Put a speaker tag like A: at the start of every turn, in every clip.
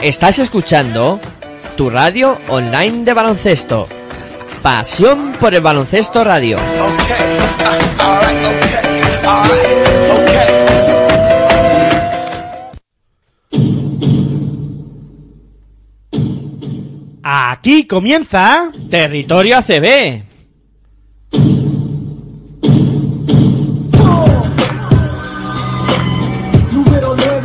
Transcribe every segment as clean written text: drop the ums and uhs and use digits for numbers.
A: Estás escuchando tu radio online de baloncesto. Pasión por el baloncesto radio.
B: Aquí comienza
A: Territorio ACB.
C: Número 9.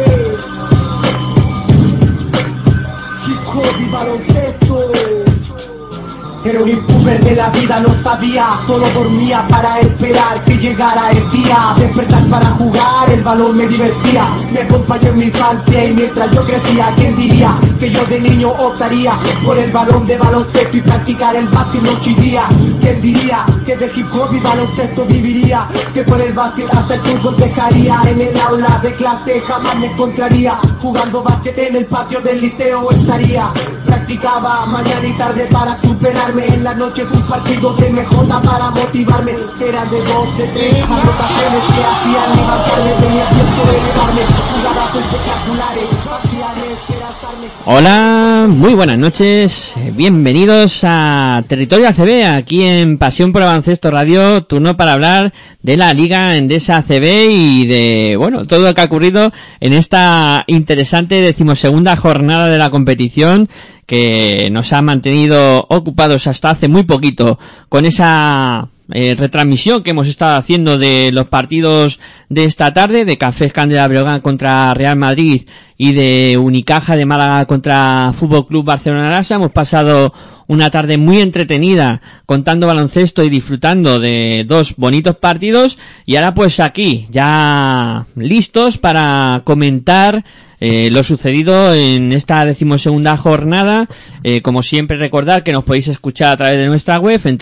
C: Hip hop y baloncesto. Era un impuber de la vida, no sabía, solo dormía para esperar que llegara el día. Despertar para jugar, el balón me divertía, me acompañó en mi infancia y mientras yo crecía, ¿quién diría que yo de niño optaría por el balón de baloncesto y practicar el básquet noche y día? ¿Quién diría que de hip hop y baloncesto viviría? Que por el básquet hasta el fútbol dejaría. En el aula de clase jamás me encontraría, jugando básquet en el patio del liceo estaría. Practicaba mañana y tarde para superarme, en la noche un partido de MJ para motivarme. Era de 2, de 3 anotaciones que hacían levantarme, tenía tiempo de elevarme, jugadas espectaculares, parciales, era estarme.
A: Hola, muy buenas noches, bienvenidos a Territorio ACB, aquí en Pasión por el Baloncesto Radio, turno para hablar de la Liga Endesa ACB y de, bueno, todo lo que ha ocurrido en esta interesante 12ª jornada de la competición, que nos ha mantenido ocupados hasta hace muy poquito con esa retransmisión que hemos estado haciendo de los partidos de esta tarde, de Cafés Candela Breogán contra Real Madrid y de Unicaja de Málaga contra Fútbol Club Barcelona Lassa. Hemos pasado una tarde muy entretenida contando baloncesto y disfrutando de dos bonitos partidos, y ahora pues aquí ya listos para comentar lo sucedido en esta 12ª jornada. Como siempre, recordar que nos podéis escuchar a través de nuestra web en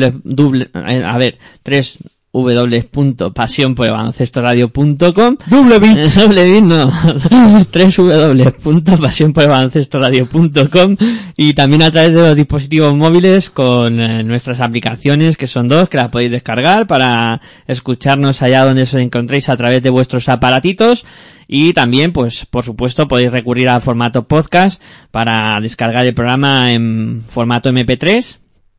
A: www.pasionporelbaloncestoradio.com www.pasionporelbaloncestoradio.com y también a través de los dispositivos móviles con nuestras aplicaciones, que son dos, que las podéis descargar para escucharnos allá donde os encontréis a través de vuestros aparatitos. Y también, pues, por supuesto, podéis recurrir al formato podcast para descargar el programa en formato MP3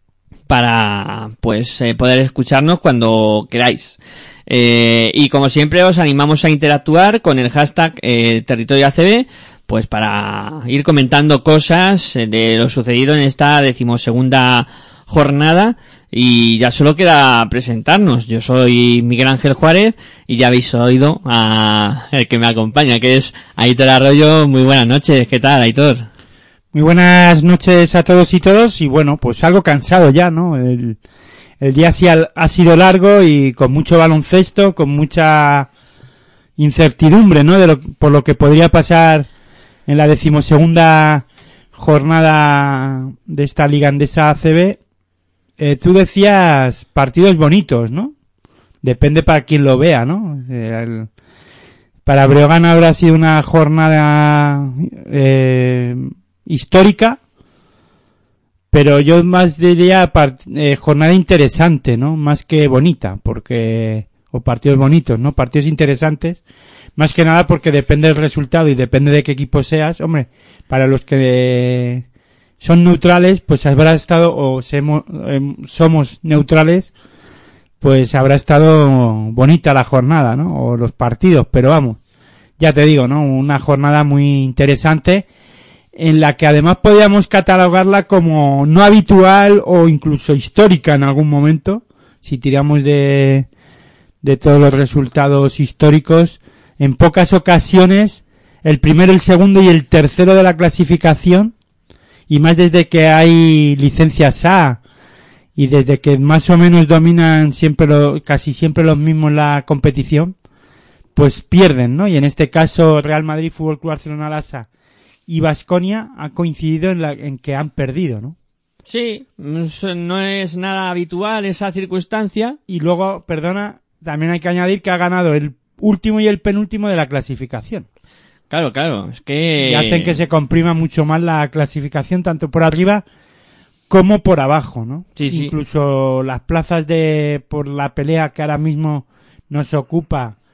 A: para, pues, poder escucharnos cuando queráis. Y como siempre, os animamos a interactuar con el hashtag Territorio ACB, pues para ir comentando cosas de lo sucedido en esta 12ª jornada. Y ya solo queda presentarnos. Yo soy Miguel Ángel Juárez y ya habéis oído a el que me acompaña, que es Aitor Arroyo. Muy buenas noches, ¿qué tal, Aitor?
B: Muy buenas noches a todos y todos, y bueno, pues algo cansado ya, ¿no? El día sí ha sido largo y con mucho baloncesto, con mucha incertidumbre, ¿no? Por lo que podría pasar en la 12ª jornada de esta Liga Endesa ACB. Tú decías partidos bonitos, ¿no? Depende para quien lo vea, ¿no? Para Breogán habrá sido una jornada histórica, pero yo más diría jornada interesante, ¿no? Más que bonita, o partidos bonitos, ¿no? Partidos interesantes, más que nada porque depende del resultado y depende de qué equipo seas. Hombre, para los que son neutrales, pues habrá estado, o somos neutrales, pues habrá estado bonita la jornada, ¿no? O los partidos, pero vamos, ya te digo, ¿no? Una jornada muy interesante, en la que además podríamos catalogarla como no habitual o incluso histórica en algún momento, si tiramos de todos los resultados históricos. En pocas ocasiones, el primero, el segundo y el tercero de la clasificación, y más desde que hay licencias A y desde que más o menos dominan casi siempre los mismos la competición, pues pierden, ¿no? Y en este caso Real Madrid, Fútbol Club Barcelona Lassa y Baskonia han coincidido en que han perdido, ¿no?
A: Sí, no es nada habitual esa circunstancia.
B: Y luego, también hay que añadir que ha ganado el último y el penúltimo de la clasificación.
A: Claro, es que...
B: Y hacen que se comprima mucho más la clasificación, tanto por arriba como por abajo, ¿no?
A: Sí.
B: Incluso las plazas por la pelea que ahora mismo nos ocupa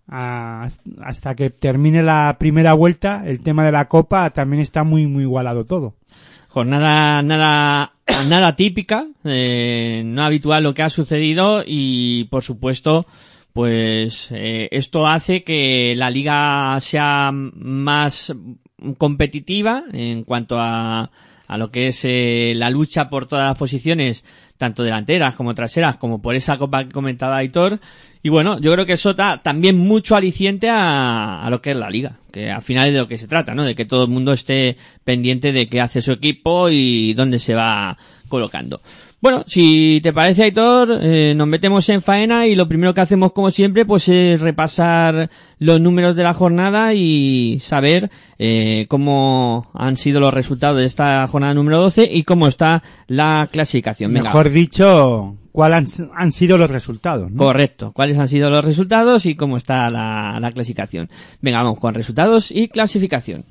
B: hasta que termine la primera vuelta, el tema de la Copa también está muy, muy igualado todo.
A: Jornada nada típica, no habitual lo que ha sucedido y, por supuesto, pues esto hace que la liga sea más competitiva en cuanto a lo que es la lucha por todas las posiciones, tanto delanteras como traseras, como por esa copa que comentaba Aitor. Y bueno, yo creo que eso da también mucho aliciente a lo que es la liga, que al final es de lo que se trata, ¿no? De que todo el mundo esté pendiente de qué hace su equipo y dónde se va colocando. Bueno, si te parece, Aitor, nos metemos en faena y lo primero que hacemos, como siempre, pues es repasar los números de la jornada y saber cómo han sido los resultados de esta jornada número 12 y cómo está la clasificación. Venga.
B: Mejor dicho, ¿cuáles han sido los resultados, ¿no?
A: Correcto, cuáles han sido los resultados y cómo está la clasificación. Venga, vamos con resultados y clasificación.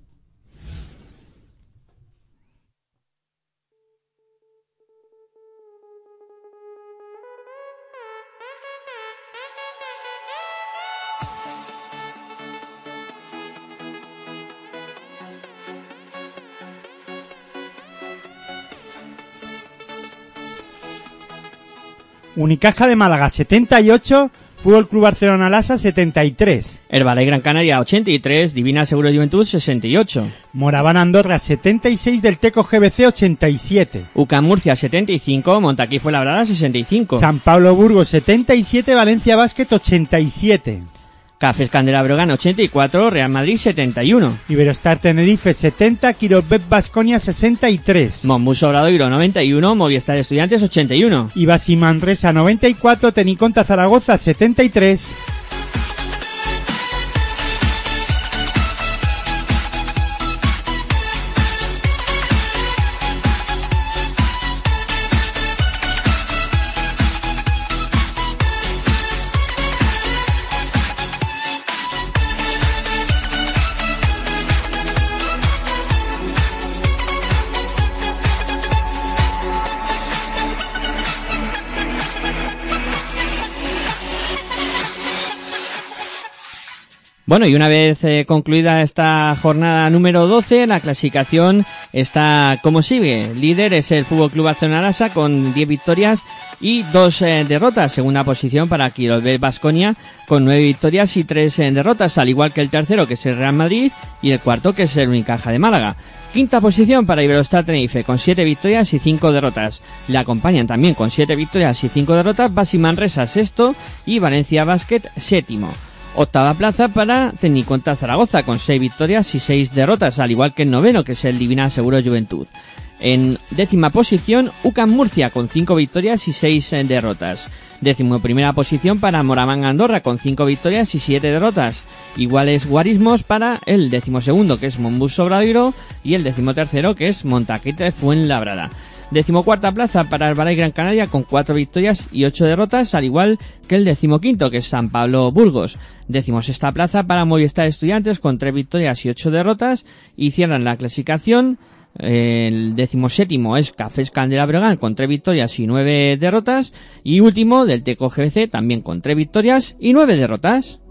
B: Unicaja de Málaga 78, Fútbol Club Barcelona Lassa 73.
A: Herbalife Gran Canaria 83, Divina Seguro Juventud 68.
B: Moraván Andorra 76, del Teco GBC 87.
A: UCAM Murcia 75, Montaquí Fuenlabrada 65.
B: San Pablo Burgos 77, Valencia Basket 87.
A: Cafés Candela Breogán 84, Real Madrid 71.
B: Iberostar Tenerife 70, Quirobec Baskonia 63.
A: Monbus Obradoiro 91, Movistar Estudiantes 81.
B: Ibas y Manresa 94, Teniconta Zaragoza 73.
A: Bueno, y una vez concluida esta jornada número 12, la clasificación está como sigue. Líder es el Fútbol Club Barcelona Lassa con 10 victorias y 2 derrotas. Segunda posición para Quirobec Baskonia con 9 victorias y 3 derrotas, al igual que el tercero, que es el Real Madrid, y el cuarto, que es el Unicaja de Málaga. Quinta posición para Iberostar Tenerife con 7 victorias y 5 derrotas. Le acompañan también con 7 victorias y 5 derrotas Basi Manresa sexto y Valencia Basket séptimo. Octava plaza para Teniconta Zaragoza con 6 victorias y 6 derrotas, al igual que el noveno, que es el Divina Seguro Juventud. En décima posición, UCAM Murcia con 5 victorias y 6 derrotas. Décimo primera posición para Moraván Andorra con 5 victorias y 7 derrotas. Iguales guarismos para el decimosegundo, que es Monbus Obradoiro, y el decimotercero, que es Montaquite Fuenlabrada. Decimocuarta plaza para Herbalife Gran Canaria con 4 victorias y 8 derrotas, al igual que el decimoquinto, que es San Pablo Burgos. Decimosexta plaza para Movistar Estudiantes con 3 victorias y 8 derrotas, y cierran la clasificación. El decimoséptimo es Cafés Candela Breogán con 3 victorias y 9 derrotas, y último del Teco GBC también con 3 victorias y 9 derrotas.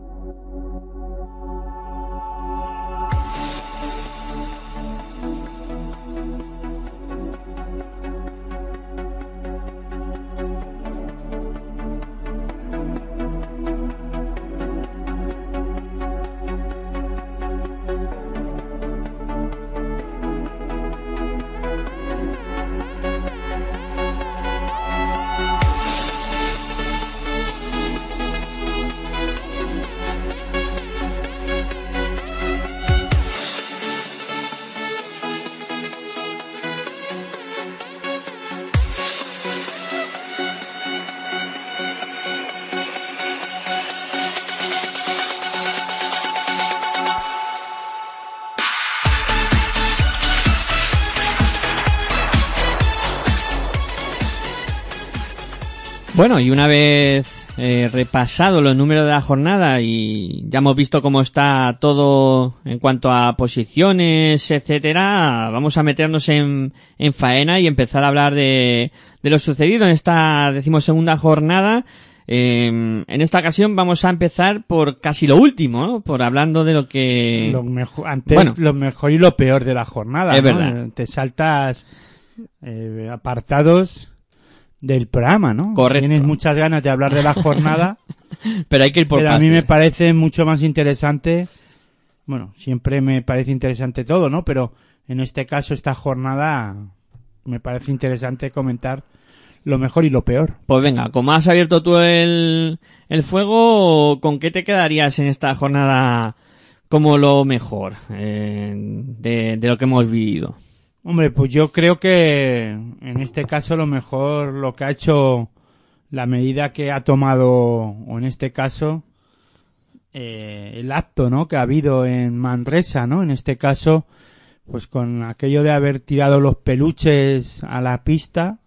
A: Bueno, y una vez repasado los números de la jornada y ya hemos visto cómo está todo en cuanto a posiciones, etcétera, vamos a meternos en faena y empezar a hablar de lo sucedido en esta decimosegunda jornada. En esta ocasión vamos a empezar por casi lo último, ¿no? Por hablando de lo que...
B: Lo mejor y lo peor de la jornada,
A: es
B: ¿no?
A: verdad.
B: Te saltas apartados del programa, ¿no?
A: Correcto.
B: Tienes muchas ganas de hablar de la jornada,
A: pero hay que ir por
B: pero
A: pases.
B: a mí me parece mucho más interesante, bueno, siempre me parece interesante todo, ¿no? Pero en este caso, esta jornada, me parece interesante comentar lo mejor y lo peor.
A: Pues venga, como has abierto tú el fuego, ¿con qué te quedarías en esta jornada como lo mejor de lo que hemos vivido?
B: Hombre, pues yo creo que en este caso lo mejor, lo que ha hecho, la medida que ha tomado, o en este caso, el acto, ¿no? Que ha habido en Manresa, ¿no? En este caso, pues con aquello de haber tirado los peluches a la pista,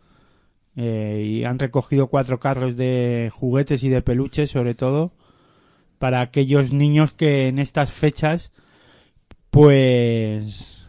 B: y han recogido 4 carros de juguetes y de peluches, sobre todo para aquellos niños que en estas fechas pues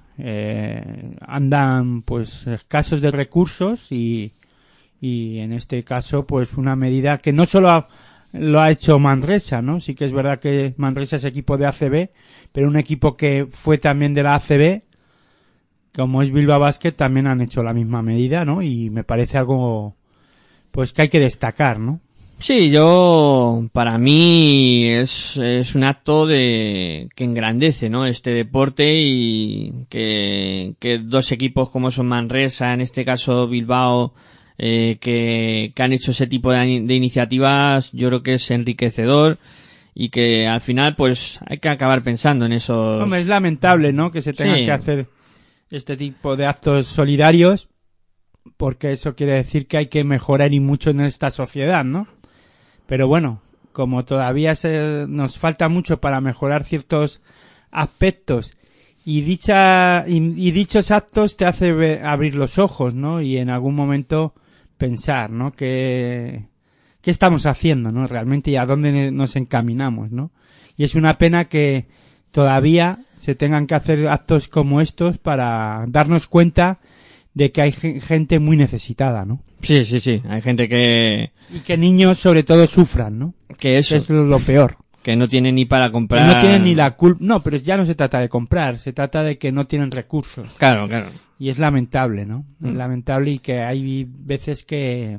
B: andan pues escasos de recursos y en este caso pues una medida que no solo lo ha hecho Manresa, ¿no? Sí que es verdad que Manresa es equipo de ACB, pero un equipo que fue también de la ACB, como es Bilbao Basket, también han hecho la misma medida, ¿no? Y me parece algo, pues, que hay que destacar, ¿no?
A: Sí, para mí es un acto que engrandece, ¿no? Este deporte y que 2 equipos como son Manresa, en este caso Bilbao, que han hecho ese tipo de iniciativas, yo creo que es enriquecedor. Y que al final, pues, hay que acabar pensando en esos...
B: Hombre, es lamentable, ¿no? Que se tengan que hacer este tipo de actos solidarios, porque eso quiere decir que hay que mejorar y mucho en esta sociedad, ¿no? Pero bueno, como todavía nos falta mucho para mejorar ciertos aspectos y dichos actos te hace abrir los ojos, ¿no? Y en algún momento pensar, ¿no? ¿Qué estamos haciendo, ¿no? Realmente, y a dónde nos encaminamos, ¿no? Y es una pena que todavía se tengan que hacer actos como estos para darnos cuenta de que hay gente muy necesitada, ¿no?
A: Sí, hay gente
B: y que niños sobre todo sufran, ¿no?
A: Que eso
B: es lo peor.
A: Que no tienen ni para comprar.
B: Que no tienen ni la culpa. No, pero ya no se trata de comprar, se trata de que no tienen recursos.
A: Claro.
B: Y es lamentable, ¿no? Es lamentable, y que hay veces que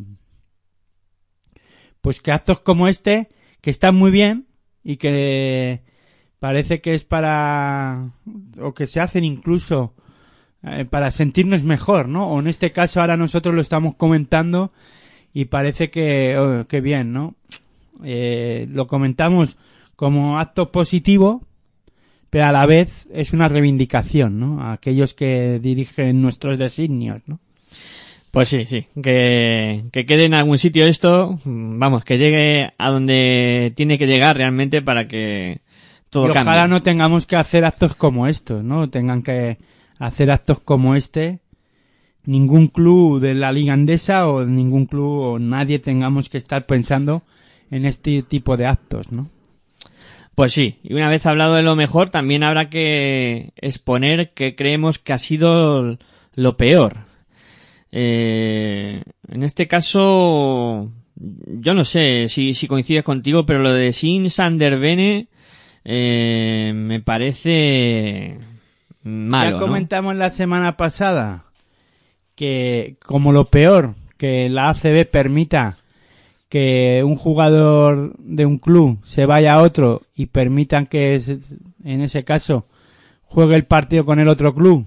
B: pues que actos como este, que están muy bien y que parece que es o que se hacen incluso para sentirnos mejor, ¿no? O en este caso ahora nosotros lo estamos comentando y parece que bien, ¿no? Lo comentamos como acto positivo, pero a la vez es una reivindicación, ¿no? A aquellos que dirigen nuestros designios, ¿no?
A: Pues sí, que quede en algún sitio esto, vamos, que llegue a donde tiene que llegar realmente para que todo cambie.
B: Ojalá no tengamos que hacer actos como estos, ¿no? Tengan que hacer actos como ningún club de la Liga Endesa o ningún club o nadie tengamos que estar pensando en este tipo de actos, ¿no?
A: Pues sí, y una vez hablado de lo mejor, también habrá que exponer que creemos que ha sido lo peor. En este caso, yo no sé si coincides contigo, pero lo de Sint Sanderbene me parece malo,
B: ya comentamos la semana pasada que como lo peor, que la ACB permita que un jugador de un club se vaya a otro y permitan que en ese caso juegue el partido con el otro club,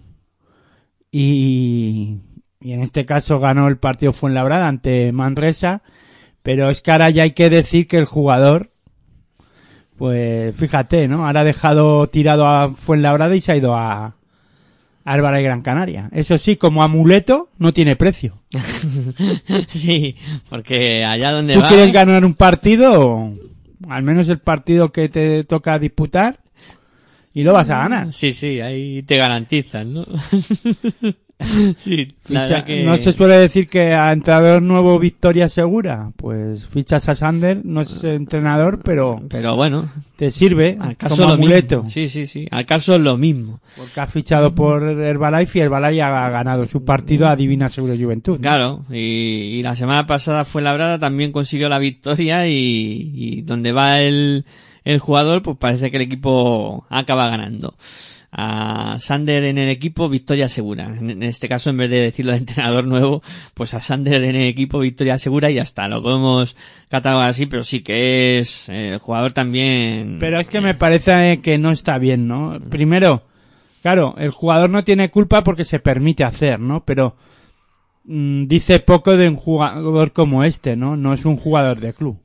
B: y en este caso ganó el partido Fuenlabrada ante Manresa, pero es que ahora ya hay que decir que el jugador, pues fíjate, ¿no? Ahora ha dejado tirado a Fuenlabrada y se ha ido a Álvaro y Gran Canaria. Eso sí, como amuleto no tiene precio.
A: Sí, porque allá donde
B: ¿Tú
A: va...
B: quieres ganar un partido? Al menos el partido que te toca disputar, y lo vas a ganar.
A: Sí, ahí te garantizan, ¿no? Sí, la verdad que...
B: No se suele decir que a entrenador nuevo victoria segura. Pues fichas a Sander, no es entrenador, pero
A: bueno,
B: te sirve
A: ¿acaso
B: como
A: lo
B: amuleto.
A: mismo? Sí. ¿Acaso es lo mismo?
B: Porque ha fichado por Herbalife y Herbalife ha ganado su partido a Divina Seguro Juventud, ¿no?
A: Claro, y la semana pasada Fuenlabrada también consiguió la victoria y donde va el jugador, pues parece que el equipo acaba ganando. A Sander en el equipo, victoria segura. En este caso, en vez de decirlo de entrenador nuevo, pues a Sander en el equipo, victoria segura y ya está. Lo podemos catalogar así, pero sí que es el jugador también.
B: Pero es que me parece que no está bien, ¿no? Primero, claro, el jugador no tiene culpa porque se permite hacer, ¿no? Pero dice poco de un jugador como este, ¿no? No es un jugador de club.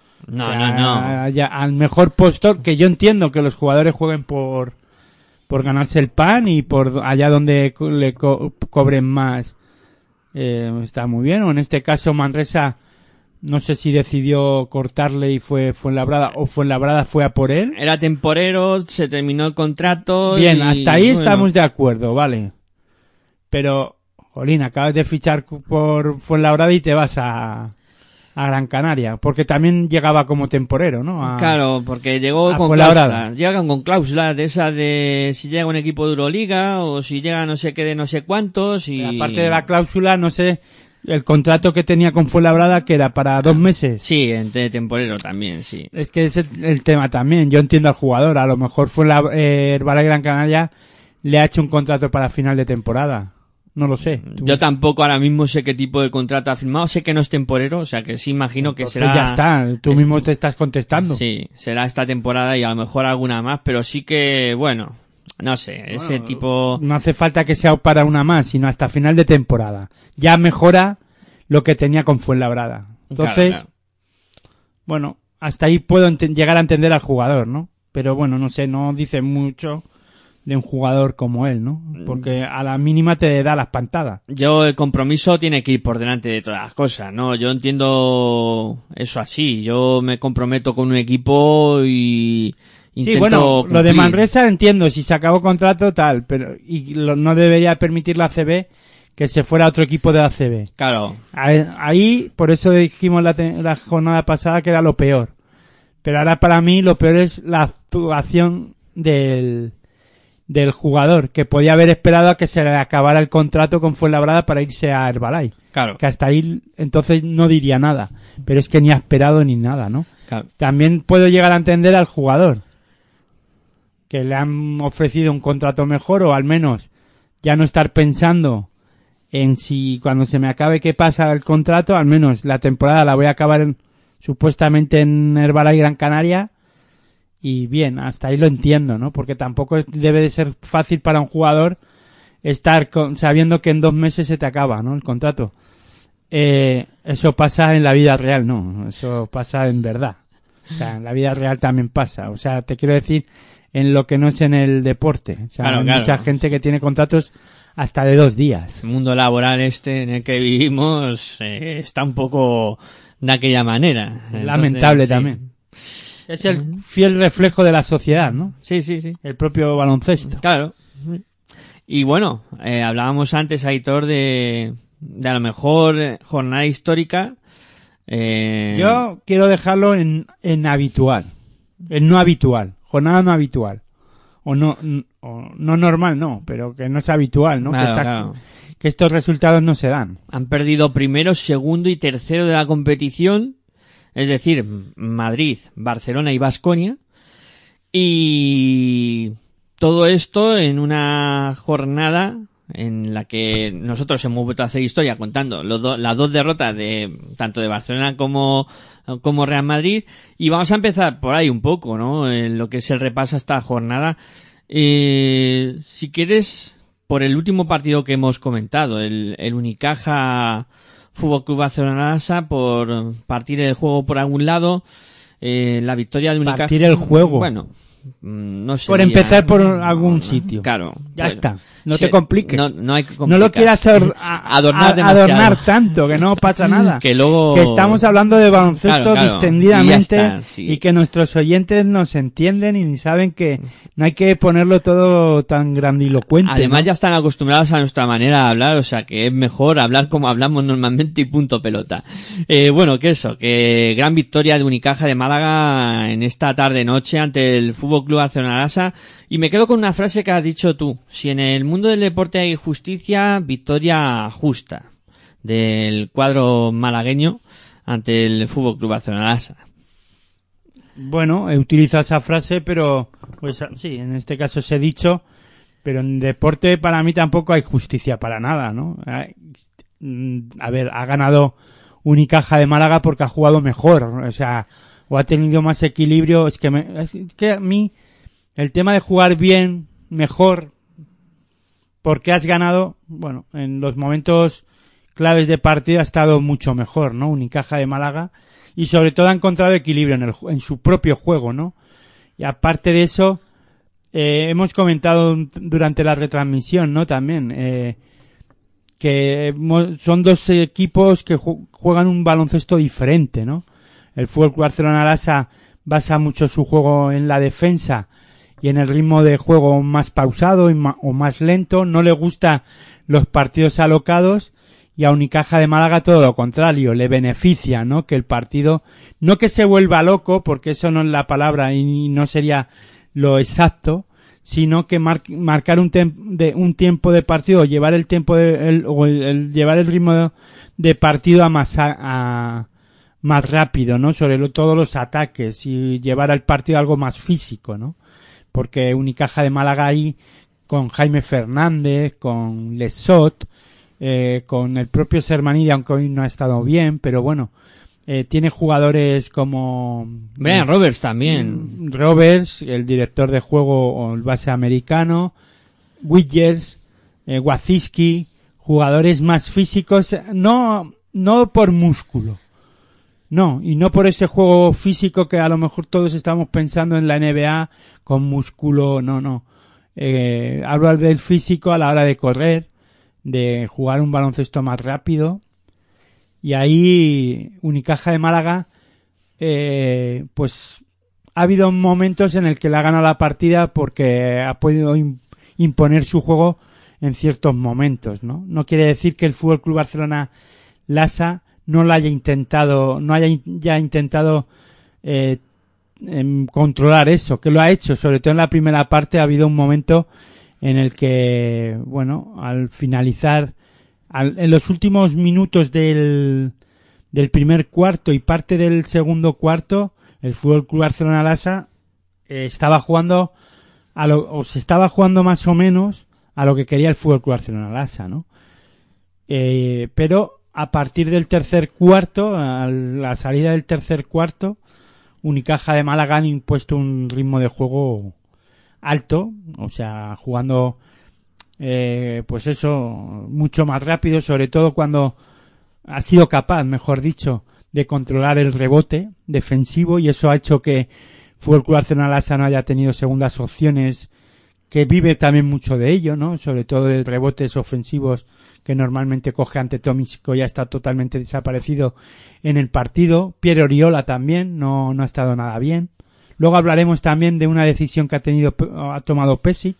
A: No.
B: Ya, al mejor postor, que yo entiendo que los jugadores jueguen por ganarse el pan y por allá donde le cobren más, está muy bien. O en este caso Manresa, no sé si decidió cortarle y fue Fuenlabrada o Fuenlabrada fue a por él.
A: Era temporero, se terminó el contrato.
B: Bien, hasta ahí
A: bueno,
B: estamos de acuerdo, vale. Pero, jolín, acabas de fichar por Fuenlabrada y te vas a Gran Canaria, porque también llegaba como temporero, ¿no?
A: Claro, porque llegó con cláusulas. Llegan con cláusulas de esas de si llega un equipo de Euroliga o si llega no sé qué de no sé cuántos y...
B: Aparte de la cláusula, no sé, el contrato que tenía con Fuenlabrada que era para 2 meses.
A: Sí, de temporero también, sí.
B: Es que es el tema también. Yo entiendo al jugador. A lo mejor Herbalife Gran Canaria le ha hecho un contrato para final de temporada. No lo sé.
A: Yo tampoco ahora mismo sé qué tipo de contrato ha firmado. Sé que no es temporero, o sea que sí imagino que será...
B: ya está, tú mismo te estás contestando.
A: Sí, será esta temporada y a lo mejor alguna más, pero sí que, bueno, no sé, ese tipo...
B: No hace falta que sea para una más, sino hasta final de temporada. Ya mejora lo que tenía con Fuenlabrada. Entonces,
A: claro.
B: Bueno, hasta ahí puedo llegar a entender al jugador, ¿no? Pero bueno, no sé, no dice mucho de un jugador como él, ¿no? Porque a la mínima te da la espantada.
A: El compromiso tiene que ir por delante de todas las cosas, ¿no? Yo entiendo eso así. Yo me comprometo con un equipo y intento
B: sí, bueno,
A: cumplir.
B: Lo de Manresa entiendo, si se acabó contrato tal, pero no debería permitir la ACB que se fuera a otro equipo de la ACB.
A: Claro.
B: Ahí, por eso dijimos la jornada pasada que era lo peor. Pero ahora para mí lo peor es la actuación del jugador, que podía haber esperado a que se le acabara el contrato con Fuenlabrada para irse a Herbalife.
A: Claro.
B: Que hasta ahí entonces no diría nada. Pero es que ni ha esperado ni nada, ¿no?
A: Claro.
B: También puedo llegar a entender al jugador, que le han ofrecido un contrato mejor o al menos ya no estar pensando en si cuando se me acabe qué pasa el contrato, al menos la temporada la voy a acabar supuestamente en Herbalife Gran Canaria. Y bien, hasta ahí lo entiendo, ¿no? Porque tampoco debe de ser fácil para un jugador estar sabiendo que en 2 meses se te acaba, ¿no? El contrato. Eso pasa en la vida real, no. Eso pasa en verdad. O sea, en la vida real también pasa. O sea, te quiero decir, en lo que no es en el deporte. O sea, hay mucha gente que tiene contratos hasta de 2 días.
A: El mundo laboral en el que vivimos está un poco de aquella manera. Entonces,
B: lamentable
A: sí.
B: También. Es el fiel reflejo de la sociedad, ¿no?
A: Sí.
B: El propio baloncesto.
A: Claro. Y bueno, hablábamos antes, Aitor, de a lo mejor jornada histórica.
B: Yo quiero dejarlo en habitual. En no habitual. Jornada no habitual. O no normal, no, pero que no es habitual, ¿no?
A: Claro.
B: Que estos resultados no se dan.
A: Han perdido primero, segundo y tercero de la competición. Es decir, Madrid, Barcelona y Baskonia. Y todo esto en una jornada en la que nosotros hemos vuelto a hacer historia contando las 2 derrotas de tanto de Barcelona como Real Madrid. Y vamos a empezar por ahí un poco, ¿no? En lo que es el repaso a esta jornada. Si quieres, por el último partido que hemos comentado, el Unicaja Fútbol Club Barcelona, por partir el juego por algún lado, la victoria de Unicaja.
B: Partir el juego.
A: Bueno, no sé.
B: Por empezar por algún sitio.
A: Claro.
B: Ya está. No te compliques.
A: No hay que complicar.
B: No lo quieras adornar tanto, que no pasa nada.
A: Que luego...
B: Que estamos hablando de baloncesto distendidamente
A: y
B: que nuestros oyentes nos entienden y saben que no hay que ponerlo todo tan grandilocuente.
A: Además,
B: ¿no?
A: ya están acostumbrados a nuestra manera de hablar, o sea que es mejor hablar como hablamos normalmente y punto pelota. Bueno, que gran victoria de Unicaja de Málaga en esta tarde-noche ante el Fútbol Club Barcelona Lassa. Y me quedo con una frase que has dicho tú. Si en el mundo del deporte hay justicia, victoria justa del cuadro malagueño ante el Fútbol Club Barcelona Lassa.
B: Bueno, he utilizado esa frase, pero pues sí, en este caso os he dicho, pero en deporte para mí tampoco hay justicia para nada, ¿no? A ver, ha ganado Unicaja de Málaga porque ha jugado mejor, o sea, o ha tenido más equilibrio. Es que a mí el tema de jugar bien, mejor, porque has ganado, bueno, en los momentos claves de partido ha estado mucho mejor, ¿no? Unicaja de Málaga, y sobre todo ha encontrado equilibrio en su propio juego, ¿no? Y aparte de eso, hemos comentado durante la retransmisión, ¿no? También, que son dos equipos que juegan un baloncesto diferente, ¿no? El Fútbol Club Barcelona Lassa basa mucho su juego en la defensa y en el ritmo de juego más pausado o más lento. No le gustan los partidos alocados, y a Unicaja de Málaga todo lo contrario, le beneficia, ¿no? Que el partido, no que se vuelva loco, porque eso no es la palabra y no sería lo exacto, sino que marcar un tiempo de partido, llevar el tiempo llevar el ritmo de partido a más rápido, ¿no? Sobre todos los ataques, y llevar al partido algo más físico, ¿no? Porque Unicaja de Málaga ahí, con Jaime Fernández, con Lesot, con el propio Sermanidi, aunque hoy no ha estado bien, pero bueno, tiene jugadores como
A: Brian Roberts también.
B: Roberts, el director de juego o el base americano, Widgers, Waziski, jugadores más físicos, no por músculo. No, y no por ese juego físico que a lo mejor todos estamos pensando en la NBA con músculo, no. Hablo del físico a la hora de correr, de jugar un baloncesto más rápido. Y ahí Unicaja de Málaga, pues ha habido momentos en el que le ha ganado la partida porque ha podido imponer su juego en ciertos momentos, ¿no? No quiere decir que el Fútbol Club Barcelona Lassa no haya intentado controlar eso, que lo ha hecho, sobre todo en la primera parte. Ha habido un momento en el que, bueno, al finalizar, en los últimos minutos del primer cuarto y parte del segundo cuarto, el Fútbol Club Barcelona Lassa estaba jugando se estaba jugando más o menos a lo que quería el Fútbol Club Barcelona Lassa, ¿no? Pero a partir del tercer cuarto, a la salida del tercer cuarto, Unicaja de Málaga han impuesto un ritmo de juego alto, o sea, jugando pues eso, mucho más rápido, sobre todo cuando ha sido capaz, mejor dicho, de controlar el rebote defensivo, y eso ha hecho que Fútbol Club Barcelona Lassa no haya tenido segundas opciones, que vive también mucho de ello, ¿no? Sobre todo de rebotes ofensivos que normalmente coge ante Tomic, que ya está totalmente desaparecido en el partido. Pierre Oriola también no ha estado nada bien. Luego hablaremos también de una decisión que ha tomado Pešić.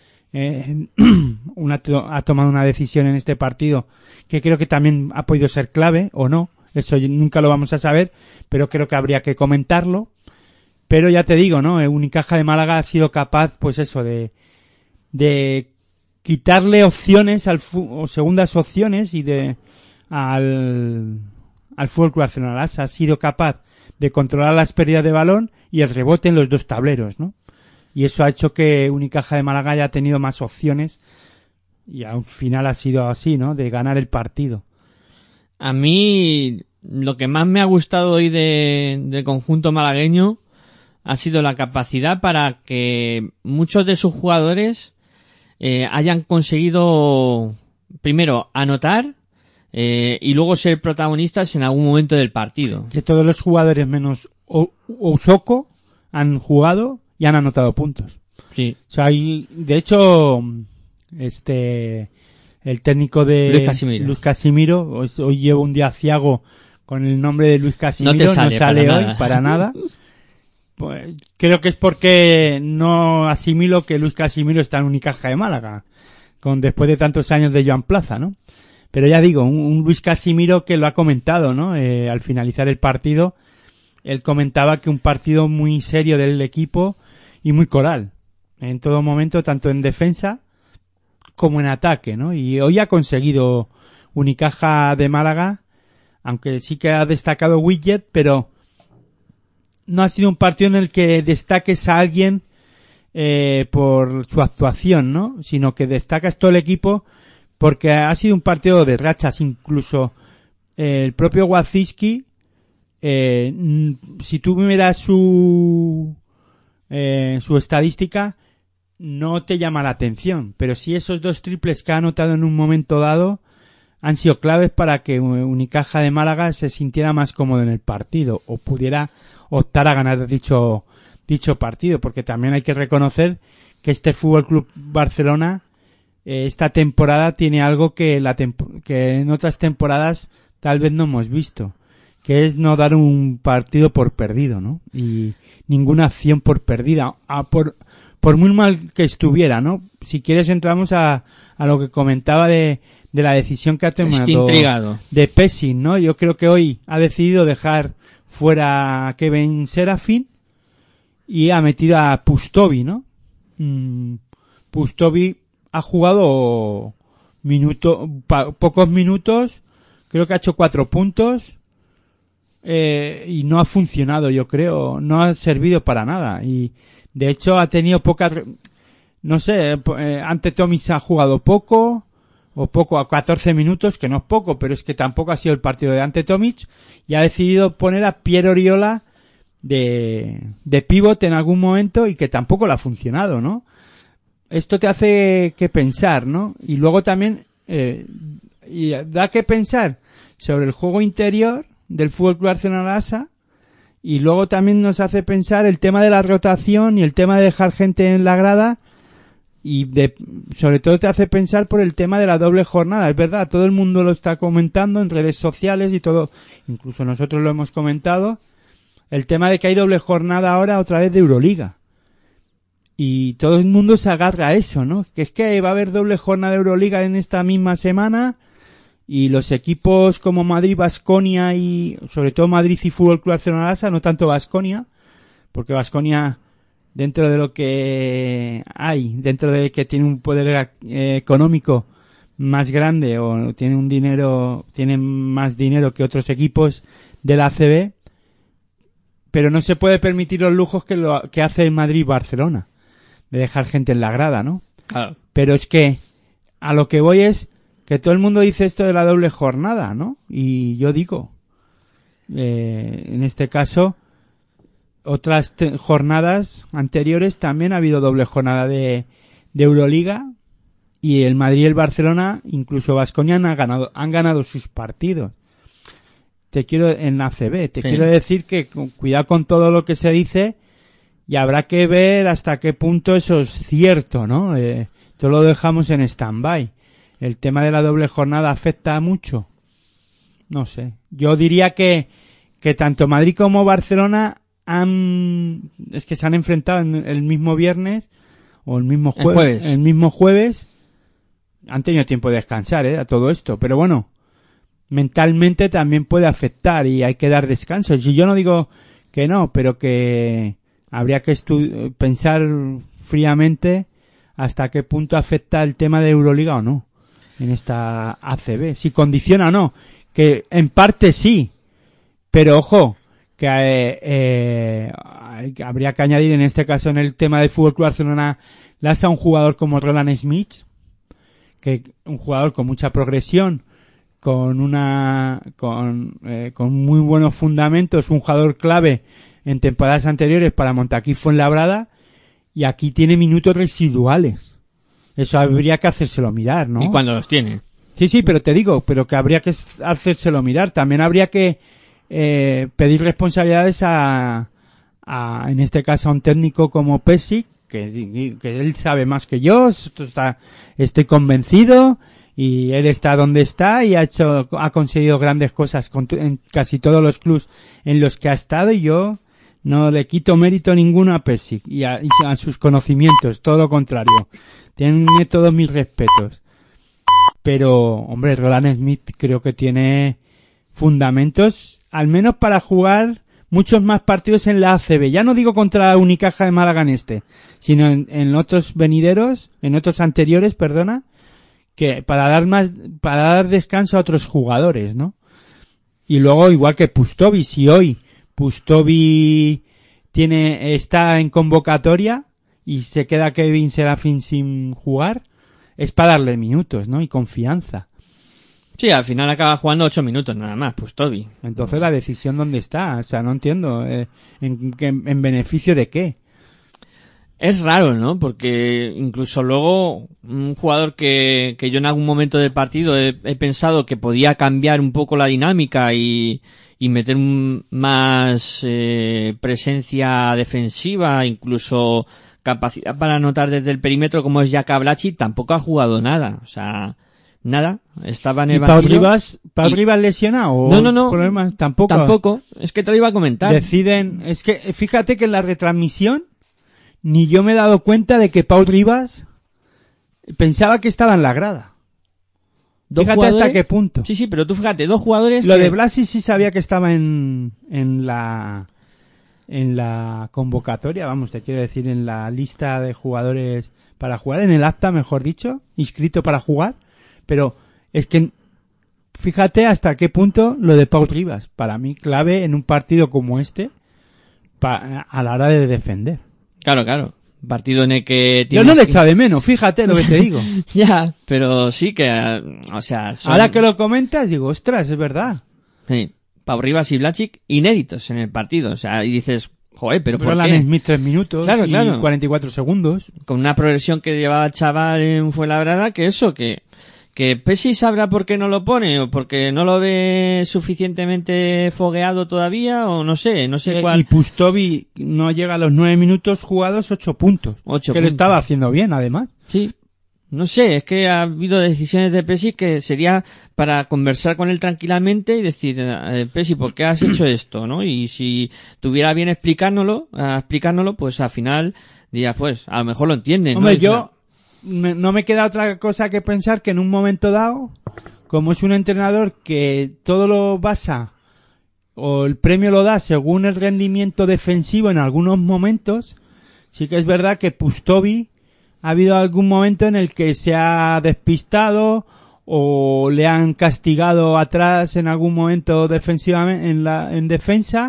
B: Ha tomado una decisión en este partido que creo que también ha podido ser clave, o no, eso nunca lo vamos a saber, pero creo que habría que comentarlo. Pero ya te digo, ¿no? Unicaja de Málaga ha sido capaz, pues eso, de quitarle opciones o segundas opciones al Fútbol Club Barcelona Lassa. Ha sido capaz de controlar las pérdidas de balón y el rebote en los dos tableros, ¿no? Y eso ha hecho que Unicaja de Málaga haya tenido más opciones, y al final ha sido así, ¿no? De ganar el partido.
A: A mí lo que más me ha gustado hoy del conjunto malagueño ha sido la capacidad para que muchos de sus jugadores hayan conseguido primero anotar y luego ser protagonistas en algún momento del partido.
B: Que todos los jugadores menos Ousoko han jugado, y han anotado puntos.
A: Sí.
B: O sea, de hecho, el técnico de
A: Luis
B: Casimiro, hoy llevo un día ciago con el nombre de Luis Casimiro,
A: no sale
B: hoy para nada. Pues, creo que es porque no asimilo que Luis Casimiro está en Unicaja de Málaga, después de tantos años de Joan Plaza, ¿no? Pero ya digo, un Luis Casimiro que lo ha comentado, ¿no? Al finalizar el partido, él comentaba que un partido muy serio del equipo y muy coral, en todo momento, tanto en defensa como en ataque, ¿no? Y hoy ha conseguido Unicaja de Málaga, aunque sí que ha destacado Widget, pero no ha sido un partido en el que destaques a alguien por su actuación, ¿no? Sino que destacas todo el equipo porque ha sido un partido de rachas. Incluso el propio Waziski, si tú miras su estadística, no te llama la atención, pero sí esos 2 triples que ha anotado en un momento dado han sido claves para que Unicaja de Málaga se sintiera más cómodo en el partido o pudiera optar a ganar dicho partido, porque también hay que reconocer que este Fútbol Club Barcelona esta temporada tiene algo que en otras temporadas tal vez no hemos visto, que es no dar un partido por perdido, ¿no? Y ninguna acción por perdida, por muy mal que estuviera, ¿no? Si quieres entramos a lo que comentaba de la decisión que ha tomado de Pessing, ¿no? Yo creo que hoy ha decidido dejar fuera a Kevin Serafin y ha metido a Pustovi, ¿no? Pustovi ha jugado pocos minutos, creo que ha hecho 4 puntos y no ha funcionado, yo creo, no ha servido para nada y de hecho ha tenido no sé, ante Tomic ha jugado poco a 14 minutos, que no es poco, pero es que tampoco ha sido el partido de ante Tomic y ha decidido poner a Pierre Oriola de pívot en algún momento y que tampoco le ha funcionado, ¿no? Esto te hace que pensar, ¿no? Y luego también y da que pensar sobre el juego interior del Fútbol Club Barcelona ASA y luego también nos hace pensar el tema de la rotación y el tema de dejar gente en la grada y sobre todo te hace pensar por el tema de la doble jornada. Es verdad, todo el mundo lo está comentando en redes sociales y todo, incluso nosotros lo hemos comentado, el tema de que hay doble jornada ahora otra vez de Euroliga. Y todo el mundo se agarra a eso, ¿no? Que es que va a haber doble jornada de Euroliga en esta misma semana y los equipos como Madrid, Baskonia y sobre todo Madrid y Fútbol Club Barcelona ASA, no tanto Baskonia, porque Baskonia dentro de lo que hay, dentro de que tiene un poder económico más grande o tiene más dinero que otros equipos de la ACB, pero no se puede permitir los lujos que hace Madrid y Barcelona, de dejar gente en la grada, ¿no?
A: Claro.
B: Pero es que a lo que voy es que todo el mundo dice esto de la doble jornada, ¿no? Y yo digo, en este caso, otras jornadas anteriores también ha habido doble jornada de Euroliga y el Madrid y el Barcelona, incluso Baskonia, han ganado sus partidos. En la ACB, quiero decir que cuidado con todo lo que se dice y habrá que ver hasta qué punto eso es cierto, ¿no? Todo lo dejamos en stand-by. El tema de la doble jornada afecta mucho. No sé. Yo diría que tanto Madrid como Barcelona es que se han enfrentado el mismo viernes o el mismo jueves. Han tenido tiempo de descansar, a todo esto. Pero bueno, mentalmente también puede afectar y hay que dar descansos. Y yo no digo que no, pero que habría que pensar fríamente hasta qué punto afecta el tema de Euroliga o no en esta ACB, si condiciona o no, que en parte sí, pero ojo, que habría que añadir en este caso en el tema del Fútbol Club Barcelona a un jugador como Roland Smith, que un jugador con mucha progresión, con muy buenos fundamentos, un jugador clave en temporadas anteriores para Montaquí Fuenlabrada y aquí tiene minutos residuales. Eso habría que hacérselo mirar, ¿no?
A: ¿Y cuándo los tiene?
B: Sí, pero te digo, pero que habría que hacérselo mirar. También habría que pedir responsabilidades a en este caso a un técnico como Pesic, que él sabe más que yo, estoy convencido, y él está donde está y ha conseguido grandes cosas en casi todos los clubes en los que ha estado, y yo no le quito mérito ninguno a Pesic y a sus conocimientos, todo lo contrario. Tiene todos mis respetos. Pero, hombre, Roland Smith creo que tiene fundamentos, al menos para jugar muchos más partidos en la ACB. Ya no digo contra la Unicaja de Málaga sino en otros venideros, en otros anteriores, perdona, que para dar descanso a otros jugadores, ¿no? Y luego, igual que Pustovi, si hoy Pustovi está en convocatoria y se queda Kevin Serafín sin jugar, es para darle minutos, ¿no? Y confianza.
A: Sí, al final acaba jugando 8 minutos nada más, Pustovi.
B: Entonces la decisión ¿dónde está? O sea, no entiendo. ¿En beneficio de qué?
A: Es raro, ¿no? Porque incluso luego un jugador que yo en algún momento del partido he pensado que podía cambiar un poco la dinámica y meter más presencia defensiva,
B: incluso
A: capacidad para anotar desde el perímetro, como es Jaka Blačić, tampoco ha jugado nada. O sea, nada. Estaba en el banquillo.
B: ¿Pau Rivas lesionado?
A: No.
B: Problemas? Tampoco.
A: Es que te lo iba a comentar.
B: Es que fíjate que en la retransmisión ni yo me he dado cuenta de que Pau Rivas pensaba que estaba en la grada. Fíjate hasta qué punto.
A: Sí, pero tú fíjate, 2 jugadores.
B: Lo de Blažić sí sabía que estaba en la convocatoria, vamos, te quiero decir, en la lista de jugadores para jugar, en el acta, mejor dicho, inscrito para jugar, pero es que fíjate hasta qué punto lo de Pau Rivas, para mí clave en un partido como este, a la hora de defender.
A: Claro. Partido en el que
B: yo no le he echado de menos, fíjate lo que te digo.
A: Ya, pero sí que, o sea...
B: Ahora que lo comentas, digo, ostras, es verdad.
A: Sí, Pau Rivas y Blačić inéditos en el partido, o sea, y dices, joder, pero ¿por
B: Roland
A: qué?
B: Smith 3 minutos y 44 segundos.
A: Con una progresión que llevaba el chaval en Fuenlabrada, que Pesic sabrá por qué no lo pone, o porque no lo ve suficientemente fogueado todavía, o no sé cuál.
B: Y Pustovi no llega a los 9 minutos jugados, 8 puntos. Que lo estaba haciendo bien, además.
A: Sí. No sé, es que ha habido decisiones de Pesic que sería para conversar con él tranquilamente y decir, Pesic, ¿por qué has hecho esto? ¿No? Y si tuviera bien explicárnoslo, pues al final diría, pues, a lo mejor lo entienden.
B: Hombre, ¿no? No me queda otra cosa que pensar que en un momento dado, como es un entrenador que todo lo basa o el premio lo da según el rendimiento defensivo en algunos momentos, sí que es verdad que Pustovi ha habido algún momento en el que se ha despistado o le han castigado atrás en algún momento defensivamente en defensa.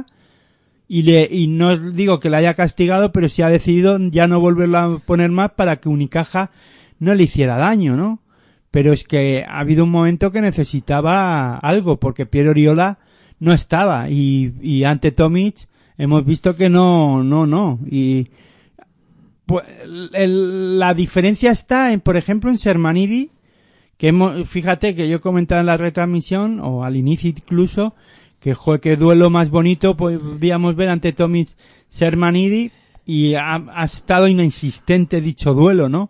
B: Y no digo que la haya castigado, pero sí ha decidido ya no volverlo a poner más para que Unicaja no le hiciera daño, ¿no? Pero es que ha habido un momento que necesitaba algo, porque Piero Oriola no estaba, y ante Tomic hemos visto que no. Y pues, la diferencia está en, por ejemplo, en Sermanidi, fíjate que yo comentaba en la retransmisión, o al inicio incluso, que duelo más bonito podíamos ver ante Tomic Sermanidi, y ha estado insistente dicho duelo, ¿no?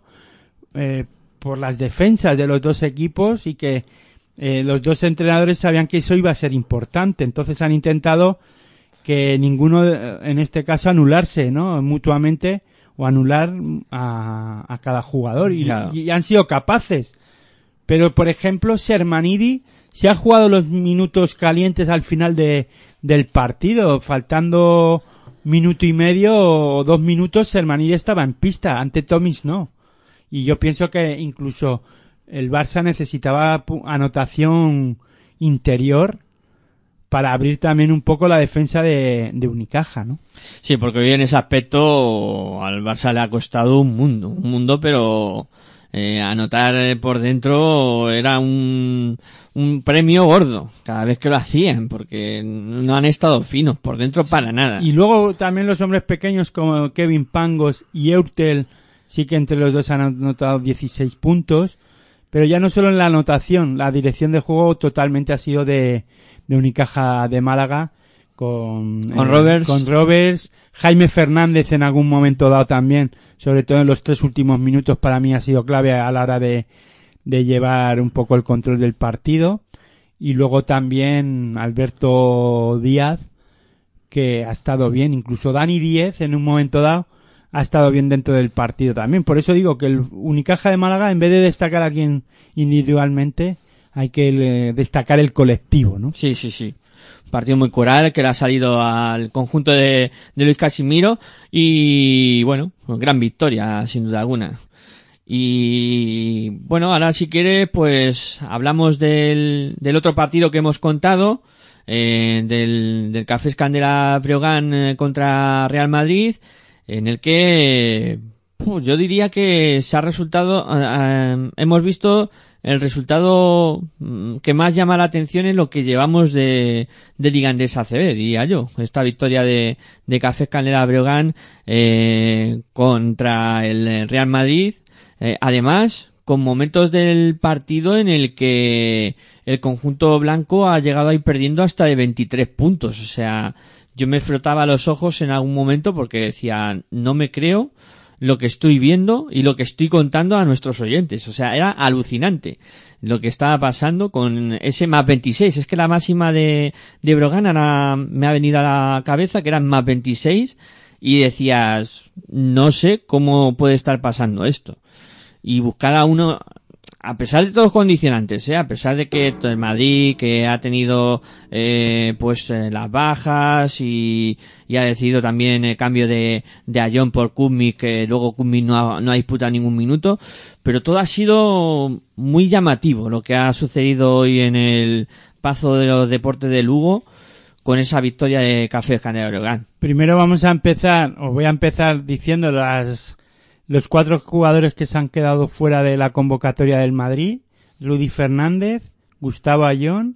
B: Por las defensas de los dos equipos, y que los dos entrenadores sabían que eso iba a ser importante, entonces han intentado que ninguno, en este caso, anularse, ¿no? Mutuamente, o anular a cada jugador, y han sido capaces. Pero, por ejemplo, Sermanidi se ha jugado los minutos calientes al final del partido, faltando minuto y medio o 2 minutos, Sermanidi estaba en pista, ante Tomic no. Y yo pienso que incluso el Barça necesitaba anotación interior para abrir también un poco la defensa de Unicaja, ¿no?
A: Sí, porque hoy en ese aspecto al Barça le ha costado un mundo, pero anotar por dentro era un premio gordo cada vez que lo hacían, porque no han estado finos por dentro para nada.
B: Y luego también los hombres pequeños como Kevin Pangos y Eurtel, sí que entre los dos han anotado 16 puntos, pero ya no solo en la anotación, la dirección de juego totalmente ha sido de Unicaja de Málaga, Roberts, Jaime Fernández en algún momento dado también, sobre todo en los 3 últimos minutos, para mí ha sido clave a la hora de llevar un poco el control del partido. Y luego también Alberto Díaz, que ha estado bien, incluso Dani Díez en un momento dado ha estado bien dentro del partido también. Por eso digo que el Unicaja de Málaga, en vez de destacar a alguien individualmente, hay que destacar el colectivo, ¿no?
A: Sí. Partido muy coral que le ha salido al conjunto de Luis Casimiro y bueno, gran victoria sin duda alguna. Y bueno, ahora si quieres pues hablamos del otro partido que hemos contado, del Cafés Candela Breogán contra Real Madrid, en el que yo diría que se ha resultado, hemos visto el resultado que más llama la atención en lo que llevamos de Liga Endesa ACB, diría yo. Esta victoria de Cafés Candela Breogán contra el Real Madrid, además con momentos del partido en el que el conjunto blanco ha llegado a ir perdiendo hasta de 23 puntos. O sea, yo me frotaba los ojos en algún momento porque decía, no me creo lo que estoy viendo y lo que estoy contando a nuestros oyentes. O sea, era alucinante lo que estaba pasando con ese más 26. Es que la máxima de Breogán ahora me ha venido a la cabeza, que eran más 26, y decías, no sé cómo puede estar pasando esto. Y buscar a uno, a pesar de todos los condicionantes, a pesar de que el Madrid, que ha tenido las bajas y ha decidido también el cambio de Ayón por Kuzmic, que luego Kuzmic no ha disputado ningún minuto, pero todo ha sido muy llamativo lo que ha sucedido hoy en el Pazo de los Deportes de Lugo con esa victoria de Cafés Candela Breogán.
B: Primero voy a empezar diciendo los 4 jugadores que se han quedado fuera de la convocatoria del Madrid: Rudy Fernández, Gustavo Ayón,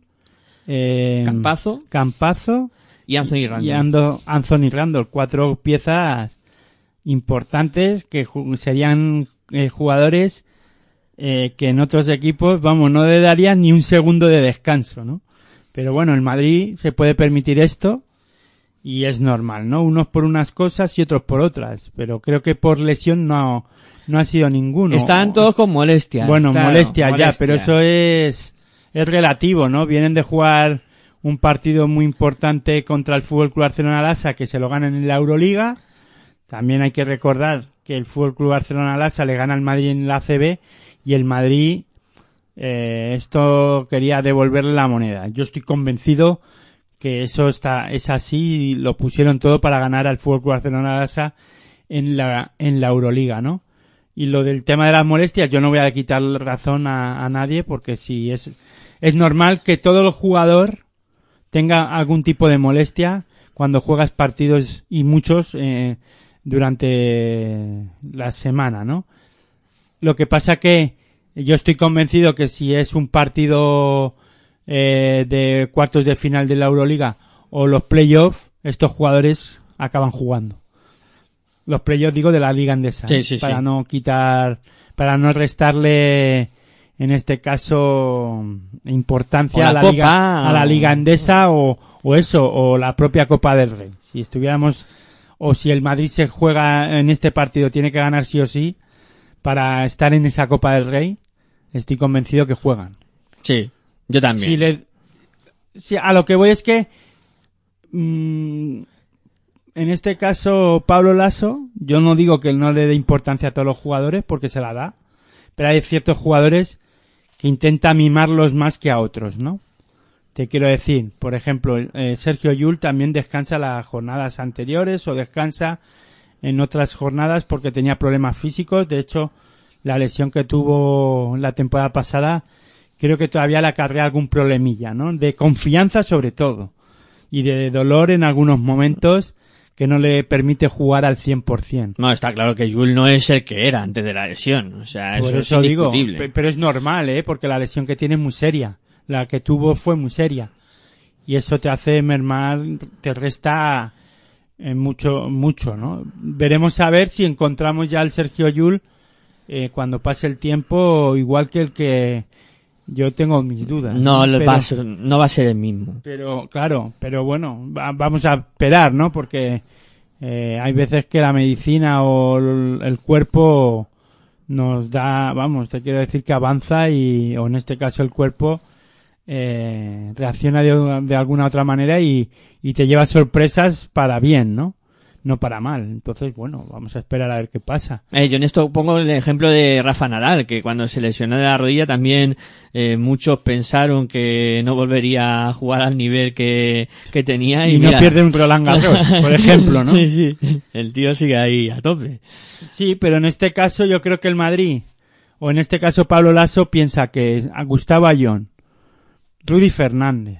B: Campazo
A: y Anthony Randall.
B: Y Anthony Randall, 4 piezas importantes que serían jugadores que en otros equipos, no le darían ni un segundo de descanso, ¿no? Pero bueno, el Madrid se puede permitir esto. Y es normal, ¿no? Unos por unas cosas y otros por otras. Pero creo que por lesión no ha sido ninguno.
A: Están todos con molestias.
B: Bueno, claro, molestias ya, pero eso es relativo, ¿no? Vienen de jugar un partido muy importante contra el FC Barcelona Lassa, que se lo ganan en la Euroliga. También hay que recordar que el FC Barcelona Lassa le gana al Madrid en la ACB y el Madrid, esto quería devolverle la moneda. Yo estoy convencido que eso es así, y lo pusieron todo para ganar al FC Barcelona Lassa en la Euroliga, ¿no? Y lo del tema de las molestias, yo no voy a quitar razón a nadie, porque si es normal que todo el jugador tenga algún tipo de molestia cuando juegas partidos, y muchos durante la semana, ¿no? Lo que pasa que yo estoy convencido que si es un partido de cuartos de final de la Euroliga o los playoffs, estos jugadores acaban jugando. Los playoffs, digo, de la Liga Endesa, para no restarle, en este caso, importancia a la Liga Endesa o la propia Copa del Rey. Si estuviéramos, o si el Madrid se juega en este partido, tiene que ganar sí o sí para estar en esa Copa del Rey, estoy convencido que juegan.
A: Sí. Yo también.
B: A lo que voy es que en este caso Pablo Lasso, yo no digo que él no le dé importancia a todos los jugadores, porque se la da, pero hay ciertos jugadores que intenta mimarlos más que a otros, ¿no? Te quiero decir, por ejemplo, Sergio Llull también descansa las jornadas anteriores o descansa en otras jornadas porque tenía problemas físicos. De hecho, la lesión que tuvo la temporada pasada creo que todavía le acarrea algún problemilla, ¿no? De confianza sobre todo. Y de dolor en algunos momentos que no le permite jugar al 100%.
A: No, está claro que Llull no es el que era antes de la lesión. O sea, eso es indiscutible.
B: Digo, pero es normal, porque la lesión que tiene es muy seria. La que tuvo fue muy seria. Y eso te hace mermar, te resta mucho, ¿no? Veremos a ver si encontramos ya al Sergio Llull cuando pase el tiempo, igual que el que Yo tengo mis dudas.
A: No,
B: Pero-
A: no va a ser el mismo.
B: Pero, claro, pero bueno, vamos a esperar, ¿no? Porque hay veces que la medicina o el cuerpo nos da, vamos, te quiero decir que avanza o en este caso el cuerpo reacciona de alguna otra manera y te lleva sorpresas para bien, ¿no? No para mal. Entonces, bueno, vamos a esperar a ver qué pasa.
A: Yo en esto pongo el ejemplo de Rafa Nadal, que cuando se lesionó de la rodilla también muchos pensaron que no volvería a jugar al nivel que tenía.
B: Y no
A: mira.
B: pierde un Roland Garros, por ejemplo, ¿no?
A: Sí, sí. El tío sigue ahí a tope.
B: Sí, pero en este caso yo creo que el Madrid, o en este caso Pablo Lasso, piensa que a Gustavo Ayón, Rudy Fernández,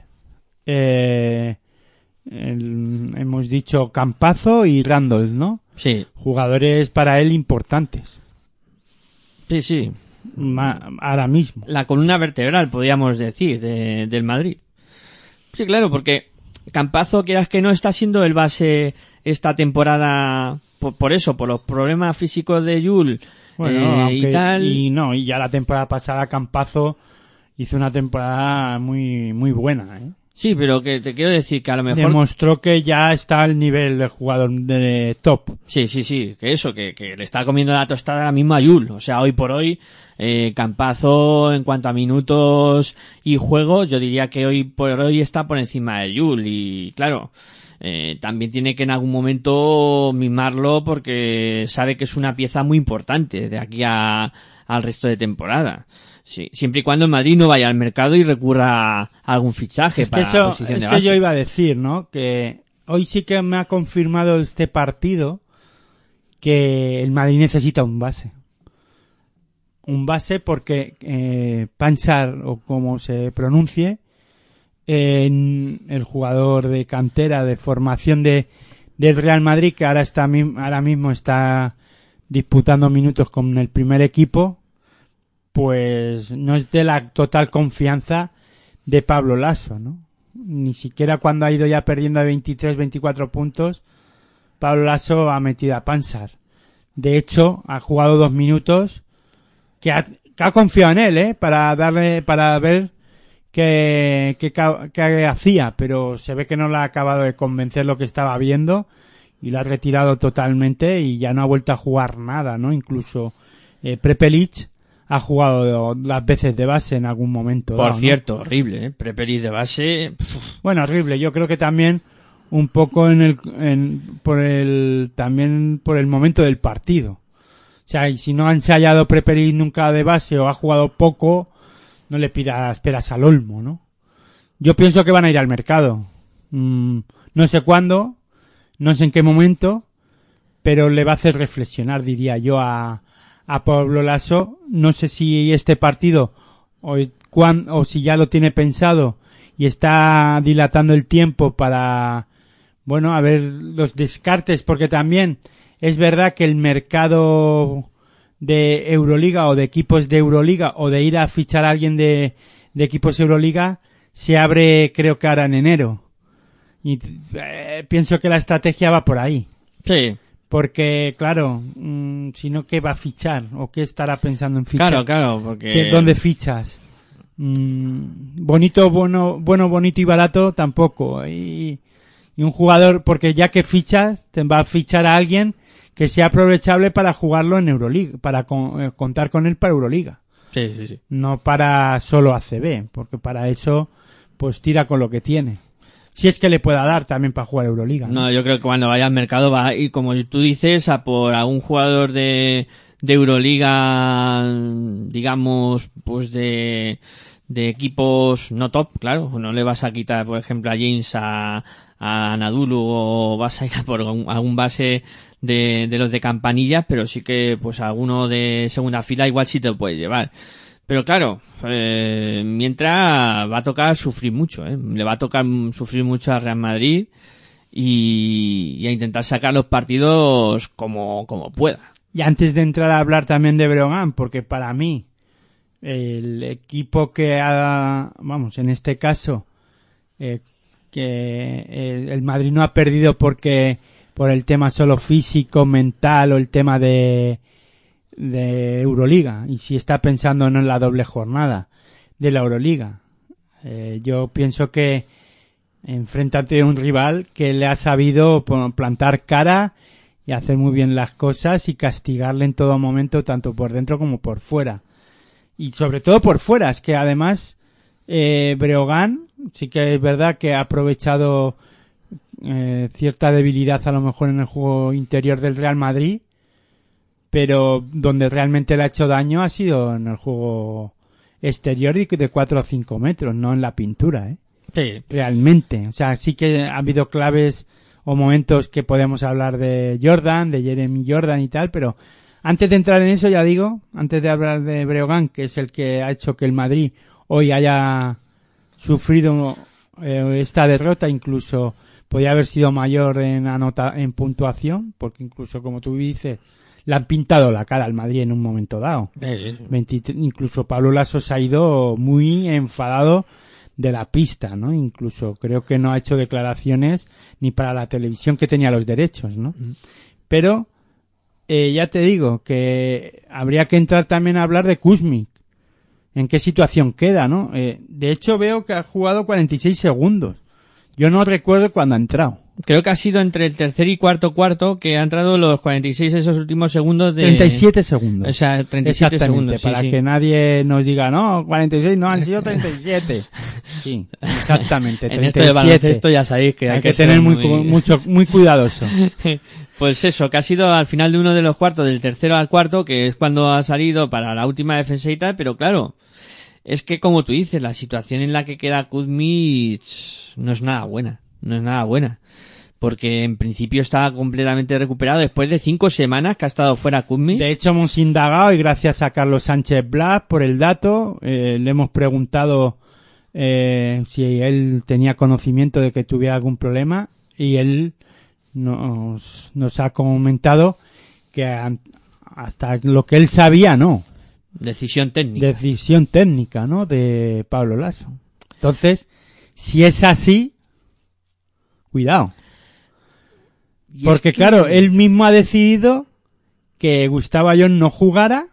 B: hemos dicho Campazo y Randolph, ¿no?
A: Sí,
B: Jugadores para él importantes,
A: sí, sí.
B: ahora mismo.
A: La columna vertebral, podríamos decir, del Madrid. Sí, claro, porque Campazo, quieras que no, está siendo el base esta temporada por eso, por los problemas físicos de Yul y tal.
B: Y ya la temporada pasada Campazo hizo una temporada muy muy buena, ¿eh?
A: Sí, pero que te quiero decir que a lo mejor...
B: Demostró que ya está al nivel de jugador de top.
A: Sí, que eso, que le está comiendo la tostada ahora mismo a Yul. O sea, hoy por hoy, Campazo, en cuanto a minutos y juego, yo diría que hoy por hoy está por encima de Yul. Y claro, también tiene que en algún momento mimarlo porque sabe que es una pieza muy importante de aquí al resto de temporada. Sí, siempre y cuando el Madrid no vaya al mercado y recurra a algún fichaje para la posición de base.
B: Es que yo iba a decir, ¿no? Que hoy sí que me ha confirmado este partido que el Madrid necesita un base. Un base porque Panchar, o como se pronuncie, el jugador de cantera, de formación del Real Madrid, que ahora mismo está disputando minutos con el primer equipo, pues no es de la total confianza de Pablo Lasso, ¿no? Ni siquiera cuando ha ido ya perdiendo de 23, 24 puntos, Pablo Lasso ha metido a Panchar. De hecho, ha jugado 2 minutos, que ha confiado en él, para ver qué hacía, pero se ve que no le ha acabado de convencer lo que estaba viendo y lo ha retirado totalmente y ya no ha vuelto a jugar nada, ¿no? Incluso Prepelic ha jugado las veces de base en algún momento.
A: Por
B: ¿no?
A: cierto, horrible, ¿eh? Prepelic de base.
B: Bueno, horrible. Yo creo que también un poco por el momento del partido. O sea, y si no ha ensayado Prepelic nunca de base o ha jugado poco, no le pidas peras al olmo, ¿no? Yo pienso que van a ir al mercado. No sé cuándo, no sé en qué momento, pero le va a hacer reflexionar, diría yo, a Pablo Lasso. No sé si este partido o si ya lo tiene pensado y está dilatando el tiempo para, bueno, a ver los descartes, porque también es verdad que el mercado de Euroliga o de equipos de Euroliga o de ir a fichar a alguien de equipos Euroliga se abre, creo que ahora en enero. Y pienso que la estrategia va por ahí.
A: Sí.
B: Porque, claro, si no, ¿qué va a fichar? ¿O qué estará pensando en fichar?
A: Claro, porque...
B: ¿Dónde fichas? Bonito y barato tampoco. Y un jugador, porque ya que fichas, te va a fichar a alguien que sea aprovechable para jugarlo en Euroliga, para contar con él para Euroliga.
A: Sí.
B: No para solo ACB, porque para eso, pues tira con lo que tiene. Si es que le pueda dar también para jugar Euroliga.
A: No, yo creo que cuando vaya al mercado va a ir, como tú dices, a por algún jugador de Euroliga, digamos, pues de equipos no top, claro. No le vas a quitar, por ejemplo, a James a Anadolu, o vas a ir a por algún base de los de Campanilla, pero sí que pues alguno de segunda fila igual sí te lo puedes llevar. Pero claro, mientras va a tocar sufrir mucho, le va a tocar sufrir mucho al Real Madrid y a intentar sacar los partidos como pueda.
B: Y antes de entrar a hablar también de Breogán, porque para mí el equipo que en este caso, que el Madrid no ha perdido por el tema solo físico, mental o el tema de Euroliga, y si está pensando no en la doble jornada. de la Euroliga. Yo pienso que enfréntate a un rival que le ha sabido plantar cara y hacer muy bien las cosas y castigarle en todo momento, tanto por dentro como por fuera. Y sobre todo por fuera, es que además Breogán sí que es verdad que ha aprovechado cierta debilidad a lo mejor en el juego interior del Real Madrid, pero donde realmente le ha hecho daño ha sido en el juego exterior y de 4 o 5 metros, no en la pintura,
A: Sí.
B: Realmente. O sea, sí que ha habido claves o momentos que podemos hablar de Jordan, de Jeremy Jordan y tal, pero antes de entrar en eso, ya digo, antes de hablar de Breogán, que es el que ha hecho que el Madrid hoy haya sufrido esta derrota, incluso podía haber sido mayor en puntuación, porque incluso, como tú dices, le han pintado la cara al Madrid en un momento dado. Incluso Pablo Lasso se ha ido muy enfadado de la pista, ¿no? Incluso creo que no ha hecho declaraciones ni para la televisión que tenía los derechos, ¿no? Pero ya te digo que habría que entrar también a hablar de Kuzmic. ¿En qué situación queda, no? De hecho veo que ha jugado 46 segundos. Yo no recuerdo cuándo ha entrado.
A: Creo que ha sido entre el tercer y cuarto que ha entrado los 46 esos últimos segundos de...
B: 37 segundos.
A: O sea, 37 segundos.
B: Para
A: sí.
B: que nadie nos diga, no, 46 no, han sido 37. Sí, exactamente, 37.
A: En esto de baloncesto ya sabéis que
B: hay que tener muy cuidadoso.
A: Pues eso, que ha sido al final de uno de los cuartos, del tercero al cuarto, que es cuando ha salido para la última defensa y tal, pero claro, es que como tú dices, la situación en la que queda Kuzmic no es nada buena. Porque en principio estaba completamente recuperado después de 5 semanas que ha estado fuera Kuzmic.
B: De hecho hemos indagado y gracias a Carlos Sánchez Blas por el dato, le hemos preguntado si él tenía conocimiento de que tuviera algún problema y él nos ha comentado que hasta lo que él sabía no.
A: Decisión técnica,
B: ¿no? De Pablo Lasso. Entonces, si es así, cuidado. Porque claro, él mismo ha decidido que Gustavo Ayón no jugara,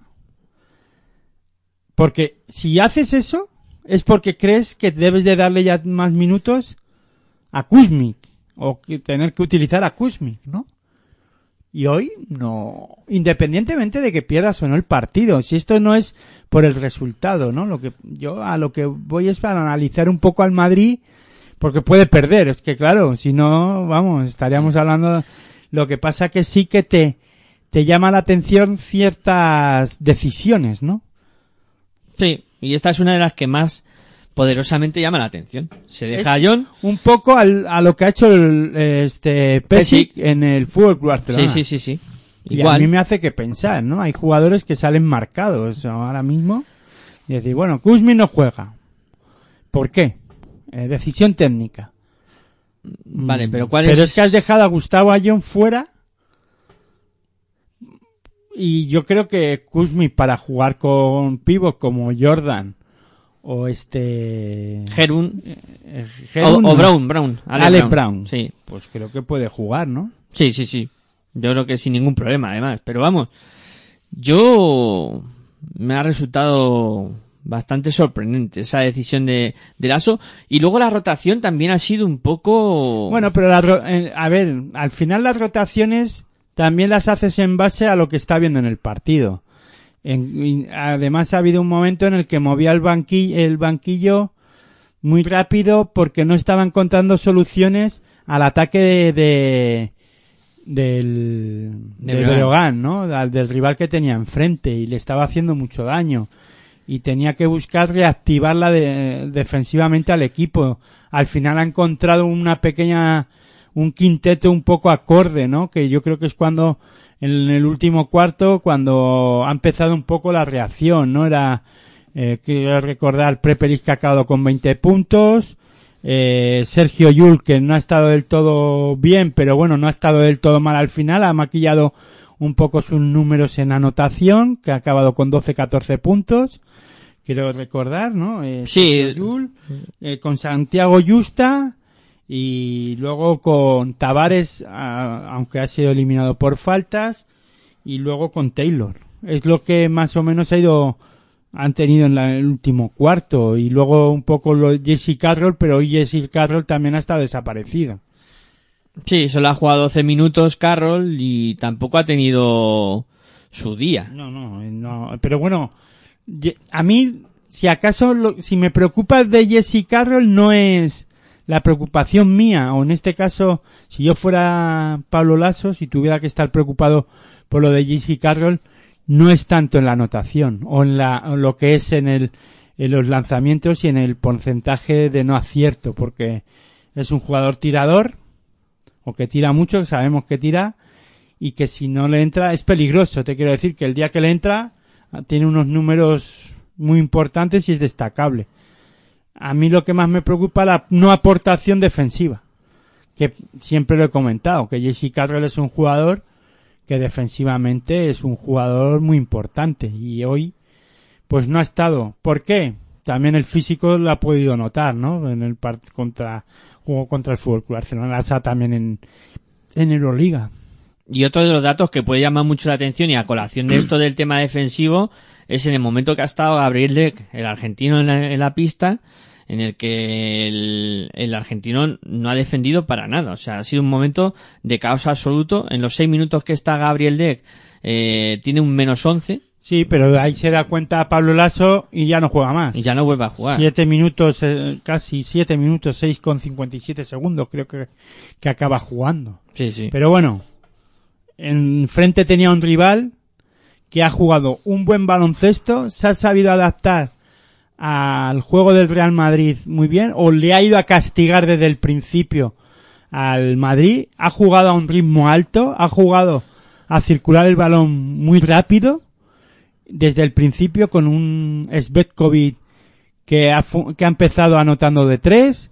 B: porque si haces eso es porque crees que debes de darle ya más minutos a Kuzmic o que tener que utilizar a Kuzmic, ¿no? Y hoy no, independientemente de que pierdas o no el partido, si esto no es por el resultado, ¿no? A lo que voy es para analizar un poco al Madrid, porque puede perder, es que claro, si no, vamos, estaríamos hablando, lo que pasa que sí que te llama la atención ciertas decisiones, ¿no?
A: Sí, y esta es una de las que más poderosamente llama la atención. Se deja a John
B: un poco a lo que ha hecho Pešić en el Fútbol Club Barcelona.
A: Sí.
B: Y
A: igual.
B: a mí me hace que pensar, ¿no? Hay jugadores que salen marcados ahora mismo y decir, bueno, Kuzmic no juega. ¿Por qué? Decisión técnica.
A: Vale, pero
B: Pero es que has dejado a Gustavo Ayón fuera y yo creo que Kuzmic para jugar con pivot como Jordan o
A: Herun
B: o
A: Brown.
B: Alec Brown.
A: Sí.
B: Pues creo que puede jugar, ¿no?
A: Sí. Yo creo que sin ningún problema, además. Pero vamos, me ha resultado bastante sorprendente esa decisión de Lasso. Y luego la rotación también ha sido un poco...
B: Bueno, pero a ver, al final las rotaciones también las haces en base a lo que está viendo en el partido. Además ha habido un momento en el que movía el banquillo muy rápido porque no estaba encontrando soluciones al ataque del Breogán, ¿no? Del rival que tenía enfrente y le estaba haciendo mucho daño y tenía que buscar reactivarla defensivamente al equipo. Al final ha encontrado un quinteto un poco acorde, ¿no? Que yo creo que es cuando en el último cuarto cuando ha empezado un poco la reacción, ¿no? Quiero recordar Prepelic que ha acabado con 20 puntos, Sergio Llull que no ha estado del todo bien, pero bueno, no ha estado del todo mal al final, ha maquillado un poco sus números en anotación, que ha acabado con 12-14 puntos, quiero recordar, ¿no?
A: Sí.
B: Sergio Llull, con Santiago Justa y luego con Tavares, aunque ha sido eliminado por faltas, y luego con Taylor. Es lo que más o menos ha ido han tenido en el último cuarto, y luego un poco lo de Jesse Carroll, pero hoy Jesse Carroll también ha estado desaparecido.
A: Sí, solo ha jugado 12 minutos Carroll y tampoco ha tenido su día.
B: No, pero bueno, a mí, si acaso, si me preocupa de Jesse Carroll, no es la preocupación mía, o en este caso, si yo fuera Pablo Lasso, si tuviera que estar preocupado por lo de Jesse Carroll, no es tanto en la anotación, o en lo que es en los lanzamientos y en el porcentaje de no acierto, porque es un jugador tirador, o que tira mucho, sabemos que tira, y que si no le entra es peligroso. Te quiero decir que el día que le entra tiene unos números muy importantes y es destacable. A mí lo que más me preocupa es la no aportación defensiva, que siempre lo he comentado, que Jesse Carroll es un jugador que defensivamente es un jugador muy importante, y hoy pues no ha estado. ¿Por qué? También el físico lo ha podido notar, ¿no? En el jugó contra el Fútbol Club Barcelona, la SA también en Euroliga.
A: Y otro de los datos que puede llamar mucho la atención, y a colación de esto del tema defensivo, es en el momento que ha estado Gabriel Deck, el argentino en la pista, en el que el argentino no ha defendido para nada. O sea, ha sido un momento de caos absoluto. En los 6 minutos que está Gabriel Deck, tiene un -11.
B: Sí, pero ahí se da cuenta Pablo Lasso y ya no juega más.
A: Y ya no vuelve a jugar.
B: 7 minutos, casi 7 minutos, 6 con 57 segundos creo que acaba jugando.
A: Sí.
B: Pero bueno, enfrente tenía un rival que ha jugado un buen baloncesto, se ha sabido adaptar al juego del Real Madrid muy bien, o le ha ido a castigar desde el principio al Madrid, ha jugado a un ritmo alto, ha jugado a circular el balón muy rápido, desde el principio, con un Svetkovic que ha empezado anotando de 3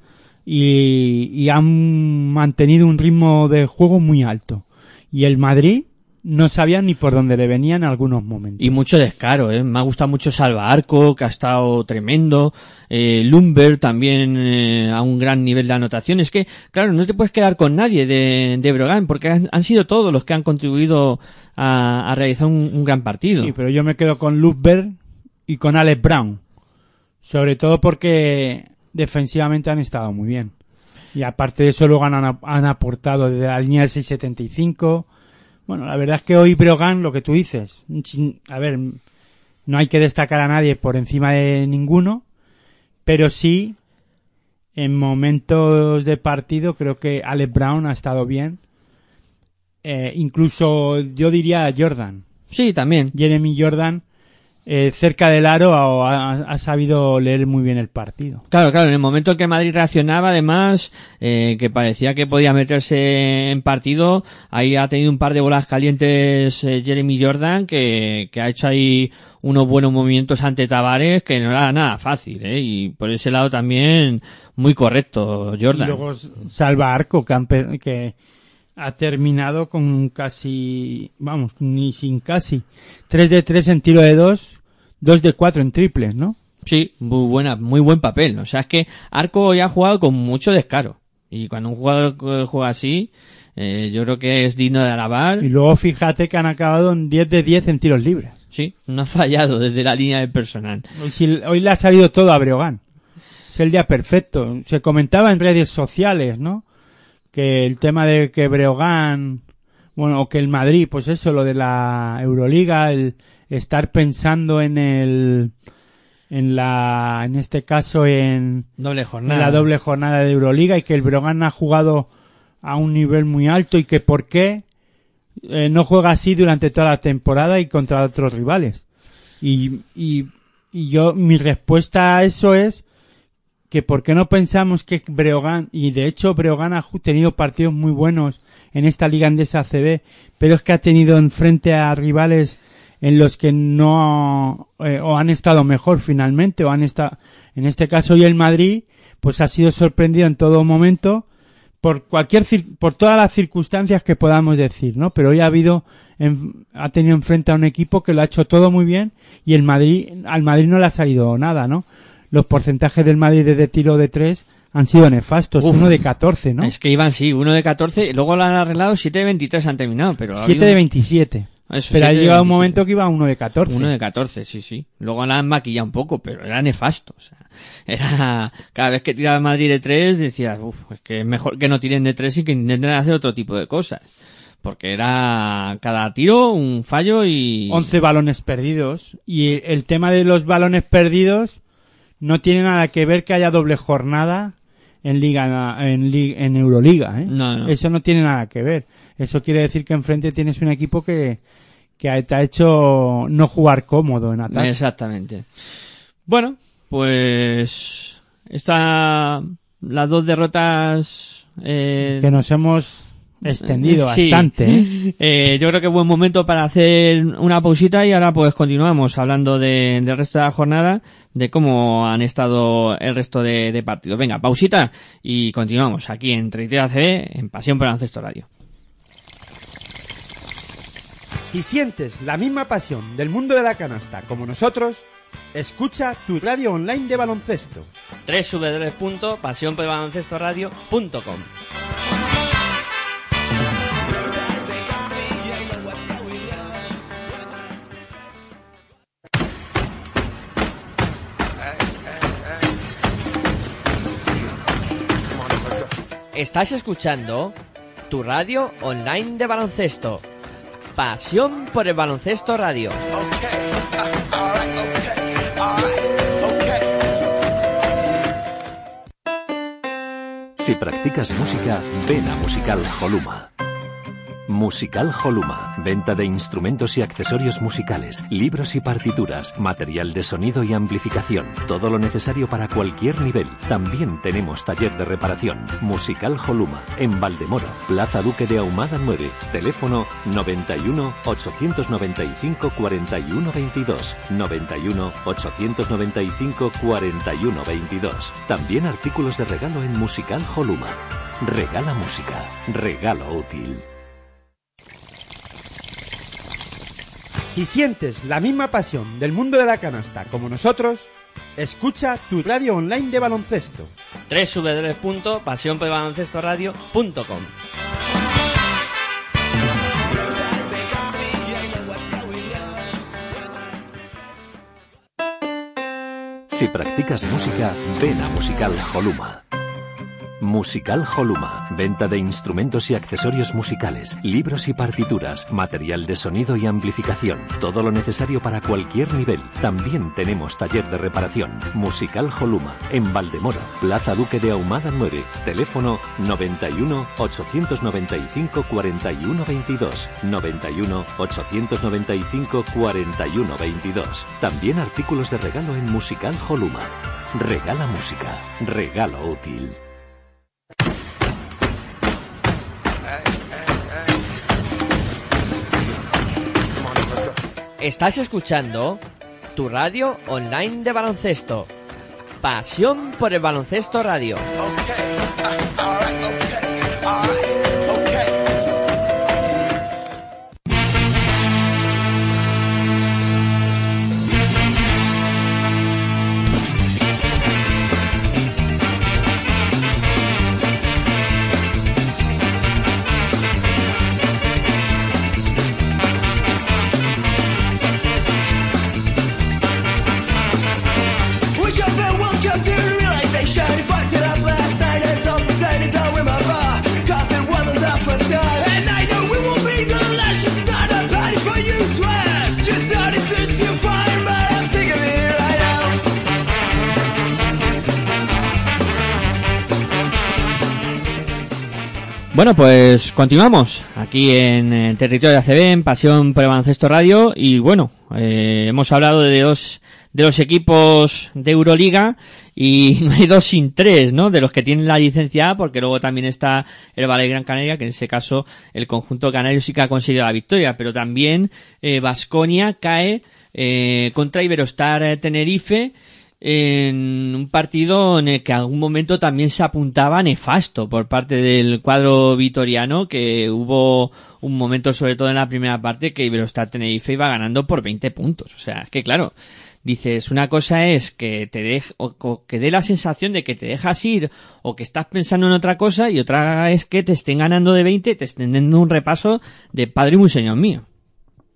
B: y han mantenido un ritmo de juego muy alto. Y el Madrid no sabía ni por dónde le venía en algunos momentos.
A: Y mucho descaro, me ha gustado mucho Salva Arco, que ha estado tremendo, Lumber también a un gran nivel de anotación. Es que, claro, no te puedes quedar con nadie de Breogán, porque han sido todos los que han contribuido a realizar un gran partido.
B: Sí, pero yo me quedo con Lumber y con Alex Brown, sobre todo porque defensivamente han estado muy bien. Y aparte de eso luego han aportado desde la línea del 6.75. Bueno, la verdad es que hoy Breogán, lo que tú dices, a ver, no hay que destacar a nadie por encima de ninguno, pero sí, en momentos de partido creo que Alex Brown ha estado bien, incluso yo diría Jordan.
A: Sí, también.
B: Jeremy Jordan, cerca del aro ha sabido leer muy bien el partido.
A: Claro, en el momento en que Madrid reaccionaba, además, que parecía que podía meterse en partido, ahí ha tenido un par de bolas calientes Jeremy Jordan, que ha hecho ahí unos buenos movimientos ante Tavares, que no era nada fácil, y por ese lado también muy correcto Jordan.
B: Y luego Salva Arco, que ha terminado con casi, vamos, ni sin casi, 3 de 3 en tiro de 2, 2 de 4 en triples, ¿no?
A: Sí, muy buen papel. O sea, es que Arco ya ha jugado con mucho descaro. Y cuando un jugador juega así, yo creo que es digno de alabar.
B: Y luego fíjate que han acabado en 10 de 10 en tiros libres.
A: Sí, no ha fallado desde la línea del personal.
B: Hoy le ha salido todo a Breogán. Es el día perfecto. Se comentaba en redes sociales, ¿no? Que el tema de que Breogán, bueno, o que el Madrid, pues eso, lo de la Euroliga, el estar pensando en este caso en
A: doble jornada.
B: En la doble jornada de Euroliga, y que el Breogán ha jugado a un nivel muy alto, y que por qué no juega así durante toda la temporada y contra otros rivales. Y yo, mi respuesta a eso es que por qué no pensamos que Breogán, y de hecho Breogán ha tenido partidos muy buenos en esta Liga Endesa ACB, pero es que ha tenido enfrente a rivales en los que no o han estado mejor finalmente, o han estado, en este caso hoy el Madrid pues ha sido sorprendido en todo momento por todas las circunstancias que podamos decir, ¿no? Pero hoy ha tenido enfrente a un equipo que lo ha hecho todo muy bien, y al Madrid no le ha salido nada, ¿no? Los porcentajes del Madrid de tiro de 3 han sido nefastos. 1 de 14, ¿no?
A: Es que iban, sí, 1 de 14, luego lo han arreglado, 7 de 23 han terminado, pero
B: 7 de 27.
A: Eso,
B: Pero ha
A: 7 de
B: llegado un
A: 27.
B: momento que iba a 1 de 14.
A: 1 de 14, sí. Luego la han maquillado un poco, pero era nefasto. O sea, era, cada vez que tiraba Madrid de 3, decías, es que es mejor que no tiren de 3 y que intenten hacer otro tipo de cosas. Porque era cada tiro un fallo y...
B: 11 balones perdidos. Y el tema de los balones perdidos no tiene nada que ver que haya doble jornada en en Euroliga, ¿eh?
A: No.
B: Eso no tiene nada que ver. Eso quiere decir que enfrente tienes un equipo que te ha hecho no jugar cómodo en ataque.
A: Exactamente. Bueno, pues las dos derrotas
B: que nos hemos extendido
A: sí.
B: bastante, ¿eh?
A: Yo creo que es buen momento para hacer una pausita y ahora pues continuamos hablando del resto de la jornada, de cómo han estado el resto de partidos. Venga, pausita y continuamos aquí en Territorio ACB, en Pasión por Baloncesto Radio.
B: Si sientes la misma pasión del mundo de la canasta como nosotros, escucha tu radio online de baloncesto.
A: www.pasionporbaloncestoradio.com. Estás escuchando tu radio online de baloncesto. Pasión por el Baloncesto Radio.
D: Si practicas música, ven a Musical Holuma. Musical Holuma, venta de instrumentos y accesorios musicales, libros y partituras, material de sonido y amplificación, todo lo necesario para cualquier nivel. También tenemos taller de reparación. Musical Holuma, en Valdemoro, Plaza Duque de Ahumada 9, teléfono 91 895 41 22, 91 895 41 22. También artículos de regalo en Musical Holuma. Regala música, regalo útil.
B: Si sientes la misma pasión del mundo de la canasta como nosotros, escucha tu radio online de baloncesto.
A: www.pasionporbaloncestoradio.com.
D: Si practicas música, ven a Musical Holuma. Musical Holuma, venta de instrumentos y accesorios musicales, libros y partituras, material de sonido y amplificación, todo lo necesario para cualquier nivel. También tenemos taller de reparación. Musical Holuma, en Valdemoro, Plaza Duque de Ahumada 9, teléfono 91 895 41 22, 91 895 41 22. También artículos de regalo en Musical Holuma. Regala música, regalo útil.
A: Estás escuchando tu radio online de baloncesto. Pasión por el Baloncesto Radio. Bueno, pues continuamos aquí en Territorio ACB, en Pasión por el Baloncesto Radio, y bueno, hemos hablado de los equipos de Euroliga y no hay 2 sin 3, ¿no? De los que tienen la licencia A, porque luego también está el Valle Gran Canaria, que en ese caso el conjunto canario sí que ha conseguido la victoria, pero también Baskonia cae contra Iberostar Tenerife en un partido en el que en algún momento también se apuntaba nefasto por parte del cuadro vitoriano, que hubo un momento, sobre todo en la primera parte, que Iberostar Tenerife iba ganando por 20 puntos. O sea, es que claro, dices, una cosa es que te que dé la sensación de que te dejas ir o que estás pensando en otra cosa, y otra es que te estén ganando de 20 y te estén dando un repaso de padre y muy señor mío.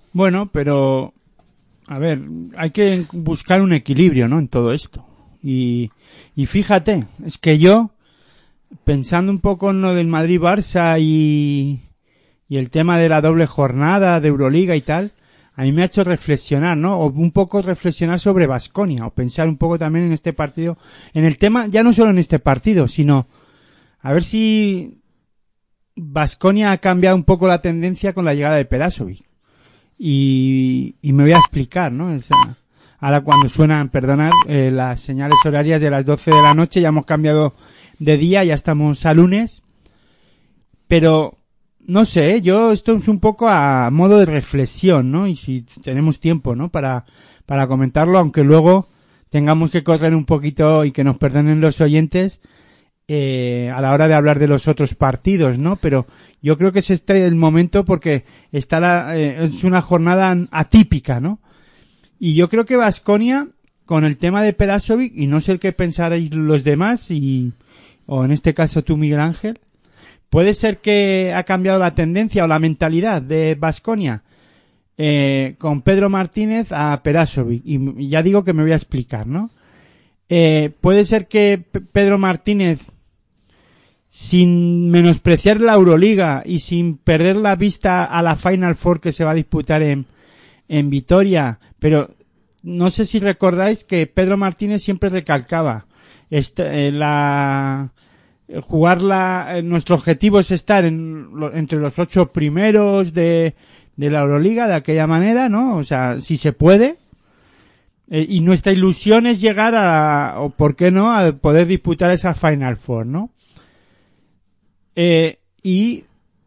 B: Bueno, pero a ver, hay que buscar un equilibrio, ¿no? En todo esto. Y fíjate, es que yo, pensando un poco en lo del Madrid-Barça y el tema de la doble jornada de Euroliga y tal, a mí me ha hecho reflexionar, ¿no? O un poco reflexionar sobre Baskonia, o pensar un poco también en este partido, en el tema, ya no solo en este partido, sino a ver si Baskonia ha cambiado un poco la tendencia con la llegada de Perasovic. Y me voy a explicar, ¿no? Ahora cuando suenan, perdonad, las señales horarias de las 12 de la noche, ya hemos cambiado de día, ya estamos a lunes, pero no sé, yo esto es un poco a modo de reflexión, ¿no? Y si tenemos tiempo, ¿no? Para comentarlo, aunque luego tengamos que correr un poquito y que nos perdonen los oyentes a la hora de hablar de los otros partidos, ¿no? Pero yo creo que es este el momento porque es una jornada atípica, ¿no? Y yo creo que Baskonia, con el tema de Perasovic, y no sé el que pensaréis los demás, o en este caso tú, Miguel Ángel, puede ser que ha cambiado la tendencia o la mentalidad de Baskonia con Pedro Martínez a Perasovic. Y ya digo que me voy a explicar, ¿no? Puede ser que Pedro Martínez, sin menospreciar la Euroliga y sin perder la vista a la Final Four que se va a disputar en Vitoria, pero no sé si recordáis que Pedro Martínez siempre recalcaba nuestro objetivo es estar entre los 8 primeros de la Euroliga de aquella manera, ¿no? O sea, si se puede. Y nuestra ilusión es llegar o por qué no, a poder disputar esa Final Four, ¿no? Y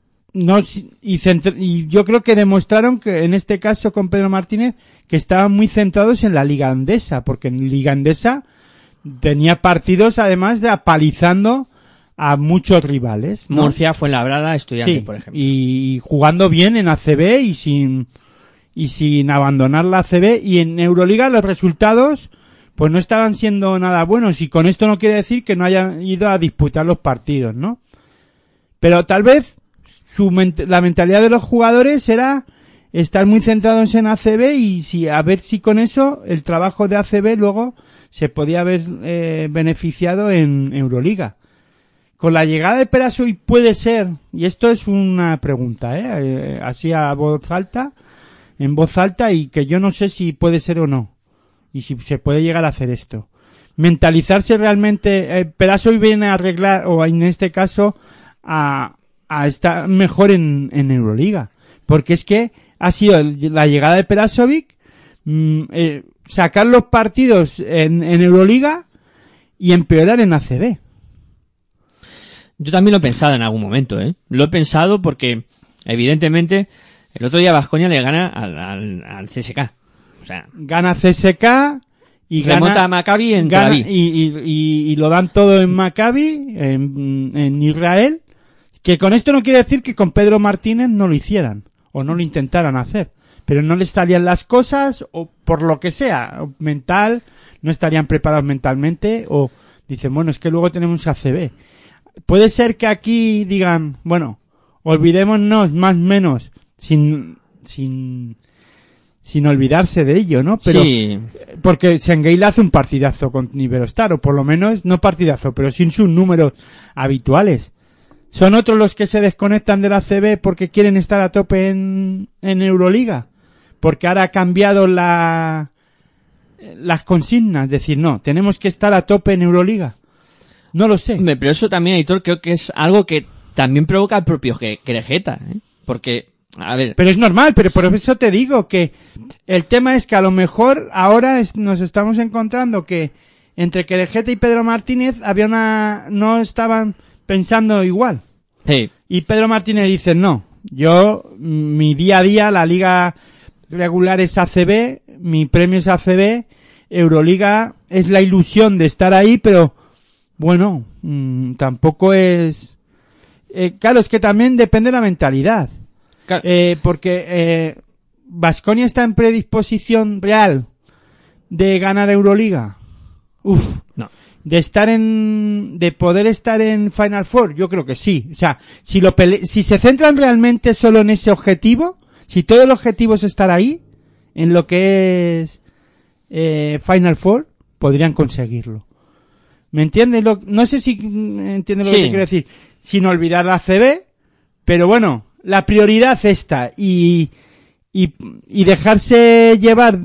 B: yo creo que demostraron que en este caso con Pedro Martínez que estaban muy centrados en la Liga Endesa, porque en Liga Endesa tenía partidos además de apalizando a muchos rivales, ¿no?
A: Murcia, Fuenlabrada, Estudiantes,
B: sí,
A: por ejemplo.
B: Y jugando bien en ACB y sin abandonar la ACB, y en Euroliga los resultados pues no estaban siendo nada buenos, y con esto no quiere decir que no hayan ido a disputar los partidos, ¿no? Pero tal vez la mentalidad de los jugadores era estar muy centrados en ACB y a ver si con eso el trabajo de ACB luego se podía haber beneficiado en Euroliga. Con la llegada de Perasovic puede ser, y esto es una pregunta, así en voz alta, y que yo no sé si puede ser o no, y si se puede llegar a hacer esto. Mentalizarse realmente, Perasovic viene a arreglar, o en este caso, a estar mejor en Euroliga, porque es que ha sido la llegada de Perasovic, sacar los partidos en Euroliga y empeorar en ACB.
A: Yo también lo he pensado en algún momento, Lo he pensado porque, evidentemente, el otro día Baskonia le gana al CSK. O sea,
B: gana CSK y
A: remonta a Maccabi en Tel Aviv.
B: Y lo dan todo en Maccabi, en Israel, que con esto no quiere decir que con Pedro Martínez no lo hicieran, o no lo intentaran hacer. Pero no les salían las cosas, o por lo que sea, mental, no estarían preparados mentalmente, o dicen, bueno, es que luego tenemos ACB. Puede ser que aquí digan, bueno, olvidémonos más o menos, sin olvidarse de ello, ¿no? Pero, sí. Porque Şengeli hace un partidazo con Iberostar, o por lo menos, no partidazo, pero sin sus números habituales. ¿Son otros los que se desconectan de la CB porque quieren estar a tope en Euroliga? Porque ahora ha cambiado las consignas, decir, no, tenemos que estar a tope en Euroliga. No lo sé.
A: Pero eso también, Aitor, creo que es algo que también provoca el propio Querejeta, Porque, a ver...
B: Pero es normal, pero por eso te digo que el tema es que a lo mejor ahora nos estamos encontrando que entre Querejeta y Pedro Martínez no estaban pensando igual.
A: Sí.
B: Y Pedro Martínez dice, no, mi día a día, la liga regular es ACB, mi premio es ACB, Euroliga es la ilusión de estar ahí, pero bueno, tampoco es... claro, es que también depende de la mentalidad. Claro. Porque Baskonia está en predisposición real de ganar Euroliga.
A: No.
B: de poder estar en Final Four, yo creo que sí. O sea, si se centran realmente solo en ese objetivo, si todo el objetivo es estar ahí, en lo que es Final Four, podrían conseguirlo. ¿Me entiendes? No sé si entiendes lo que te quiero decir. Sin olvidar la ACB, pero bueno, la prioridad está y dejarse llevar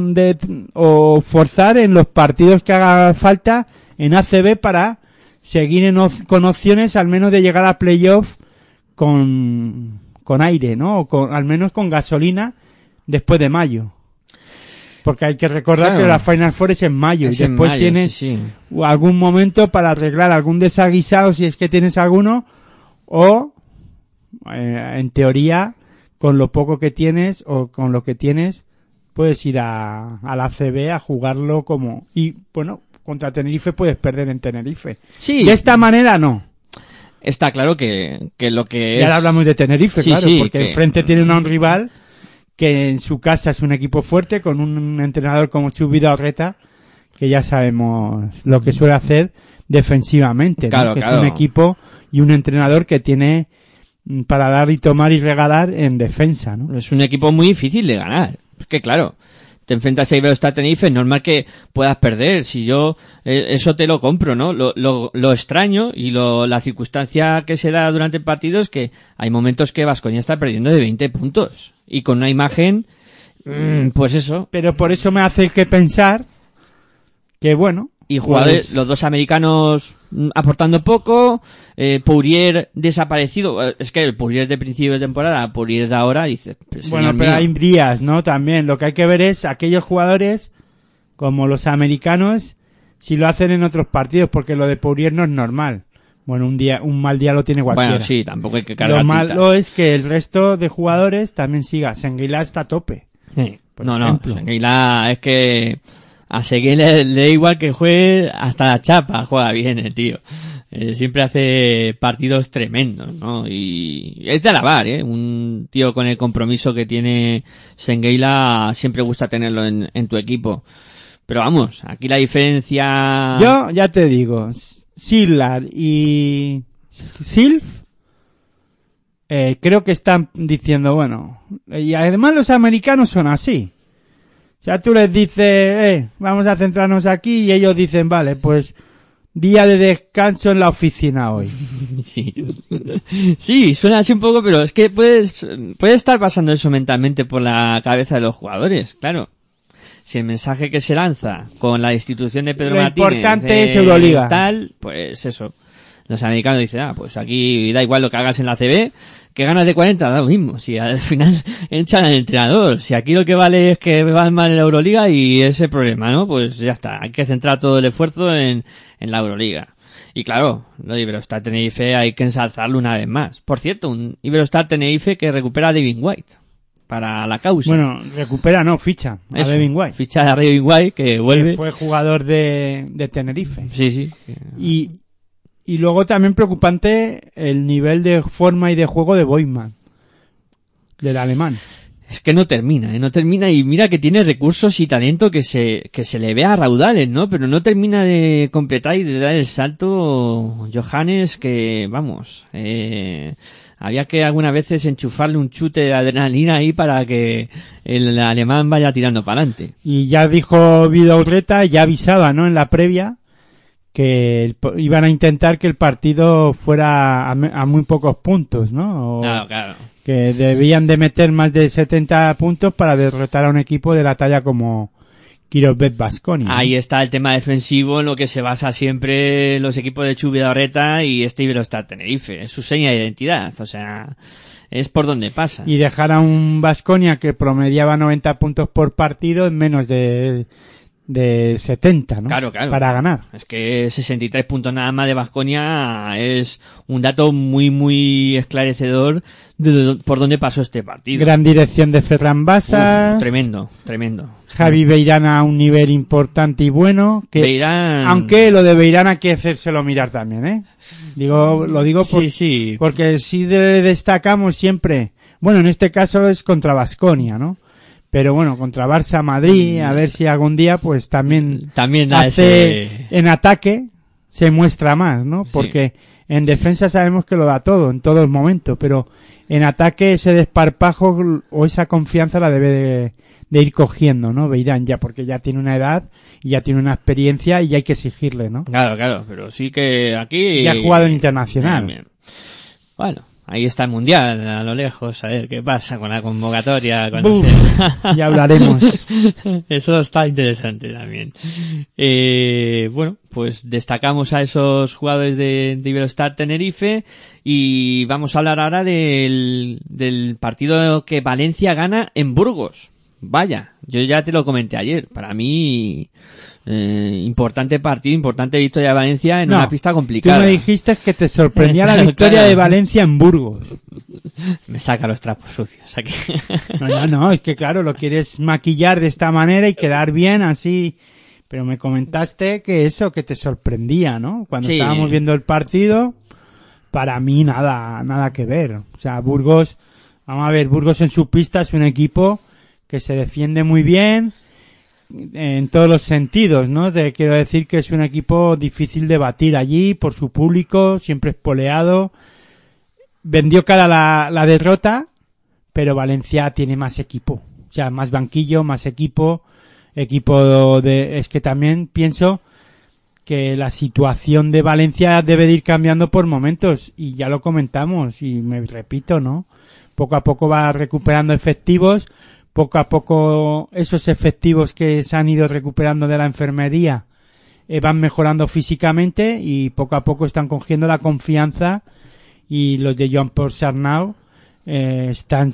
B: o forzar en los partidos que haga falta en ACB para seguir con opciones al menos de llegar a playoff con aire, ¿no? O al menos con gasolina después de mayo. Porque hay que recordar que la Final Four es en mayo y después tienes algún momento para arreglar algún desaguisado si es que tienes alguno o en teoría con lo poco que tienes o con lo que tienes puedes ir a la ACB a jugarlo y bueno, contra Tenerife puedes perder en Tenerife.
A: Sí.
B: De esta manera no.
A: Está claro que lo que es...
B: Y ahora hablamos de Tenerife, claro, porque enfrente tiene un rival que en su casa es un equipo fuerte con un entrenador como Chus Vidaurreta, que ya sabemos lo que suele hacer defensivamente, ¿no?
A: Claro,
B: que es un equipo y un entrenador que tiene para dar y tomar y regalar en defensa, ¿no?
A: Es un equipo muy difícil de ganar. Es que claro, te enfrentas a Iberostar Tenerife, es normal que puedas perder. Si yo eso te lo compro, ¿no? Lo extraño y la circunstancia que se da durante el partido es que hay momentos que Baskonia está perdiendo de 20 puntos y con una imagen, pues eso.
B: Pero por eso me hace que pensar que bueno.
A: Y jugadores, los dos americanos aportando poco, Pourier desaparecido. Es que el Pourier de principio de temporada, Pourier de ahora, dice...
B: Bueno, pero hay días, ¿no? También lo que hay que ver es aquellos jugadores como los americanos, si lo hacen en otros partidos, porque lo de Pourier no es normal. Bueno, un mal día lo tiene cualquiera.
A: Bueno, sí, tampoco hay que cargar
B: Lo malo es que el resto de jugadores también siga. Senguila está a tope.
A: Sí. No, Senguila es que... A Seguí le da igual que juegue hasta la chapa, juega bien el tío. Siempre hace partidos tremendos, ¿no? Y es de alabar, un tío con el compromiso que tiene Senguila, siempre gusta tenerlo en tu equipo. Pero vamos, aquí la diferencia...
B: Yo ya te digo, Sillar y Silf, creo que están diciendo, bueno, y además los americanos son así. O sea, tú les dices, vamos a centrarnos aquí y ellos dicen, vale, pues día de descanso en la oficina hoy.
A: Sí, suena así un poco, pero es que puede estar pasando eso mentalmente por la cabeza de los jugadores, claro. Si el mensaje que se lanza con la institución de Pedro Martínez...
B: Lo importante es Euroliga.
A: Tal, pues eso. Los americanos dicen, pues aquí da igual lo que hagas en la CB, que ganas de 40, da lo mismo. Si al final echan al entrenador. Si aquí lo que vale es que vas mal en la Euroliga y ese problema, ¿no? Pues ya está. Hay que centrar todo el esfuerzo en la Euroliga. Y claro, lo de Iberostar Tenerife hay que ensalzarlo una vez más. Por cierto, un Iberostar Tenerife que recupera a Devin White para la causa.
B: Bueno, ficha a Devin White.
A: Ficha a Devin White que vuelve.
B: Que fue jugador de Tenerife.
A: Sí.
B: Y luego también preocupante el nivel de forma y de juego de Boyman, del alemán.
A: Es que no termina y mira que tiene recursos y talento que se le ve a raudales, ¿no? Pero no termina de completar y de dar el salto Johannes que, vamos, había que algunas veces enchufarle un chute de adrenalina ahí para que el alemán vaya tirando para adelante.
B: Y ya dijo Vidaurreta, ya avisaba, ¿no? En la previa, que iban a intentar que el partido fuera a muy pocos puntos, ¿no?
A: Claro.
B: Que debían de meter más de 70 puntos para derrotar a un equipo de la talla como Quiroz Baskonia, ¿no?
A: Ahí está el tema defensivo en lo que se basa siempre los equipos de Chus Vidaurreta y Iberostar Tenerife. Es su seña de identidad, o sea, es por donde pasa.
B: Y dejar a un Baskonia que promediaba 90 puntos por partido en menos de 70, ¿no?
A: Claro.
B: Para ganar.
A: Es que 63 puntos nada más de Baskonia es un dato muy, muy esclarecedor de por dónde pasó este partido.
B: Gran dirección de Ferran Basas.
A: Tremendo.
B: Javi Beirán a un nivel importante y bueno. Que,
A: Beirán...
B: Aunque lo de Beirán hay que hacérselo mirar también, ¿eh? Lo digo
A: sí.
B: Porque sí destacamos siempre. Bueno, en este caso es contra Baskonia, ¿no? Pero bueno, contra Barça, Madrid, a ver si algún día pues también
A: hace
B: en ataque, se muestra más, ¿no? Porque en defensa sabemos que lo da todo, en todo el momento, pero en ataque ese desparpajo o esa confianza la debe de ir cogiendo, ¿no? Beirán ya, porque ya tiene una edad y ya tiene una experiencia y ya hay que exigirle, ¿no?
A: Claro, pero sí que aquí...
B: Ya ha jugado en internacional.
A: Bien. Bueno, ahí está el Mundial, a lo lejos, a ver qué pasa con la convocatoria. Cuando
B: ya hablaremos.
A: Eso está interesante también. Bueno, pues destacamos a esos jugadores de Iberostar Tenerife y vamos a hablar ahora del partido que Valencia gana en Burgos. Vaya, yo ya te lo comenté ayer. Para mí, importante partido, importante victoria de Valencia en una pista complicada.
B: Tú me dijiste que te sorprendía la victoria
A: claro.
B: de Valencia en Burgos.
A: Me saca los trapos sucios aquí.
B: No, es que claro, lo quieres maquillar de esta manera y quedar bien así. Pero me comentaste que eso, que te sorprendía, ¿no? Cuando estábamos viendo el partido, para mí nada que ver. O sea, Burgos, vamos a ver, Burgos en su pista es un equipo que se defiende muy bien en todos los sentidos, ¿no? Quiero decir que es un equipo difícil de batir allí por su público, siempre espoleado. Vendió cara la derrota, pero Valencia tiene más equipo. O sea, más banquillo, más equipo es que también pienso que la situación de Valencia debe de ir cambiando por momentos y ya lo comentamos y me repito, ¿no? Poco a poco va recuperando efectivos. Poco a poco esos efectivos que se han ido recuperando de la enfermería van mejorando físicamente y poco a poco están cogiendo la confianza y los de Joan Port Sarnau están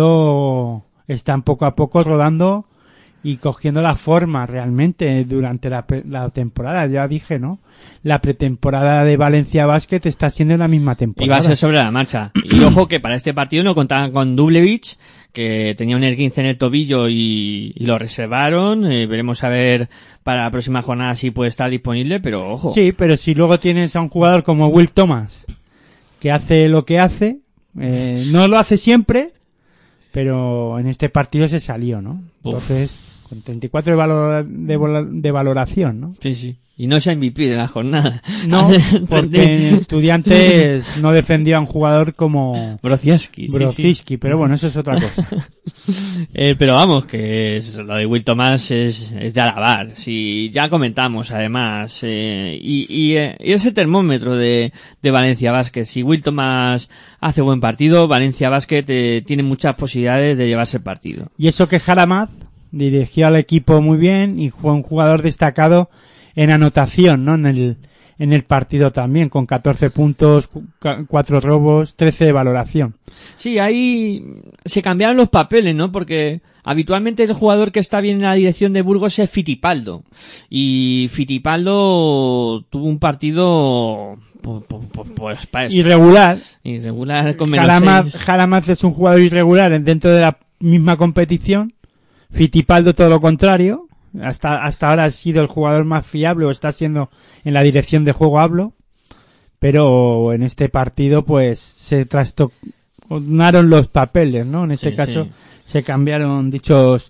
B: poco a poco rodando y cogiendo la forma realmente durante la temporada. Ya dije, ¿no? La pretemporada de Valencia Basket está siendo la misma temporada.
A: Y va a ser sobre la marcha. Y ojo que para este partido no contaban con Dublevich, que tenía un esguince en el tobillo y lo reservaron. Veremos a ver para la próxima jornada si puede estar disponible, pero ojo.
B: Sí, pero si luego tienes a un jugador como Will Thomas, que hace lo que hace, no lo hace siempre, pero en este partido se salió, ¿no? Entonces, con 34 de valoración, ¿no?
A: Sí. Y no es MVP de la jornada.
B: No, porque en Estudiantes no defendió a un jugador como
A: Broziski,
B: sí. Pero bueno, eso es otra cosa.
A: Pero vamos, que lo de Will Thomas es de alabar. Si ya comentamos además, y ese termómetro de Valencia Basket. Si Will Thomas hace buen partido, Valencia Basket tiene muchas posibilidades de llevarse el partido.
B: Y eso que Jaramaz dirigió al equipo muy bien y fue un jugador destacado en anotación, ¿no? En el partido también, con 14 puntos, 4 robos, 13 de valoración.
A: Sí, ahí se cambiaron los papeles, ¿no? Porque habitualmente el jugador que está bien en la dirección de Burgos es Fittipaldo. Y Fittipaldo tuvo un partido pues
B: irregular
A: con menos 6.
B: Jaramaz es un jugador irregular dentro de la misma competición. Fittipaldo todo lo contrario. Hasta ahora ha sido el jugador más fiable o está siendo en la dirección de juego hablo, pero en este partido pues se trastornaron los papeles, ¿no? En este caso se cambiaron dichos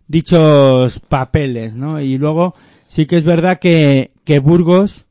B: papeles, ¿no? Y luego sí que es verdad que Burgos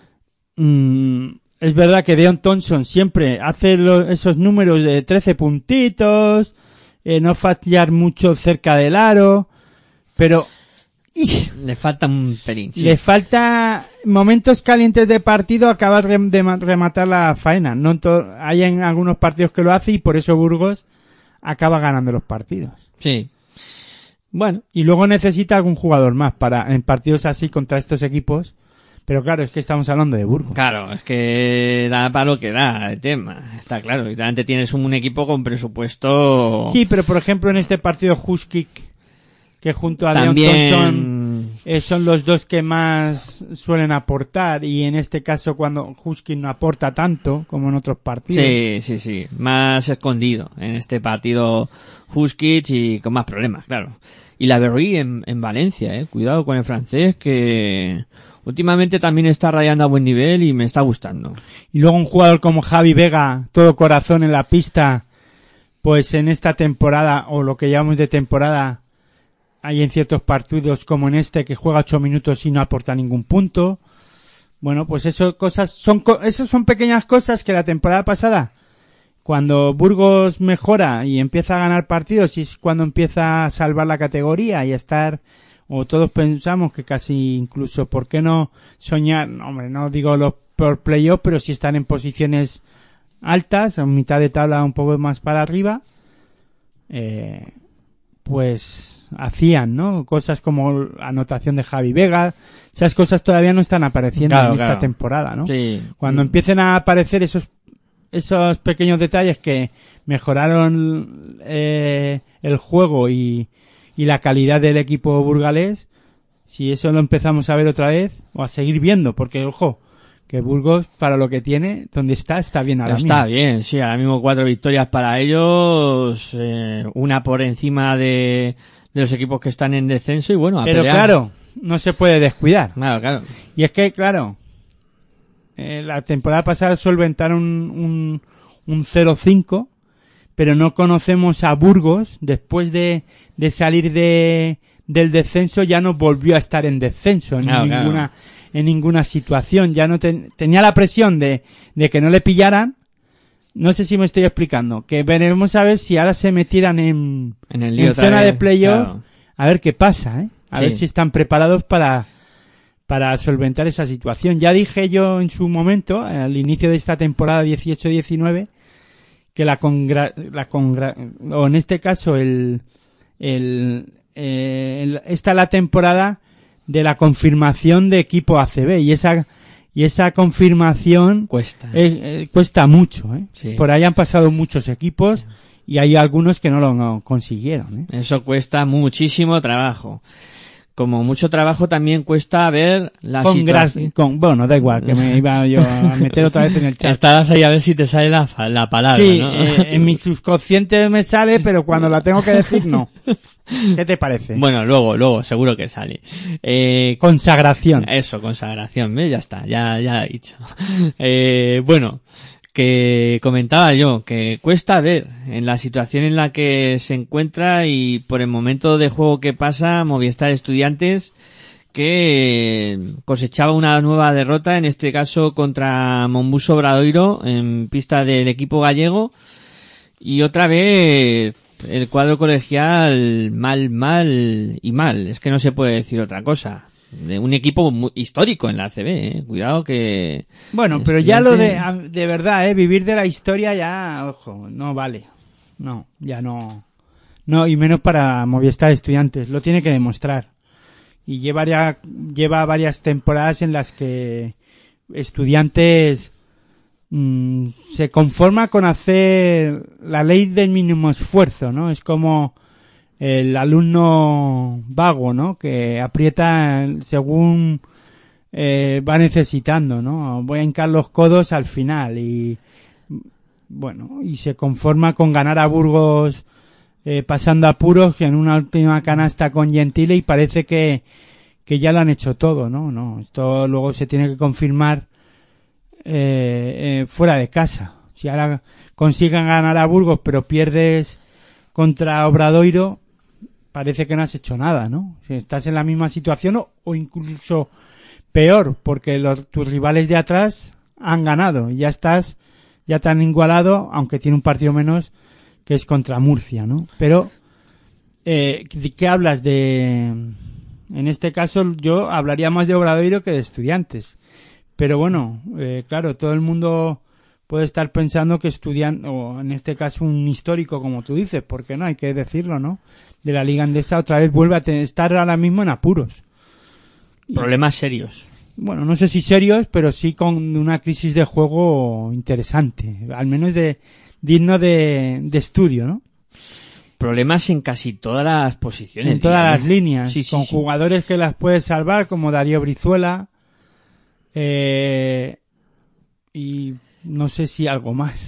B: es verdad que Deon Thompson siempre hace esos números de 13 puntitos, no fallar mucho cerca del aro, pero
A: le falta un pelín. Sí.
B: Le falta momentos calientes de partido, acabas de rematar la faena. No hay en algunos partidos que lo hace y por eso Burgos acaba ganando los partidos.
A: Sí. Bueno.
B: Y luego necesita algún jugador más en partidos así contra estos equipos. Pero claro, es que estamos hablando de Burgos.
A: Claro, es que da para lo que da el tema. Está claro. Y realmente tienes un equipo con presupuesto.
B: Sí, pero por ejemplo en este partido Huskic, que junto a
A: también
B: Leon Thompson son los dos que más suelen aportar, y en este caso cuando Husky no aporta tanto como en otros partidos.
A: Sí, más escondido en este partido Huskic y con más problemas, claro. Y la Berry en Valencia, cuidado con el francés, que últimamente también está rayando a buen nivel y me está gustando.
B: Y luego un jugador como Javi Vega, todo corazón en la pista, pues en esta temporada, o lo que llamamos de temporada, hay en ciertos partidos como en este que juega 8 minutos y no aporta ningún punto. Bueno, pues esas son pequeñas cosas que la temporada pasada, cuando Burgos mejora y empieza a ganar partidos, y es cuando empieza a salvar la categoría y a estar, o todos pensamos que casi incluso, ¿por qué no soñar? No, hombre, no digo los por playoff, pero sí están en posiciones altas, a mitad de tabla un poco más para arriba, pues hacían, ¿no? Cosas como anotación de Javi Vega, esas cosas todavía no están apareciendo en esta temporada, ¿no?
A: Sí.
B: Cuando empiecen a aparecer esos pequeños detalles que mejoraron el juego y la calidad del equipo burgalés, si eso lo empezamos a ver otra vez, o a seguir viendo, porque, ojo, que Burgos, para lo que tiene, donde está bien ahora mismo.
A: Está bien, sí, ahora mismo 4 victorias para ellos, una por encima de los equipos que están en descenso y bueno, a
B: pero
A: pelear.
B: Claro, no se puede descuidar.
A: Claro.
B: Y es que, claro, la temporada pasada solventaron un 0-5, pero no conocemos a Burgos, después de salir del descenso, ya no volvió a estar en descenso en ninguna situación. Ya no tenía la presión de que no le pillaran. No sé si me estoy explicando. Que veremos a ver si ahora se metieran en
A: el lío
B: zona de playoff.
A: Claro.
B: A ver qué pasa, ¿eh? A ver si están preparados para solventar esa situación. Ya dije yo en su momento, al inicio de esta temporada 18-19, que o en este caso esta es la temporada de la confirmación de equipo ACB, y esa confirmación cuesta mucho, ¿eh?
A: Sí.
B: Por ahí han pasado muchos equipos y hay algunos que no lo consiguieron, ¿eh?
A: Eso cuesta muchísimo trabajo. Como mucho trabajo también cuesta ver la situación.
B: Bueno, da igual, que me iba yo a meter otra vez en el chat.
A: Estabas ahí a ver si te sale la palabra,
B: sí,
A: ¿no?
B: En mi subconsciente me sale, pero cuando la tengo que decir, no. ¿Qué te parece?
A: Bueno, luego, seguro que sale.
B: Consagración.
A: Eso, consagración, ¿ves? Ya está, ya lo he dicho. Bueno, que comentaba yo, que cuesta ver en la situación en la que se encuentra y por el momento de juego que pasa Movistar Estudiantes, que cosechaba una nueva derrota, en este caso contra Monbus Obradoiro, en pista del equipo gallego, y otra vez el cuadro colegial mal, es que no se puede decir otra cosa. De un equipo muy histórico en la ACB, cuidado que...
B: Bueno, pero ya lo de verdad, vivir de la historia ya, ojo, no vale. No, ya no. No, y menos para Movistar Estudiantes, lo tiene que demostrar. Y lleva varias temporadas en las que Estudiantes se conforma con hacer la ley del mínimo esfuerzo, ¿no? Es como el alumno vago, ¿no? Que aprieta según va necesitando, ¿no? Voy a hincar los codos al final y bueno, y se conforma con ganar a Burgos pasando apuros en una última canasta con Gentile, y parece que ya lo han hecho todo, ¿no? No, esto luego se tiene que confirmar fuera de casa. Si ahora consiguen ganar a Burgos pero pierdes contra Obradoiro, parece que no has hecho nada, ¿no? Si estás en la misma situación o incluso peor, porque tus rivales de atrás han ganado y ya te han igualado, aunque tiene un partido menos, que es contra Murcia, ¿no? Pero ¿qué hablas en este caso yo hablaría más de Obradoiro que de Estudiantes, pero bueno, claro, todo el mundo puede estar pensando que o en este caso un histórico, como tú dices, porque no, hay que decirlo, ¿no? De la Liga Endesa otra vez vuelve a estar ahora mismo en apuros.
A: Problemas serios.
B: Bueno, no sé si serios, pero sí con una crisis de juego interesante, al menos digno de estudio, ¿no?
A: Problemas en casi todas las posiciones.
B: En todas las líneas,
A: sí,
B: con jugadores que las puedes salvar, como Darío Brizuela, y no sé si algo más.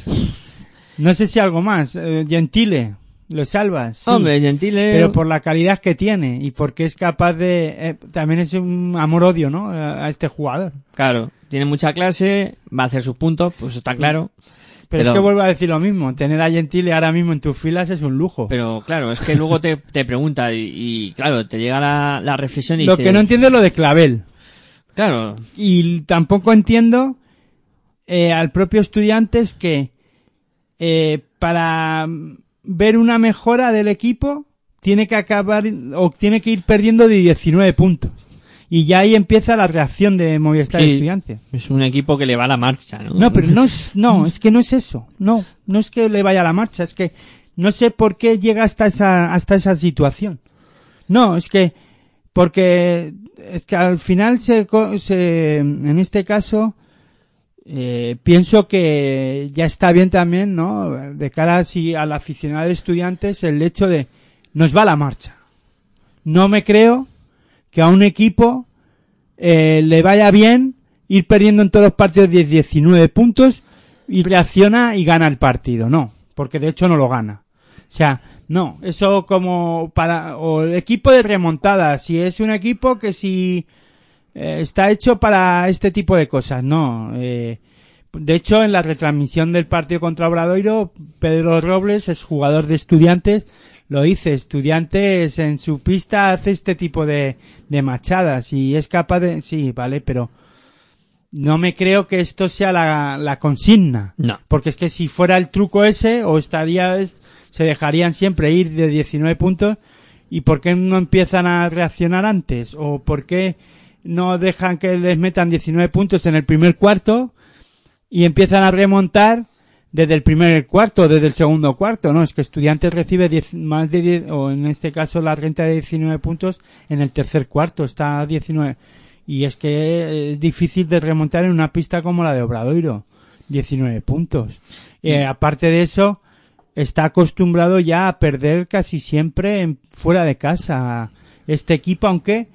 B: Gentile, lo salvas. Sí,
A: hombre, Gentile.
B: Pero por la calidad que tiene y porque es capaz de... también es un amor-odio, ¿no? A este jugador.
A: Claro, tiene mucha clase, va a hacer sus puntos, pues está claro.
B: Pero es que vuelvo a decir lo mismo. Tener a Gentile ahora mismo en tus filas es un lujo.
A: Pero claro, es que luego te pregunta y claro, te llega la reflexión y
B: lo
A: dices,
B: que no entiendo es lo de Clavel.
A: Claro.
B: Y tampoco entiendo al propio Estudiantes que para ver una mejora del equipo tiene que acabar o tiene que ir perdiendo de 19 puntos. Y ya ahí empieza la reacción de Movistar Estudiantes.
A: Es un equipo que le va a la marcha, ¿no?
B: No, pero es que no es eso. No es que le vaya a la marcha, es que no sé por qué llega hasta esa situación. No, es que porque es que al final en este caso pienso que ya está bien también, ¿no? De cara al aficionado de Estudiantes, el hecho de nos va a la marcha. No me creo que a un equipo le vaya bien ir perdiendo en todos los partidos 19 puntos y reacciona y gana el partido. No, porque de hecho no lo gana. O sea, no, eso como o el equipo de remontada, si es un equipo que si está hecho para este tipo de cosas, no. De hecho, en la retransmisión del partido contra Obradoiro, Pedro Robles, es jugador de Estudiantes, lo dice, Estudiantes en su pista hace este tipo de machadas y es capaz de... Sí, vale, pero no me creo que esto sea la consigna.
A: No.
B: Porque es que si fuera el truco ese, se dejarían siempre ir de 19 puntos, ¿y por qué no empiezan a reaccionar antes? ¿O por qué no dejan que les metan 19 puntos en el primer cuarto y empiezan a remontar desde el primer cuarto, desde el segundo cuarto? No, es que Estudiantes recibe más de 10, o en este caso la renta de 19 puntos en el tercer cuarto, está a 19. Y es que es difícil de remontar en una pista como la de Obradoiro, 19 puntos. Aparte de eso, está acostumbrado ya a perder casi siempre fuera de casa este equipo, aunque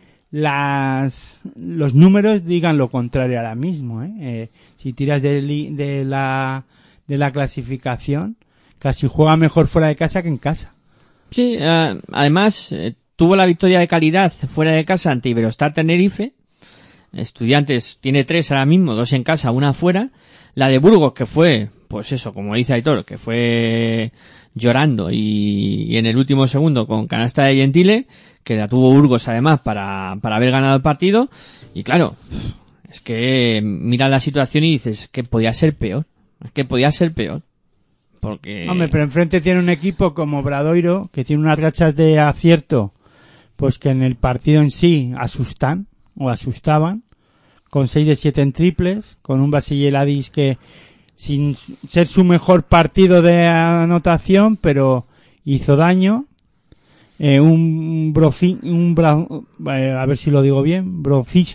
B: los números digan lo contrario ahora mismo, si tiras de la clasificación, casi juega mejor fuera de casa que en casa.
A: Sí, además tuvo la victoria de calidad fuera de casa ante Iberostar Tenerife. Estudiantes tiene 3 ahora mismo, 2 en casa, 1 afuera. La de Burgos, que fue, pues eso, como dice Aitor, que fue llorando y en el último segundo con canasta de Gentile, que la tuvo Burgos además para haber ganado el partido. Y claro, es que mira la situación y dices que podía ser peor. Es que podía ser peor. Porque...
B: Hombre, pero enfrente tiene un equipo como Obradoiro, que tiene unas rachas de acierto, pues que en el partido en sí asustaban, con 6 de 7 en triples, con un Vasileiadis que, sin ser su mejor partido de anotación, pero hizo daño, a ver si lo digo bien,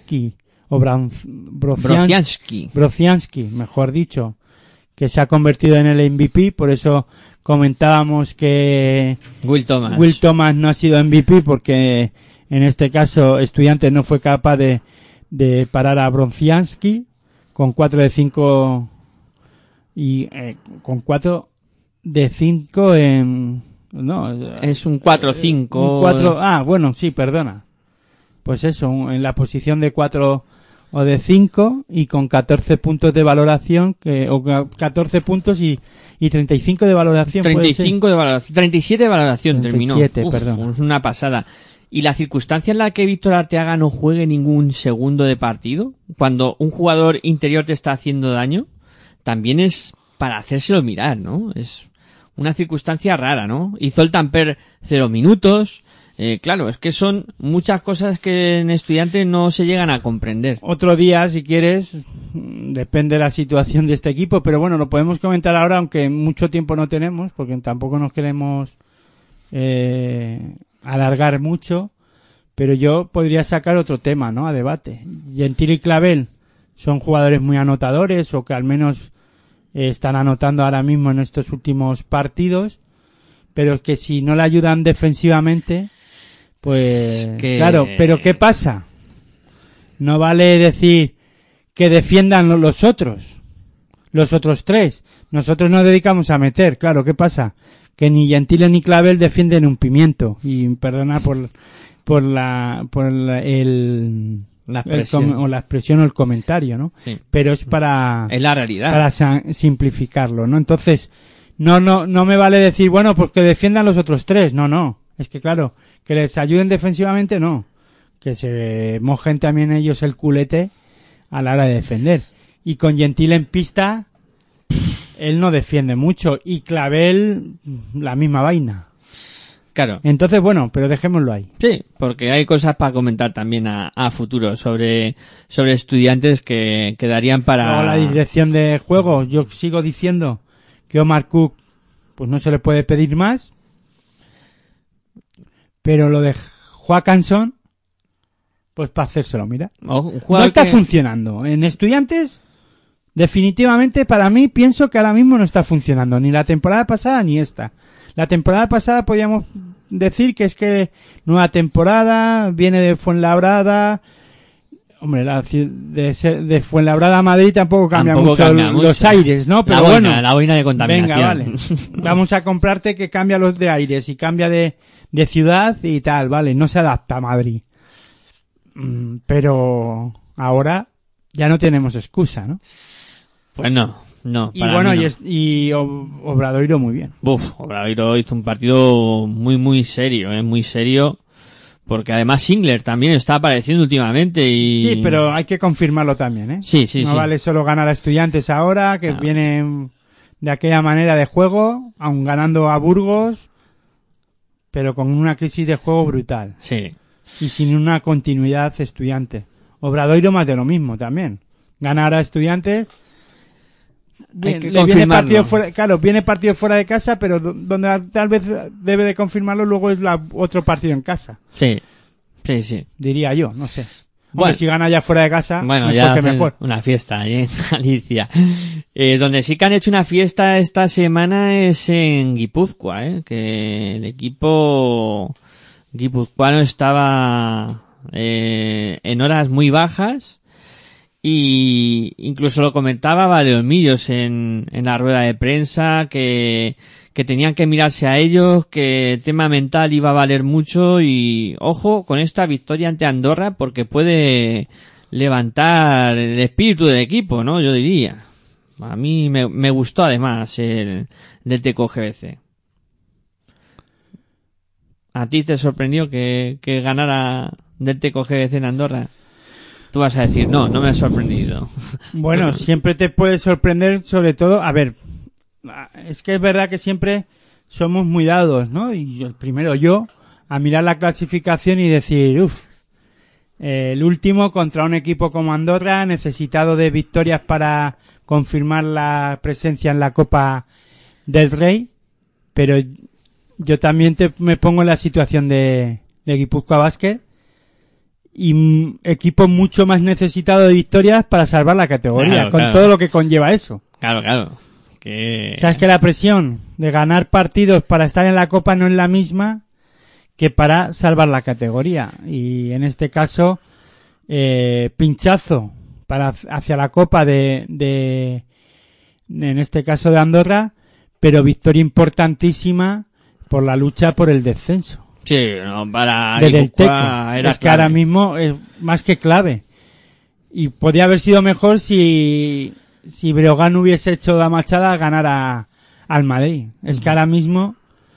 B: Brocianski, mejor dicho, que se ha convertido en el MVP, por eso comentábamos que Will Thomas no ha sido MVP, porque en este caso Estudiantes no fue capaz de parar a Brocianski con 4 de 5 y con 4 de 5 en... No,
A: es un 4-5.
B: Bueno, sí, perdona. Pues eso, en la posición de 4 o de 5 y con 14 puntos de valoración, 14 puntos y 35 de valoración.
A: 35 de valoración, 37 de valoración
B: 37,
A: terminó.
B: Perdón.
A: Es una pasada. ¿Y la circunstancia en la que Víctor Arteaga no juegue ningún segundo de partido, cuando un jugador interior te está haciendo daño, también es para hacérselo mirar, ¿no? Es una circunstancia rara, ¿no? Hizo el Tamper 0 minutos. Claro, es que son muchas cosas que en Estudiantes no se llegan a comprender.
B: Otro día, si quieres, depende de la situación de este equipo, pero bueno, lo podemos comentar ahora, aunque mucho tiempo no tenemos, porque tampoco nos queremos alargar mucho, pero yo podría sacar otro tema, ¿no?, a debate. Gentile y Clavel son jugadores muy anotadores, o que al menos están anotando ahora mismo en estos últimos partidos, pero que si no le ayudan defensivamente, pues claro, pero ¿qué pasa? No vale decir que defiendan los otros 3. Nosotros nos dedicamos a meter, claro, ¿qué pasa? Que ni Gentile ni Clavel defienden un pimiento, y perdona por la expresión o el comentario, ¿no?
A: Sí.
B: Pero es para...
A: Es la realidad.
B: Para simplificarlo, ¿no? Entonces, no me vale decir, bueno, pues que defiendan los otros 3. No. Es que claro, que les ayuden defensivamente, no. que se mojen también ellos el culete a la hora de defender. Y con Gentil en pista, él no defiende mucho, y Clavel la misma vaina.
A: Claro.
B: Entonces, bueno, pero dejémoslo ahí.
A: Sí, porque hay cosas para comentar también a futuro sobre Estudiantes que quedarían para...
B: Luego la dirección de juego, yo sigo diciendo que Omar Cook, pues no se le puede pedir más, pero lo de Joaquinson, pues para hacérselo, mira.
A: un
B: No
A: jugador
B: está
A: que-
B: funcionando. En Estudiantes, definitivamente, para mí, pienso que ahora mismo no está funcionando. Ni la temporada pasada ni esta. La temporada pasada podíamos decir que es que nueva temporada, viene de Fuenlabrada. Hombre, de Fuenlabrada a Madrid tampoco cambia
A: Tampoco
B: mucho
A: cambia
B: los
A: mucho.
B: aires, ¿no? Pero
A: la boina de contaminación.
B: venga, vale. Vamos a comprarte que cambia los de aires y cambia de ciudad y tal, vale. No se adapta a Madrid. Pero ahora ya no tenemos excusa, ¿no?
A: Pues no.
B: Y
A: para
B: bueno,
A: mí no.
B: y Obradoiro muy bien.
A: Obradoiro hizo un partido muy serio, muy serio, porque además Singler también está apareciendo últimamente y...
B: Sí, pero hay que confirmarlo también, ¿eh?
A: Sí,
B: no
A: sí.
B: vale solo ganar a Estudiantes ahora, que
A: Claro.
B: vienen de aquella manera de juego, aun ganando a Burgos, pero con una crisis de juego brutal.
A: Sí.
B: Y sin una continuidad Estudiante. Obradoiro más de lo mismo también. Ganar a Estudiantes...
A: Hay que
B: le viene
A: confirmarlo.
B: partido fuera, claro, viene partido fuera de casa, pero donde tal vez debe de confirmarlo luego es otro partido en casa,
A: Sí.
B: diría yo, no sé.
A: Bueno.
B: Hombre, si gana ya fuera de casa,
A: Bueno,
B: mejor
A: ya
B: que
A: hacen
B: mejor.
A: una fiesta ahí en Galicia. Donde sí que han hecho una fiesta esta semana es en Guipúzcoa, que el equipo guipuzcoano estaba en horas muy bajas, y incluso lo comentaba Valeolmillos en la rueda de prensa que tenían que mirarse a ellos, que el tema mental iba a valer mucho, y ojo con esta victoria ante Andorra porque puede levantar el espíritu del equipo, ¿no? Yo diría. A mí me gustó además el del Teco GBC. ¿A ti te sorprendió que ganara del Teco GBC en Andorra? Tú vas a decir, no me ha sorprendido.
B: Bueno, siempre te puede sorprender, sobre todo, a ver, es que es verdad que siempre somos muy dados, ¿no? Y primero yo, a mirar la clasificación y decir, el último contra un equipo como Andorra, necesitado de victorias para confirmar la presencia en la Copa del Rey, pero yo también me pongo en la situación de Guipúzcoa Basket, y equipo mucho más necesitado de victorias para salvar la categoría, con todo lo que conlleva eso.
A: Claro.
B: Sabes que la presión de ganar partidos para estar en la Copa no es la misma que para salvar la categoría. Y en este caso, pinchazo hacia la Copa en este caso de Andorra, pero victoria importantísima por la lucha por el descenso.
A: Sí, no, para
B: Desde el Teco.
A: era
B: Es que
A: clave.
B: ahora mismo es más que clave. Y podría haber sido mejor si Breogán hubiese hecho la machada a ganar al Madrid. Es que ahora mismo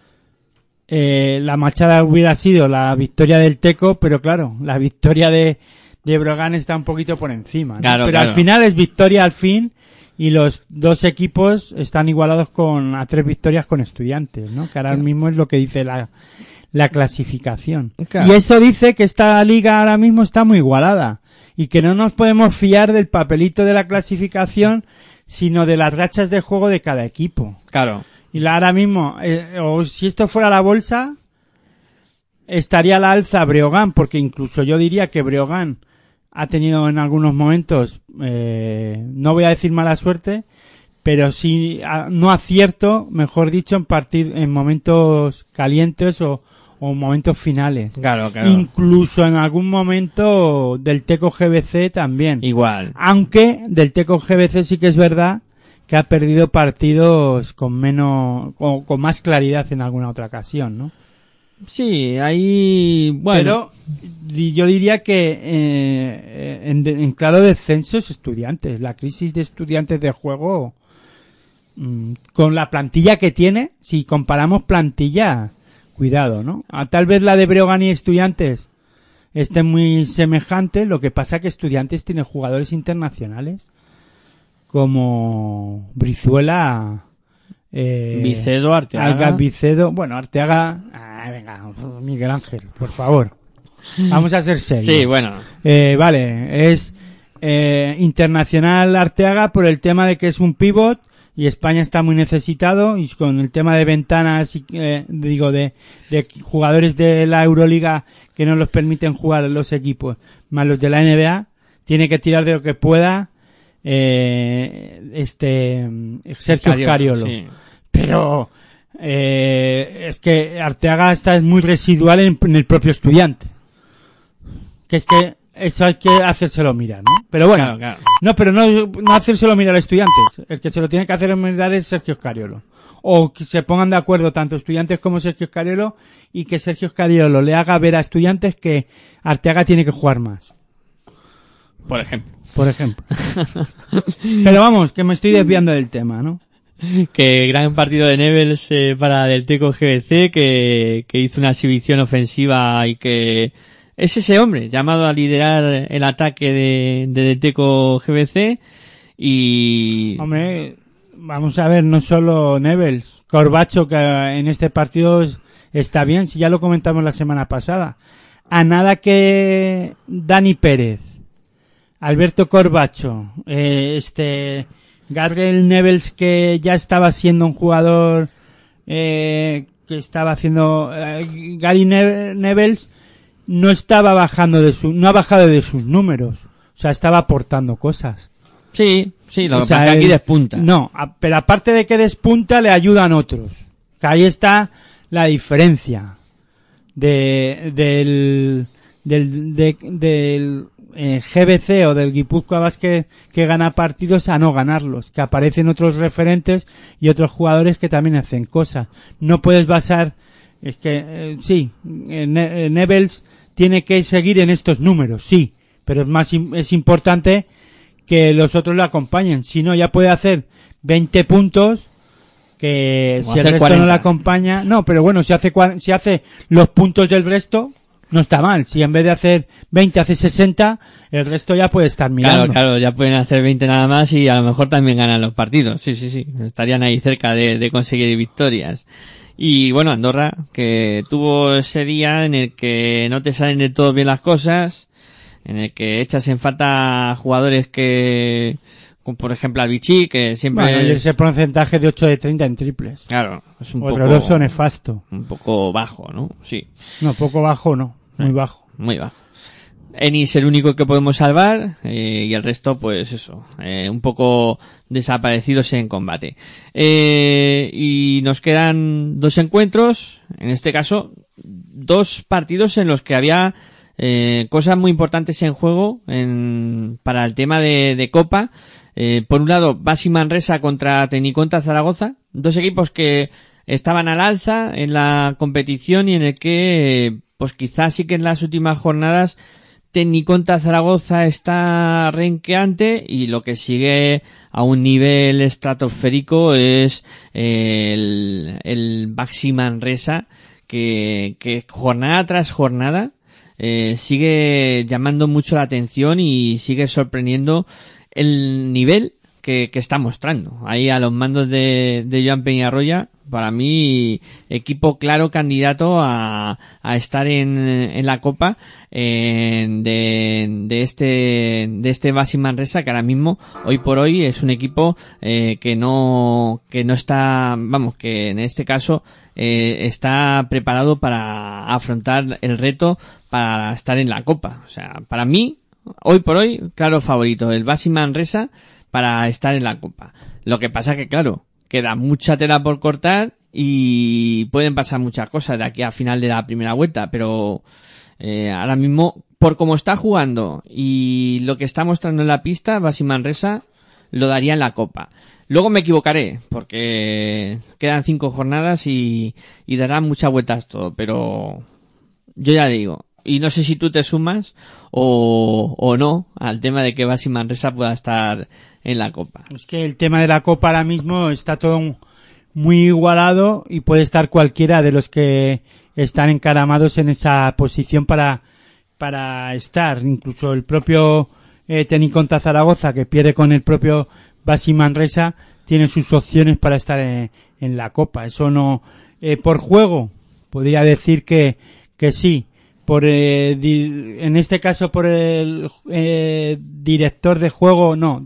B: la machada hubiera sido la victoria del Teco, pero claro, la victoria de Breogán está un poquito por encima, ¿no?
A: Claro,
B: pero
A: claro.
B: al final es victoria al fin, y los dos equipos están igualados a 3 victorias con Estudiantes, ¿no? Que ahora mismo es lo que dice la clasificación.
A: Claro.
B: Y eso dice que esta liga ahora mismo está muy igualada y que no nos podemos fiar del papelito de la clasificación, sino de las rachas de juego de cada equipo.
A: Claro.
B: Y ahora mismo, o si esto fuera la bolsa, estaría a la alza Breogán, porque incluso yo diría que Breogán ha tenido en algunos momentos, no voy a decir mala suerte, pero sí no acierto, mejor dicho, en momentos calientes o momentos finales.
A: Claro.
B: Incluso en algún momento del Teco GBC también.
A: Igual.
B: Aunque del Teco GBC sí que es verdad que ha perdido partidos con más claridad en alguna otra ocasión, ¿no?
A: Sí, ahí, bueno.
B: Pero yo diría que en claro descenso es Estudiantes. La crisis de Estudiantes de juego, con la plantilla que tiene, si comparamos plantilla, cuidado, ¿no? Tal vez la de Breogán y Estudiantes esté muy semejante. Lo que pasa que Estudiantes tiene jugadores internacionales como Brizuela,
A: Vicedo, Arteaga.
B: Vicedo, bueno, Arteaga, venga, Miguel Ángel, por favor. Vamos a ser serios.
A: Sí, bueno.
B: Vale, es internacional Arteaga por el tema de que es un pivot y España está muy necesitado, y con el tema de ventanas de jugadores de la Euroliga que no los permiten jugar los equipos más los de la NBA, tiene que tirar de lo que pueda Sergio Scariolo. Sí. Pero es que Arteaga es muy residual en el propio Estudiante, que es que eso hay que hacérselo mirar, ¿no? Pero bueno,
A: claro.
B: No, pero no hacérselo mirar a Estudiantes. El que se lo tiene que hacer mirar es Sergio Scariolo. O que se pongan de acuerdo tanto Estudiantes como Sergio Scariolo, y que Sergio Scariolo le haga ver a Estudiantes que Arteaga tiene que jugar más.
A: Por ejemplo.
B: Pero vamos, que me estoy desviando del tema, ¿no?
A: Que gran partido de Nevels para Delteco GBC, que hizo una exhibición ofensiva y que es ese hombre llamado a liderar el ataque de Delteco GBC. Y
B: hombre, vamos a ver, no solo Nevels, Corbacho, que en este partido está bien, si ya lo comentamos la semana pasada. A nada que Dani Pérez, Alberto Corbacho, Gabriel Nevels, que ya estaba siendo un jugador que estaba haciendo Gary Nevels, no estaba bajando no ha bajado de sus números, o sea, estaba aportando cosas.
A: Sí, lo que pasa es que aquí despunta.
B: No, pero aparte de que despunta, le ayudan otros. Que ahí está la diferencia del GBC o del Guipúzcoa Basket, que gana partidos, a no ganarlos, que aparecen otros referentes y otros jugadores que también hacen cosas. No puedes basar, es que Nevels tiene que seguir en estos números, sí, pero es importante que los otros lo acompañen. Si no, ya puede hacer 20 puntos, que si el resto 40. No le acompaña, no, pero bueno, si hace los puntos del resto, no está mal. Si en vez de hacer 20 hace 60, el resto ya puede estar mirando.
A: Claro, ya pueden hacer 20 nada más y a lo mejor también ganan los partidos. Sí. Estarían ahí cerca de conseguir victorias. Y bueno, Andorra, que tuvo ese día en el que no te salen de todo bien las cosas, en el que echas en falta jugadores que, como por ejemplo al Vichy, que siempre...
B: Bueno, y ese porcentaje de 8 de 30 en triples.
A: Claro, es un
B: horroroso, poco nefasto.
A: Un poco bajo, ¿no? Sí.
B: No, poco bajo no, muy bajo.
A: Muy bajo. Ennis es el único que podemos salvar, y el resto, pues eso, un poco desaparecidos en combate. Y nos quedan 2 encuentros, en este caso, 2 partidos en los que había cosas muy importantes en juego para el tema de Copa. Por un lado, Basi Manresa contra Tecniconta Zaragoza, 2 equipos que estaban al alza en la competición y en el que, pues quizás sí que en las últimas jornadas Tecniconta Zaragoza está renqueante, y lo que sigue a un nivel estratosférico es el Baxi Manresa, que jornada tras jornada sigue llamando mucho la atención y sigue sorprendiendo el nivel que está mostrando. Ahí a los mandos de Joan Peñarroya, para mí, equipo claro candidato a estar en la Copa de este Baxi Manresa, que ahora mismo, hoy por hoy, es un equipo que no está, vamos, que en este caso está preparado para afrontar el reto para estar en la Copa. O sea, para mí, hoy por hoy, claro favorito, el Baxi Manresa para estar en la Copa. Lo que pasa que, claro, queda mucha tela por cortar y pueden pasar muchas cosas de aquí a final de la primera vuelta, pero ahora mismo, por cómo está jugando y lo que está mostrando en la pista, Baxi Manresa lo daría en la Copa. Luego me equivocaré, porque quedan 5 jornadas y darán muchas vueltas todo, pero yo ya digo, y no sé si tú te sumas o no al tema de que Baxi Manresa pueda estar en la Copa.
B: Es que el tema de la Copa ahora mismo está todo muy igualado y puede estar cualquiera de los que están encaramados en esa posición para para estar. Incluso el propio Teniconta Zaragoza, que pierde con el propio Basi Manresa, tiene sus opciones para estar en la Copa. Eso no... por juego, podría decir que sí. En este caso por el director de juego no,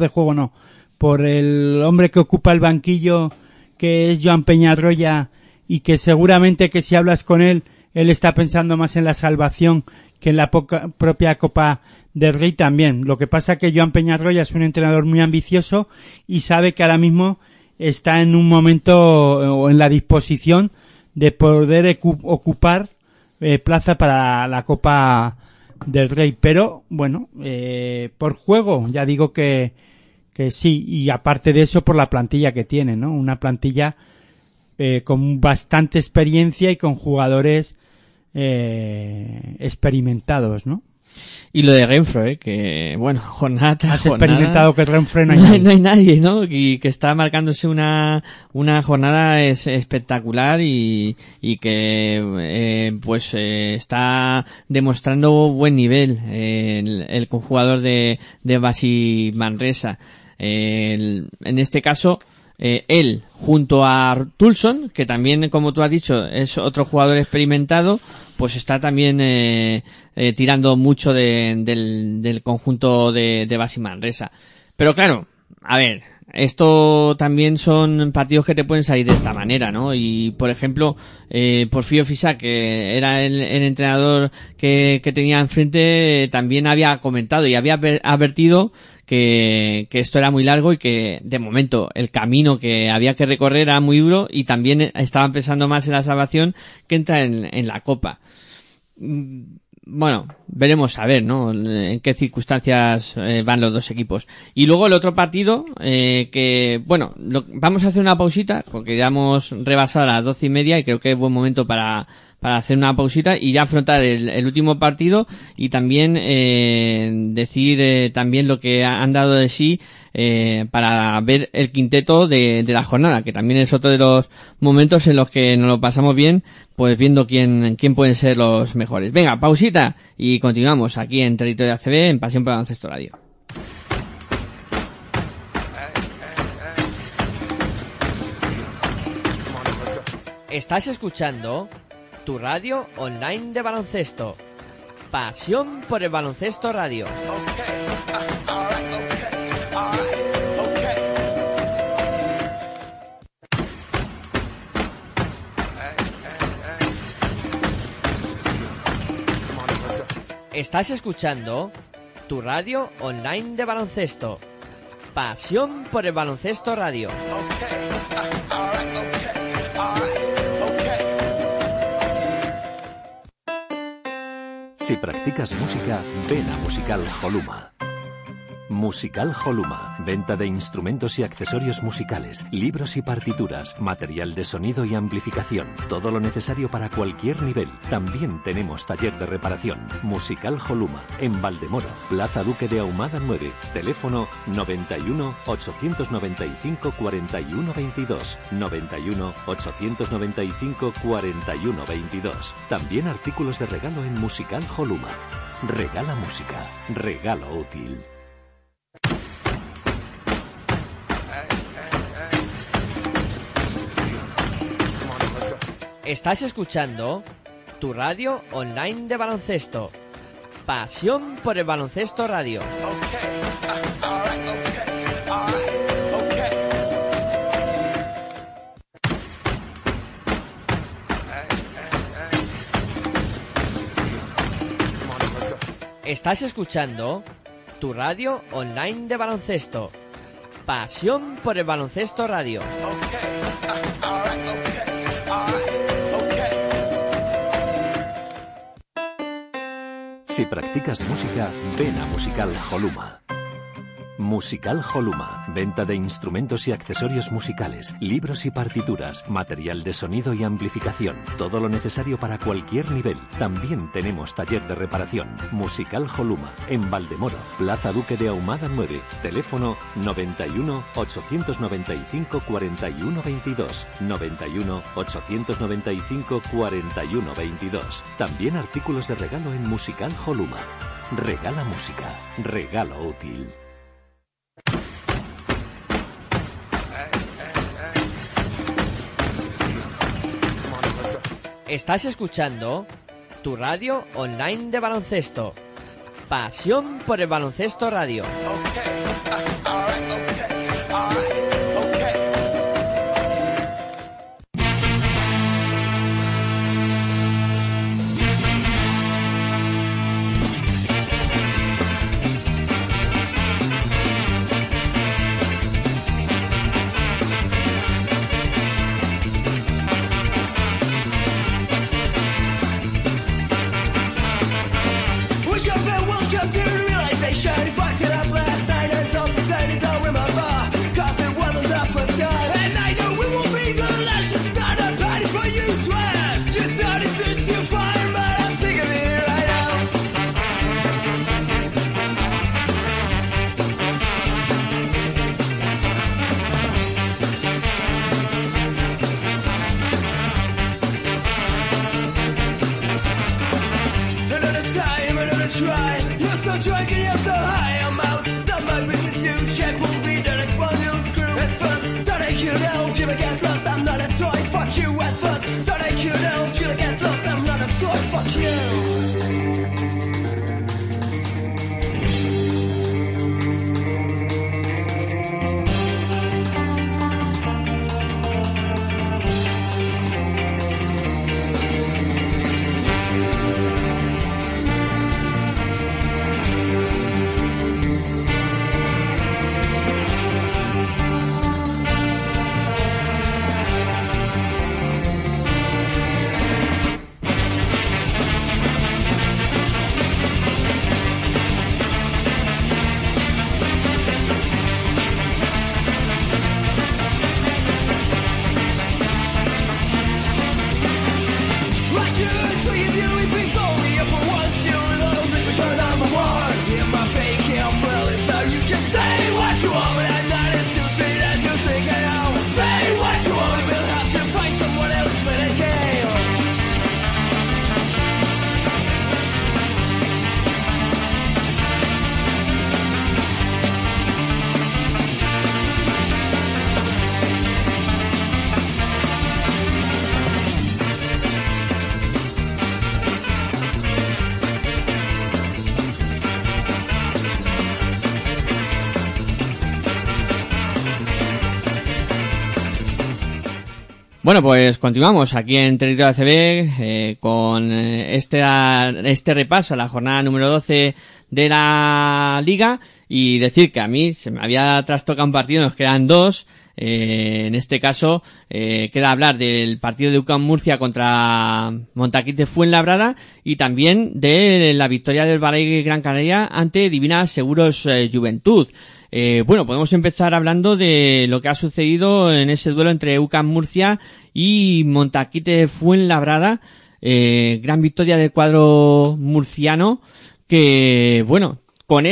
B: por el hombre que ocupa el banquillo, que es Joan Peñarroya, y que seguramente que si hablas con él está pensando más en la salvación que en la propia Copa del Rey también. Lo que pasa que Joan Peñarroya es un entrenador muy ambicioso y sabe que ahora mismo está en un momento o en la disposición de poder ocupar plaza para la Copa del Rey, pero bueno, por juego ya digo que sí, y aparte de eso por la plantilla que tiene, ¿no? Una plantilla con bastante experiencia y con jugadores experimentados, ¿no?
A: Y lo de Renfro, que bueno, jornada tras
B: Has
A: jornada.
B: experimentado que Renfro no
A: hay nadie, ¿no? Y que está marcándose una jornada espectacular y que está demostrando buen nivel el jugador de Basi Manresa. En este caso, él junto a Tulson, que también, como tú has dicho, es otro jugador experimentado, pues está también tirando mucho del conjunto de Basi Manresa. Pero claro, a ver, esto también son partidos que te pueden salir de esta manera, ¿no? Y por ejemplo, Porfirio Fisac, que era el entrenador que tenía enfrente, también había comentado y había advertido que esto era muy largo y que de momento el camino que había que recorrer era muy duro, y también estaban pensando más en la salvación que entrar en la Copa. Bueno, veremos a ver, ¿no? En qué circunstancias van los dos equipos. Y luego el otro partido, vamos a hacer una pausita, porque ya hemos rebasado a las 12:30 y creo que es buen momento para hacer una pausita y ya afrontar el último partido, y también decir también lo que han dado de sí para ver el quinteto de la jornada, que también es otro de los momentos en los que nos lo pasamos bien, pues viendo quién pueden ser los mejores. Venga, pausita y continuamos aquí en Territorio ACB, en Pasión por Baloncesto Radio. Estás escuchando tu radio online de baloncesto. Pasión por el Baloncesto Radio. Estás escuchando tu radio online de baloncesto. Pasión por el Baloncesto Radio.
D: Si practicas música, ven a Musical Holuma. Musical Holuma. Venta de instrumentos y accesorios musicales, libros y partituras, material de sonido y amplificación. Todo lo necesario para cualquier nivel. También tenemos taller de reparación. Musical Holuma. En Valdemoro, Plaza Duque de Ahumada 9. Teléfono 91 895 41 22. 91 895 41 22. También artículos de regalo en Musical Holuma. Regala música. Regalo útil.
A: Estás escuchando tu radio online de baloncesto. Pasión por el Baloncesto Radio. Estás escuchando tu radio online de baloncesto. Pasión por el Baloncesto Radio.
D: Si practicas música, ven a Musical Holuma. Musical Holuma. Venta de instrumentos y accesorios musicales, libros y partituras, material de sonido y amplificación. Todo lo necesario para cualquier nivel. También tenemos taller de reparación. Musical Holuma. En Valdemoro, Plaza Duque de Ahumada 9. Teléfono 91 895 41 22. 91 895 41 22. También artículos de regalo en Musical Holuma. Regala música. Regalo útil.
A: Estás escuchando tu radio online de baloncesto. Pasión por el baloncesto radio. Bueno, pues continuamos aquí en Territorio ACB con este repaso a la jornada número 12 de la Liga, y decir que a mí se me había trastocado un partido, nos quedan dos. En este caso queda hablar del partido de UCAM Murcia contra Montaquite Fuenlabrada y también de la victoria del Balay Gran Canaria ante Divina Seguros Juventud. Bueno, podemos empezar hablando de lo que ha sucedido en ese duelo entre UCAM Murcia y Montaquite Fuenlabrada. Gran victoria del cuadro murciano que, bueno, con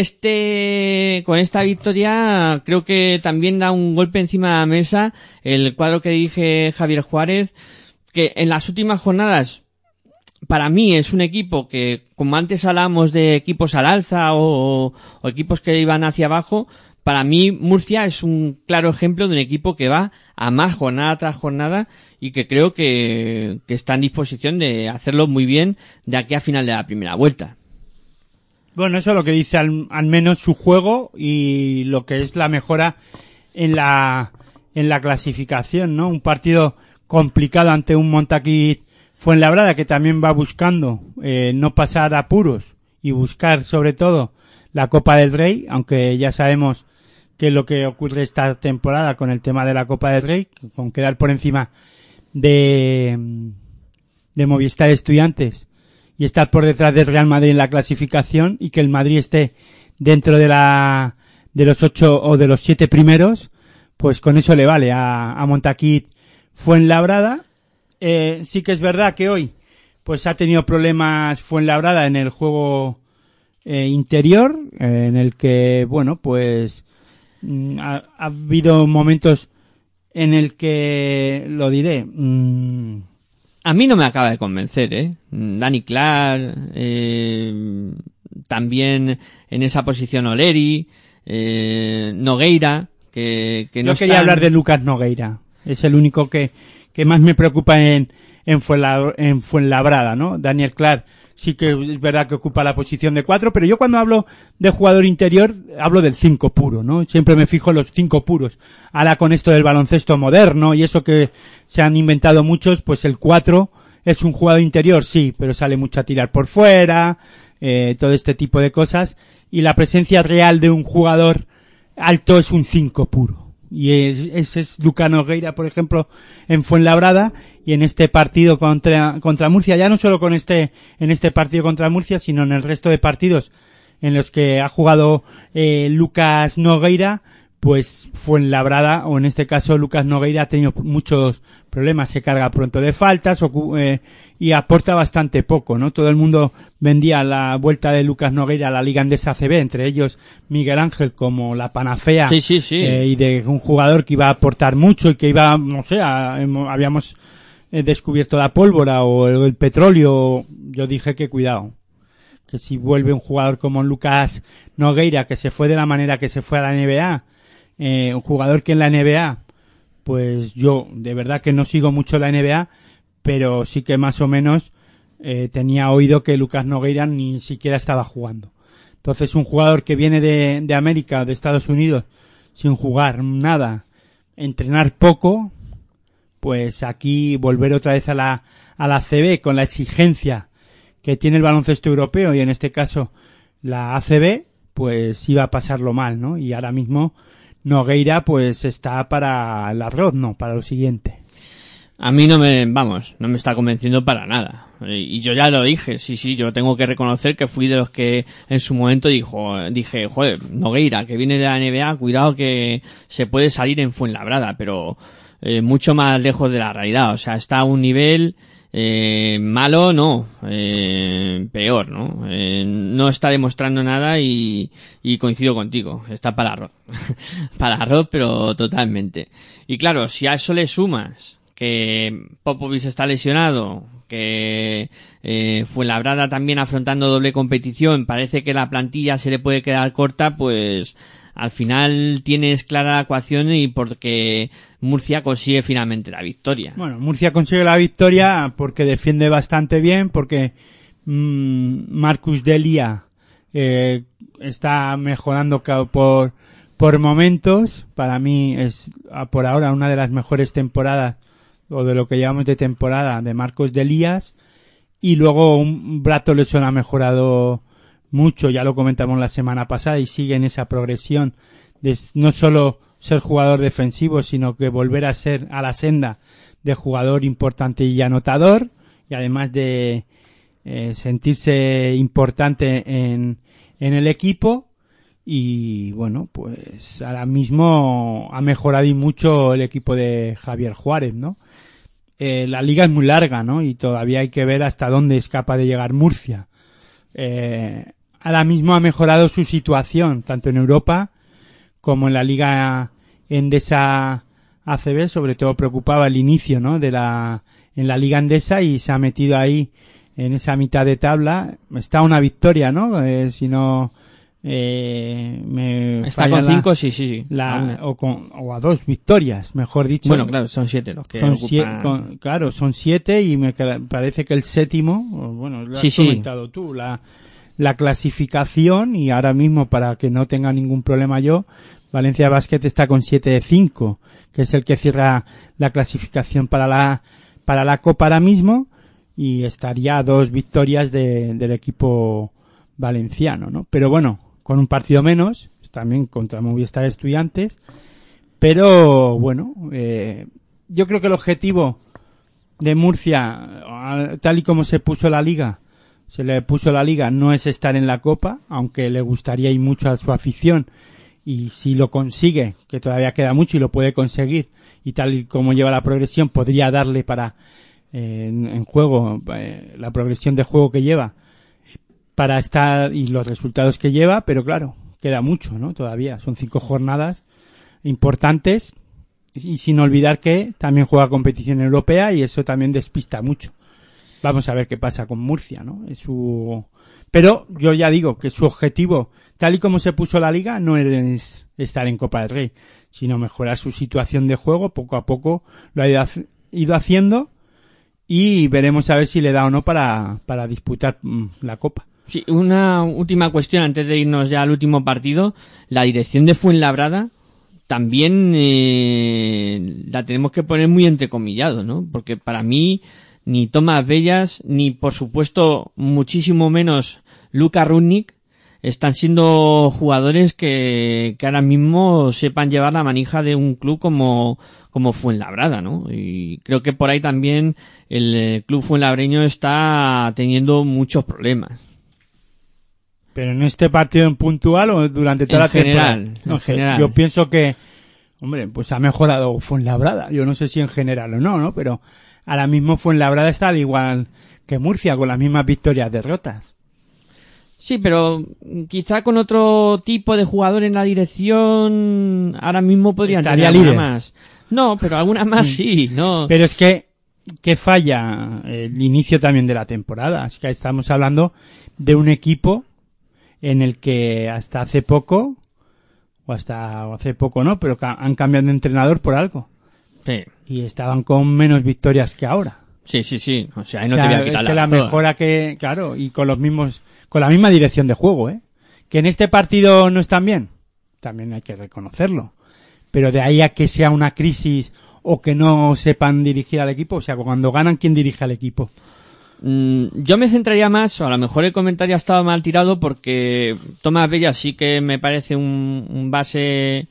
A: esta victoria creo que también da un golpe encima de la mesa el cuadro que dirige Javier Juárez, que en las últimas jornadas para mí es un equipo que, como antes hablábamos de equipos al alza o equipos que iban hacia abajo, para mí Murcia es un claro ejemplo de un equipo que va a más jornada tras jornada y que creo que está en disposición de hacerlo muy bien de aquí a final de la primera vuelta.
B: Bueno, eso es lo que dice al menos su juego y lo que es la mejora en la clasificación, ¿no? Un partido complicado ante un Montaquit Fuenlabrada que también va buscando no pasar apuros y buscar sobre todo la Copa del Rey, aunque ya sabemos que es lo que ocurre esta temporada con el tema de la Copa del Rey, con quedar por encima de Movistar Estudiantes y estar por detrás del Real Madrid en la clasificación, y que el Madrid esté dentro de la de los 8 o de los 7 primeros, pues con eso le vale a Montaquit Fuenlabrada. Sí que es verdad que hoy pues ha tenido problemas Fuenlabrada en el juego interior, en el que, bueno, pues ha habido momentos en el que, lo diré,
A: a mí no me acaba de convencer, Dani Clark, también en esa posición Oleri, Nogueira, que no
B: yo quería hablar de Lucas Nogueira. Es el único que más me preocupa en Fuenlabrada, ¿no? Daniel Clark sí que es verdad que ocupa la posición de 4, pero yo cuando hablo de jugador interior hablo del 5 puro, ¿no? Siempre me fijo en los 5 puros. Ahora con esto del baloncesto moderno y eso que se han inventado muchos, pues el 4 es un jugador interior, sí, pero sale mucho a tirar por fuera, todo este tipo de cosas, y la presencia real de un jugador alto es un 5 puro. Y ese es Lucas Nogueira, por ejemplo, en Fuenlabrada, y en este partido contra Murcia, ya no solo en este partido contra Murcia, sino en el resto de partidos en los que ha jugado Lucas Nogueira, pues Fuenlabrada, o en este caso Lucas Nogueira, ha tenido muchos problemas, se carga pronto de faltas y aporta bastante poco, ¿no? Todo el mundo vendía la vuelta de Lucas Nogueira a la Liga Endesa ACB, entre ellos Miguel Ángel como la panacea,
A: sí.
B: Y de un jugador que iba a aportar mucho y que iba, no sé, habíamos descubierto la pólvora o el petróleo. Yo dije que cuidado, que si vuelve un jugador como Lucas Nogueira, que se fue de la manera que se fue a la NBA, un jugador que en la NBA, pues yo de verdad que no sigo mucho la NBA, pero sí que más o menos tenía oído que Lucas Nogueira ni siquiera estaba jugando. Entonces un jugador que viene de América, de Estados Unidos, sin jugar nada, entrenar poco, pues aquí volver otra vez a la ACB con la exigencia que tiene el baloncesto europeo y en este caso la ACB, pues iba a pasarlo mal, ¿no? Y ahora mismo Nogueira pues está para el arroz, no, para lo siguiente.
A: A mí no me está convenciendo para nada. Y yo ya lo dije, sí, yo tengo que reconocer que fui de los que en su momento dije, joder, Nogueira, que viene de la NBA, cuidado que se puede salir en Fuenlabrada, pero mucho más lejos de la realidad. O sea, está a un nivel malo, no, peor, ¿no? No está demostrando nada y coincido contigo, está para arroz. Para arroz, pero totalmente. Y claro, si a eso le sumas que Popovic está lesionado, que Fuenlabrada también afrontando doble competición, parece que la plantilla se le puede quedar corta, pues al final tienes clara la ecuación y porque Murcia consigue finalmente la victoria. Bueno,
B: Murcia consigue la victoria porque defiende bastante bien, porque Marcus Delia está mejorando por momentos. Para mí es por ahora una de las mejores temporadas, o de lo que llamamos de temporada, de Marcos Delías. Y luego un Bratolesson ha mejorado mucho, ya lo comentamos la semana pasada, y sigue en esa progresión de no solo ser jugador defensivo, sino que volver a ser a la senda de jugador importante y anotador, y además de sentirse importante en el equipo. Y bueno, pues ahora mismo ha mejorado y mucho el equipo de Javier Juárez, ¿no? La liga es muy larga, ¿no? Y todavía hay que ver hasta dónde es capaz de llegar Murcia. Ahora mismo ha mejorado su situación, tanto en Europa como en la Liga Endesa ACB. Sobre todo preocupaba el inicio, ¿no? en la Liga Endesa, y se ha metido ahí en esa mitad de tabla. Está una victoria, ¿no? Si no
A: está con 5, sí.
B: O a 2 victorias, mejor dicho.
A: Bueno, claro, son 7 los que ocupan.
B: Claro, son 7 y me parece que el séptimo, bueno, lo has comentado tú, la clasificación, y ahora mismo, para que no tenga ningún problema yo, Valencia Basket está con 7-5, que es el que cierra la clasificación para la Copa ahora mismo, y estaría a 2 victorias del equipo valenciano, ¿no? Pero bueno, con un partido menos, también contra Movistar Estudiantes, pero bueno, yo creo que el objetivo de Murcia, tal y como se le puso la liga, no es estar en la Copa, aunque le gustaría y mucho a su afición y si lo consigue, que todavía queda mucho y lo puede conseguir, y tal y como lleva la progresión, podría darle para en juego, la progresión de juego que lleva para estar y los resultados que lleva, pero claro, queda mucho, ¿no? Todavía son 5 jornadas importantes y sin olvidar que también juega competición europea y eso también despista mucho. Vamos a ver qué pasa con Murcia, ¿no? Pero yo ya digo que su objetivo, tal y como se puso la liga, no es estar en Copa del Rey, sino mejorar su situación de juego. Poco a poco lo ha ido haciendo y veremos a ver si le da o no para disputar la Copa.
A: Sí, una última cuestión antes de irnos ya al último partido. La dirección de Fuenlabrada también la tenemos que poner muy entrecomillado, ¿no? Porque para mí ni Tomás Bellas ni por supuesto muchísimo menos Luka Rudnik están siendo jugadores que ahora mismo sepan llevar la manija de un club como Fuenlabrada, ¿no? Y creo que por ahí también el club fuenlabreño está teniendo muchos problemas.
B: ¿Pero en este partido en puntual o durante toda la temporada?
A: En general.
B: Yo pienso que, hombre, pues ha mejorado Fuenlabrada. Yo no sé si en general o no, pero ahora mismo Fuenlabrada está al igual que Murcia, con las mismas victorias, derrotas.
A: Sí, pero quizá con otro tipo de jugador en la dirección ahora mismo podrían tener alguna más. No, pero alguna más sí, no.
B: Pero es que falla el inicio también de la temporada. Es que estamos hablando de un equipo en el que hasta hace poco, o hace poco no, pero han cambiado de entrenador por algo.
A: Sí.
B: Y estaban con menos victorias que ahora.
A: Sí. O sea, ahí no te voy a quitar
B: es que la mejora que, claro, y con la misma dirección de juego, que en este partido no están bien, también hay que reconocerlo. Pero de ahí a que sea una crisis o que no sepan dirigir al equipo, o sea, cuando ganan, ¿quién dirige al equipo?
A: Yo me centraría más, o a lo mejor el comentario ha estado mal tirado porque Tomás Bellas sí que me parece un base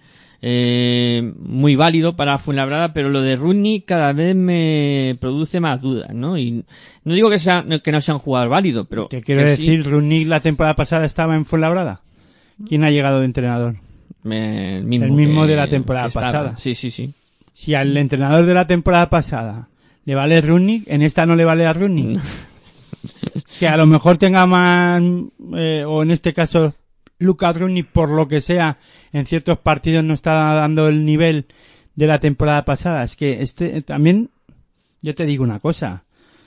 A: muy válido para Fuenlabrada, pero lo de Rudnik cada vez me produce más dudas, ¿no? Y no digo que no sea un jugador válido, pero...
B: Te quiero decir, sí. Rudnik la temporada pasada estaba en Fuenlabrada. ¿Quién ha llegado de entrenador?
A: El
B: mismo de la temporada pasada.
A: Sí.
B: Si al entrenador de la temporada pasada le vale Rudnik, en esta no le vale a Rudnik. Que a lo mejor tenga más, o en este caso Luka Rudnik, por lo que sea, en ciertos partidos no está dando el nivel de la temporada pasada. Es que también, yo te digo una cosa,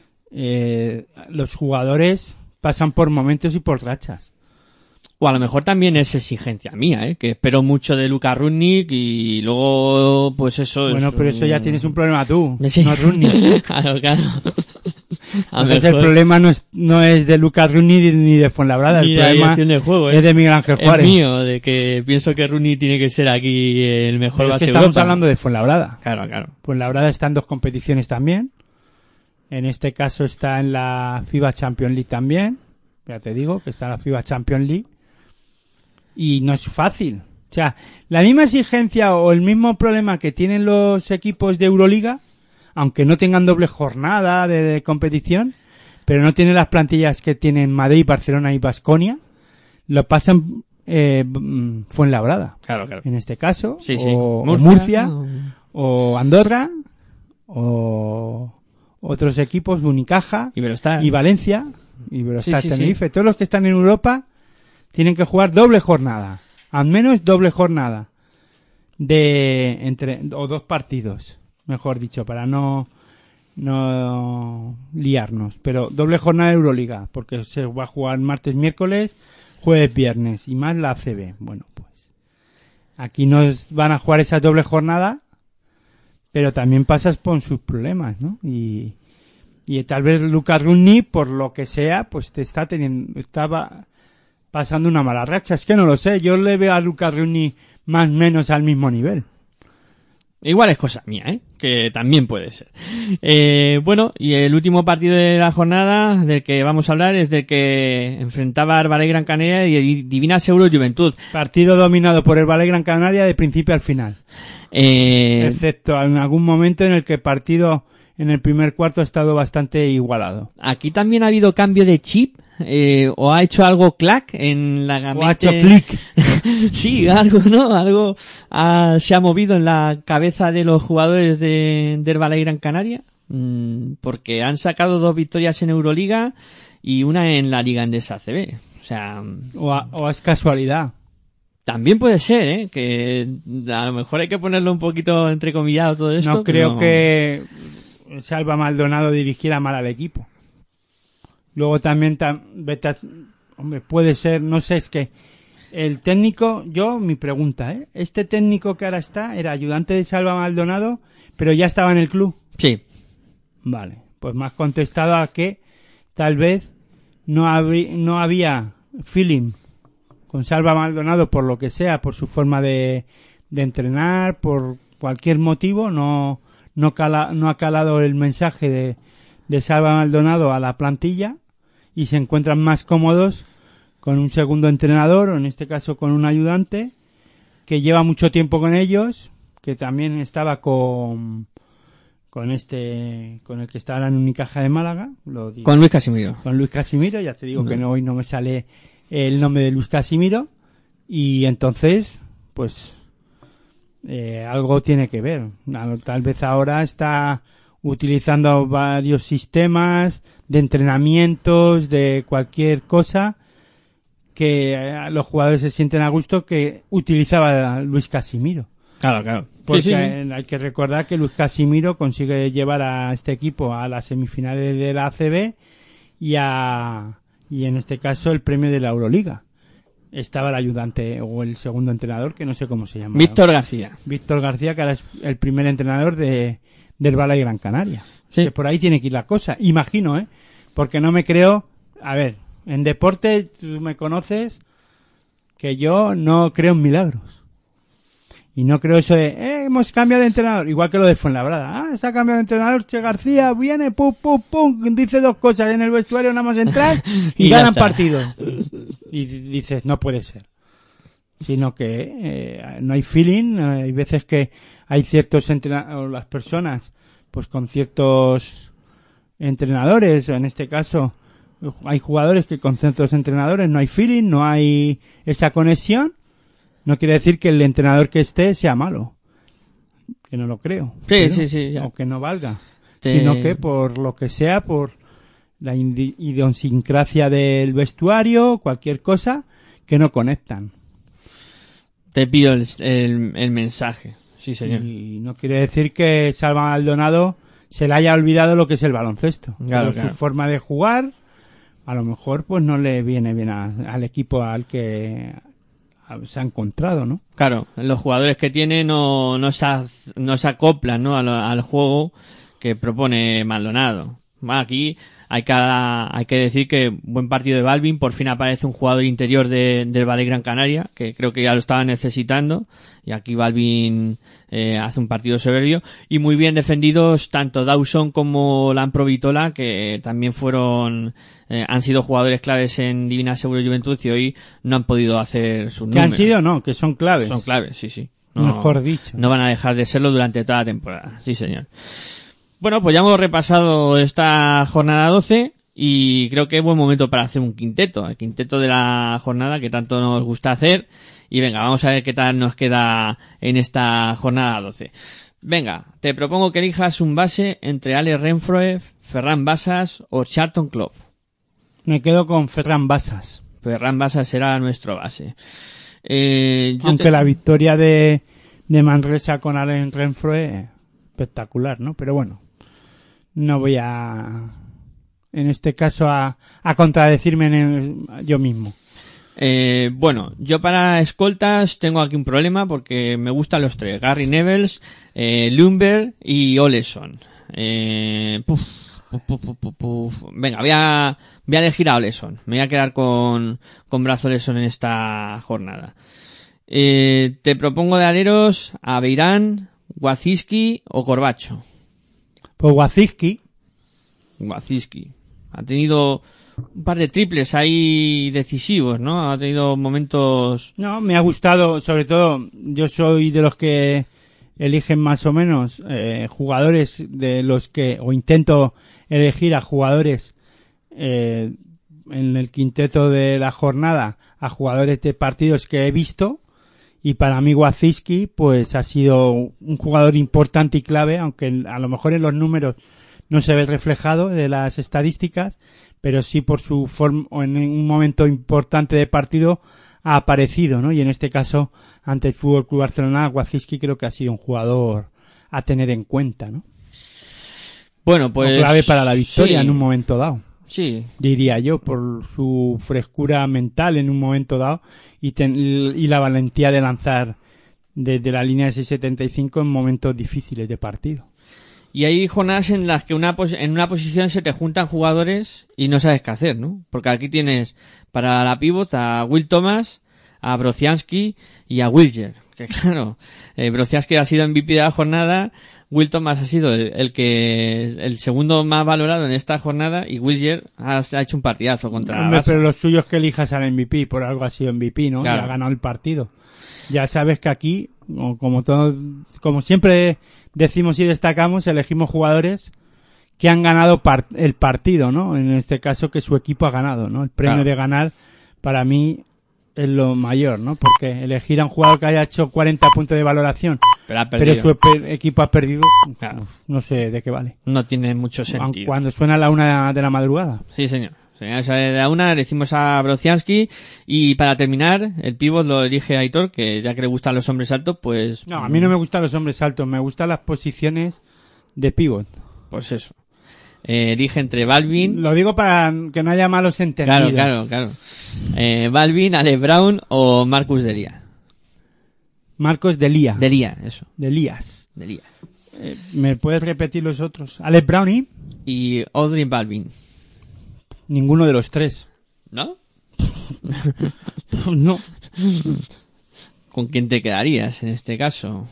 B: los jugadores pasan por momentos y por rachas.
A: O a lo mejor también es exigencia mía, que espero mucho de Luka Rudnik y luego, pues eso
B: bueno,
A: es...
B: pero eso ya tienes un problema tú,
A: sí.
B: no Rudnik.
A: Claro.
B: Entonces el problema no es de Luka Rudnik ni de Fuenlabrada, el problema
A: de juego,
B: es de Miguel Ángel Juárez.
A: Es mío, de que pienso que Rudnik tiene que ser aquí el mejor base de
B: Europa. Estamos hablando de Fuenlabrada.
A: Claro.
B: Fuenlabrada está en 2 competiciones también. En este caso está en la FIBA Champions League también. Ya te digo que está en la FIBA Champions League. Y no es fácil. O sea, la misma exigencia o el mismo problema que tienen los equipos de Euroliga, aunque no tengan doble jornada de competición, pero no tienen las plantillas que tienen Madrid, Barcelona y Baskonia, lo pasan Fuenlabrada.
A: Claro.
B: En este caso,
A: sí.
B: O Murcia, o Andorra, o otros equipos, Unicaja
A: Iberostar.
B: Y Valencia, Iberostar, Tenerife.
A: Sí.
B: Todos los que están en Europa tienen que jugar doble jornada, al menos doble jornada o 2 partidos, mejor dicho, para no liarnos, pero doble jornada de Euroliga, porque se va a jugar martes, miércoles, jueves, viernes y más la ACB. Bueno, pues aquí nos van a jugar esa doble jornada, pero también pasas por sus problemas, ¿no? Y tal vez Luka Rudnik, por lo que sea, pues estaba pasando una mala racha. Es que no lo sé. Yo le veo a Luka Rudnik más o menos al mismo nivel.
A: Igual es cosa mía, que también puede ser. Bueno, y el último partido de la jornada del que vamos a hablar es del que enfrentaba al Valle Gran Canaria y Divina Seguro Juventud.
B: Partido dominado por el Valle Gran Canaria de principio al final. Excepto en algún momento en el que el partido en el primer cuarto ha estado bastante igualado.
A: Aquí también ha habido cambio de chip o ha hecho algo clac en la mente.
B: O ha hecho clic.
A: Sí, algo, ¿no? Algo se ha movido en la cabeza de los jugadores de Herbalife Gran Canaria, porque han sacado 2 victorias en Euroliga y una en la Liga Endesa ACB. O sea,
B: o es casualidad.
A: también puede ser, que a lo mejor hay que ponerlo un poquito entrecomillado todo esto.
B: No creo que Salva Maldonado dirigiera mal al equipo. Luego también hombre, puede ser, no sé, es que el técnico, mi pregunta, este técnico que ahora está era ayudante de Salva Maldonado, pero ya estaba en el club.
A: Sí.
B: Vale, pues me has contestado a que tal vez no había feeling con Salva Maldonado, por lo que sea, por su forma de entrenar, por cualquier motivo, no ha calado el mensaje de Salva Maldonado a la plantilla y se encuentran más cómodos con un segundo entrenador, o en este caso con un ayudante que lleva mucho tiempo con ellos, que también estaba con el que está ahora en Unicaja de Málaga.
A: Con Luis Casimiro.
B: Con Luis Casimiro, ya te digo que hoy no me sale el nombre de Luis Casimiro, y entonces, pues, algo tiene que ver. Tal vez ahora está utilizando varios sistemas de entrenamientos, de cualquier cosa, que los jugadores se sienten a gusto que utilizaba Luis Casimiro.
A: Claro.
B: Porque
A: sí.
B: hay que recordar que Luis Casimiro consigue llevar a este equipo a las semifinales de la ACB y en este caso el premio de la Euroliga. Estaba el ayudante o el segundo entrenador, que no sé cómo se llama.
A: Víctor García,
B: que ahora es el primer entrenador del Herbalife Gran Canaria.
A: Sí.
B: Que por ahí tiene que ir la cosa. Imagino, porque no me creo... A ver, en deporte tú me conoces que yo no creo en milagros. Y no creo eso de, hemos cambiado de entrenador. Igual que lo de Fuenlabrada. Se ha cambiado de entrenador, Che García viene, pum, dice 2 cosas en el vestuario, nada más entrar y ganan partidos. Y dices, no puede ser. Sino que no hay feeling. Hay veces que hay ciertos entrenadores, las personas, pues con ciertos entrenadores, en este caso, hay jugadores que con ciertos entrenadores no hay feeling, no hay esa conexión. No quiere decir que el entrenador que esté sea malo, que no lo creo.
A: Sí, ya.
B: O que no valga, sino que por lo que sea, por la idiosincrasia del vestuario, cualquier cosa, que no conectan.
A: Te pido el mensaje. Sí, señor.
B: Y no quiere decir que Salva Maldonado se le haya olvidado lo que es el baloncesto.
A: Claro.
B: Su forma de jugar, a lo mejor, pues no le viene bien al equipo al que se ha encontrado, ¿no?
A: Claro, los jugadores que tiene no se acoplan, ¿no? al juego que propone Maldonado. Aquí hay que decir que buen partido de Balvin, por fin aparece un jugador interior del Herbalife Gran Canaria, que creo que ya lo estaba necesitando, y aquí Balvin hace un partido soberbio, y muy bien defendidos tanto Dawson como Lampro Vitola, que también han sido jugadores claves en Divina Seguro Juventud y hoy no han podido hacer sus números.
B: Que han sido, no, que son claves.
A: Son claves, sí.
B: No, mejor dicho.
A: No van a dejar de serlo durante toda la temporada, sí señor. Bueno, pues ya hemos repasado esta jornada 12 y creo que es buen momento para hacer un quinteto, el quinteto de la jornada que tanto nos gusta hacer. Y venga, vamos a ver qué tal nos queda en esta jornada 12. Venga, te propongo que elijas un base entre Alex Renfroe, Ferran Basas o Charlton Club.
B: Me quedo con Ferran Basas.
A: Ferran Basas será nuestro base.
B: Aunque la victoria de Manresa con Alex Renfroe, espectacular, ¿no? Pero bueno, no voy en este caso a contradecirme yo mismo.
A: Bueno, yo para escoltas tengo aquí un problema porque me gustan los 3, Gary Nevels, Lumber y Oleson. Venga, voy a elegir a Oleson. Me voy a quedar con Brazo Oleson en esta jornada. Te propongo de aleros a Beirán, Waziski o Corbacho.
B: Pues Waziski
A: ha tenido un par de triples ahí decisivos, ¿no? Ha tenido momentos...
B: No, me ha gustado, sobre todo, yo soy de los que eligen más o menos jugadores de los que, o intento elegir a jugadores en el quinteto de la jornada a jugadores de partidos que he visto, y para mí Waziski pues ha sido un jugador importante y clave, aunque a lo mejor en los números no se ve reflejado de las estadísticas, pero sí por su forma, en un momento importante de partido ha aparecido, ¿no? Y en este caso, ante el Fútbol Club Barcelona, Waziski creo que ha sido un jugador a tener en cuenta, ¿no?
A: Bueno, pues...
B: O clave para la victoria
A: sí.
B: en un momento dado.
A: Sí.
B: Diría yo, por su frescura mental en un momento dado y la valentía de lanzar desde la línea de 6.75 en momentos difíciles de partido.
A: Y hay jornadas en las que en una posición se te juntan jugadores y no sabes qué hacer, ¿no? Porque aquí tienes para la pívot a Will Thomas, a Brocianski y a Wilger. Que claro, Brocianski ha sido MVP de la jornada, Will Thomas ha sido el segundo más valorado en esta jornada y Wilger ha hecho un partidazo contra
B: Hombre,
A: Barça.
B: pero lo suyo es que elijas al MVP, por algo ha sido MVP, ¿no?
A: Claro.
B: Y ha ganado el partido. Ya sabes que aquí, como siempre decimos y destacamos, elegimos jugadores que han ganado el partido, ¿no? En este caso que su equipo ha ganado, ¿no? El premio
A: Claro.
B: de ganar para mí es lo mayor, ¿no? Porque elegir a un jugador que haya hecho 40 puntos de valoración,
A: Pero ha
B: pero
A: perdido.
B: su equipo ha perdido,
A: Claro.
B: no sé de qué vale.
A: No tiene mucho sentido.
B: Cuando suena la 1 de la madrugada.
A: Sí, señor. Señores, de la una le decimos a Brocianski y para terminar, el pívot lo elige Aitor, que ya que le gustan los hombres altos, pues...
B: No, a mí no me gustan los hombres altos, me gustan las posiciones de pívot.
A: Pues eso. Elige entre Balvin...
B: Lo digo para que no haya malos entendidos.
A: Claro. Balvin, Ale Brown o Marcus Delia.
B: Marcos Delia.
A: Delia, eso.
B: Delías.
A: Delia.
B: ¿Me puedes repetir los otros? Alex Brownie.
A: Y Audrey Balvin.
B: Ninguno de los tres.
A: ¿No?
B: No.
A: ¿Con quién te quedarías en este caso?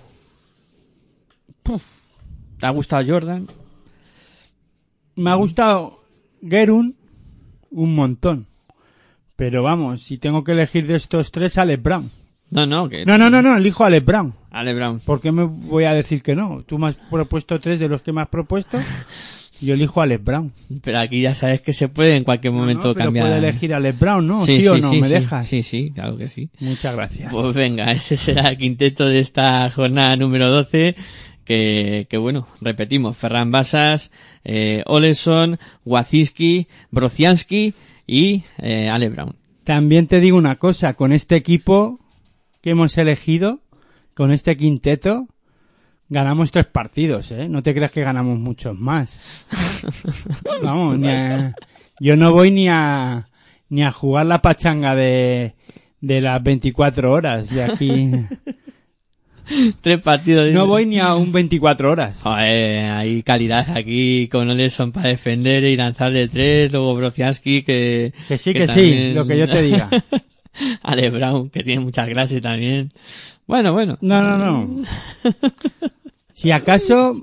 A: ¿Te ha gustado Jordan?
B: Me ha gustado Gerun un montón. Pero vamos, si tengo que elegir de estos tres, Alex Brown.
A: No,
B: Elijo a Alex Brown.
A: Ale Brown.
B: ¿Por qué me voy a decir que no? Tú me has propuesto tres de los que me has propuesto. Yo elijo a Alex Brown.
A: Pero aquí ya sabes que se puede en cualquier momento
B: No, pero
A: cambiar.
B: puedo elegir a Alex Brown, ¿no? ¿Sí o no? ¿Me dejas?
A: Sí, claro que sí.
B: Muchas gracias.
A: Pues venga, ese será el quinteto de esta jornada número 12. Que bueno, repetimos, Ferran Basas, Oleson, Waziski, Brocianski y Ale Brown.
B: También te digo una cosa, con este equipo que hemos elegido, con este quinteto, ganamos 3 partidos, ¿eh? No te creas que ganamos muchos más. Vamos, yo no voy ni a jugar la pachanga de las 24 horas de aquí.
A: 3 partidos.
B: No voy ni a un 24 horas.
A: Joder, hay calidad aquí con Oleson para defender y lanzar de 3, luego Brocianski que
B: Sí,
A: también...
B: lo que yo te diga.
A: Ale Brown, que tiene muchas clases también. Bueno.
B: No. Si acaso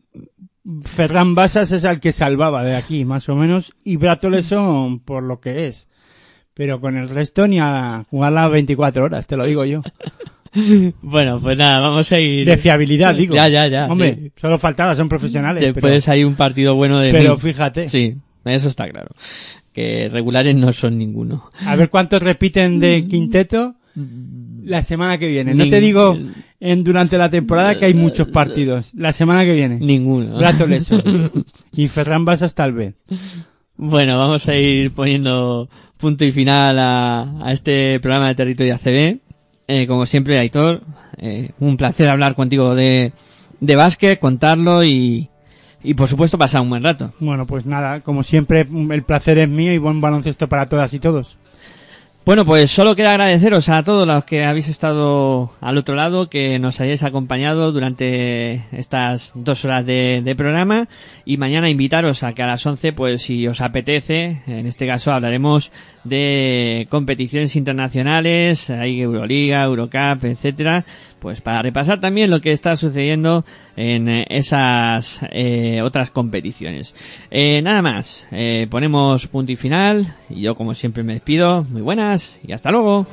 B: Ferran Basas es el que salvaba de aquí, más o menos, y Brad Oleson por lo que es. Pero con el resto ni a jugar las 24 horas, te lo digo yo.
A: Bueno, pues nada, vamos a ir...
B: De fiabilidad, digo.
A: Ya.
B: Hombre,
A: sí.
B: solo faltaba, son profesionales.
A: Después hay un partido bueno de
B: pero
A: mí.
B: fíjate.
A: Sí, eso está claro. Que regulares no son ninguno.
B: A ver cuántos repiten de quinteto la semana que viene. No te digo durante la temporada que hay muchos partidos. La semana que viene.
A: Ninguno.
B: Brad Oleson. Y Ferran Basas tal vez.
A: Bueno, vamos a ir poniendo punto y final a este programa de Territorio ACB. Como siempre, Aitor, un placer hablar contigo de básquet, contarlo y por supuesto pasar un buen rato.
B: Bueno, pues nada, como siempre el placer es mío y buen baloncesto para todas y todos.
A: Bueno, pues solo queda agradeceros a todos los que habéis estado al otro lado, que nos hayáis acompañado durante estas 2 horas de programa, y mañana invitaros a que a las 11, pues si os apetece, en este caso hablaremos de competiciones internacionales, hay Euroliga, Eurocup, etcétera, pues para repasar también lo que está sucediendo en esas otras competiciones. Nada más, ponemos punto y final, y yo como siempre me despido. Muy buenas y hasta luego.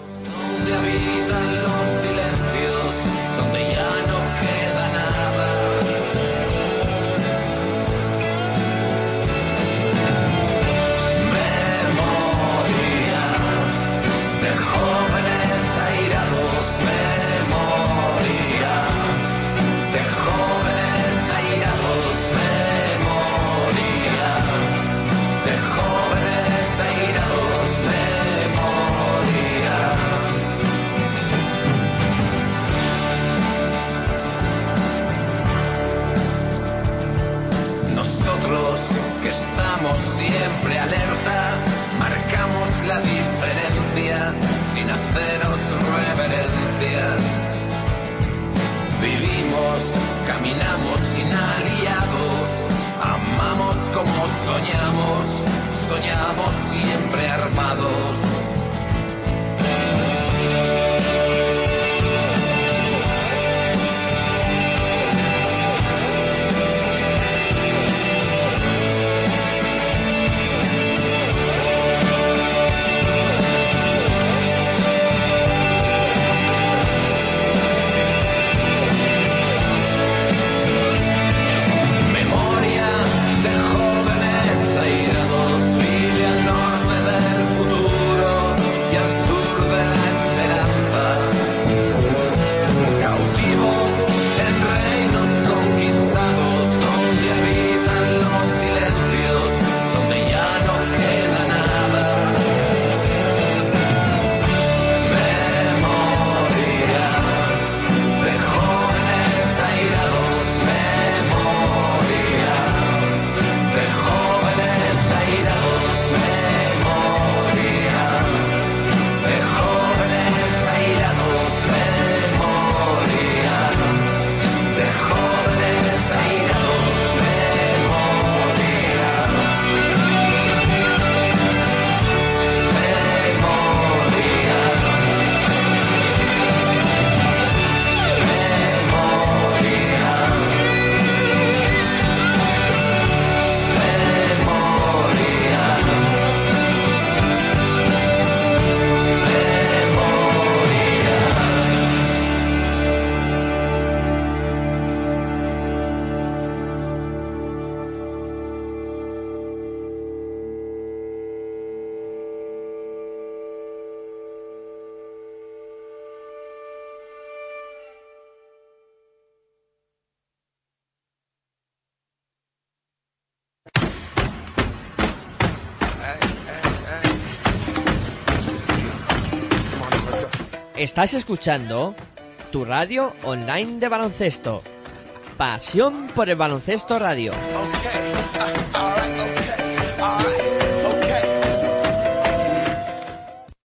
A: Estás escuchando tu radio online de baloncesto. Pasión por el baloncesto radio.
E: Okay.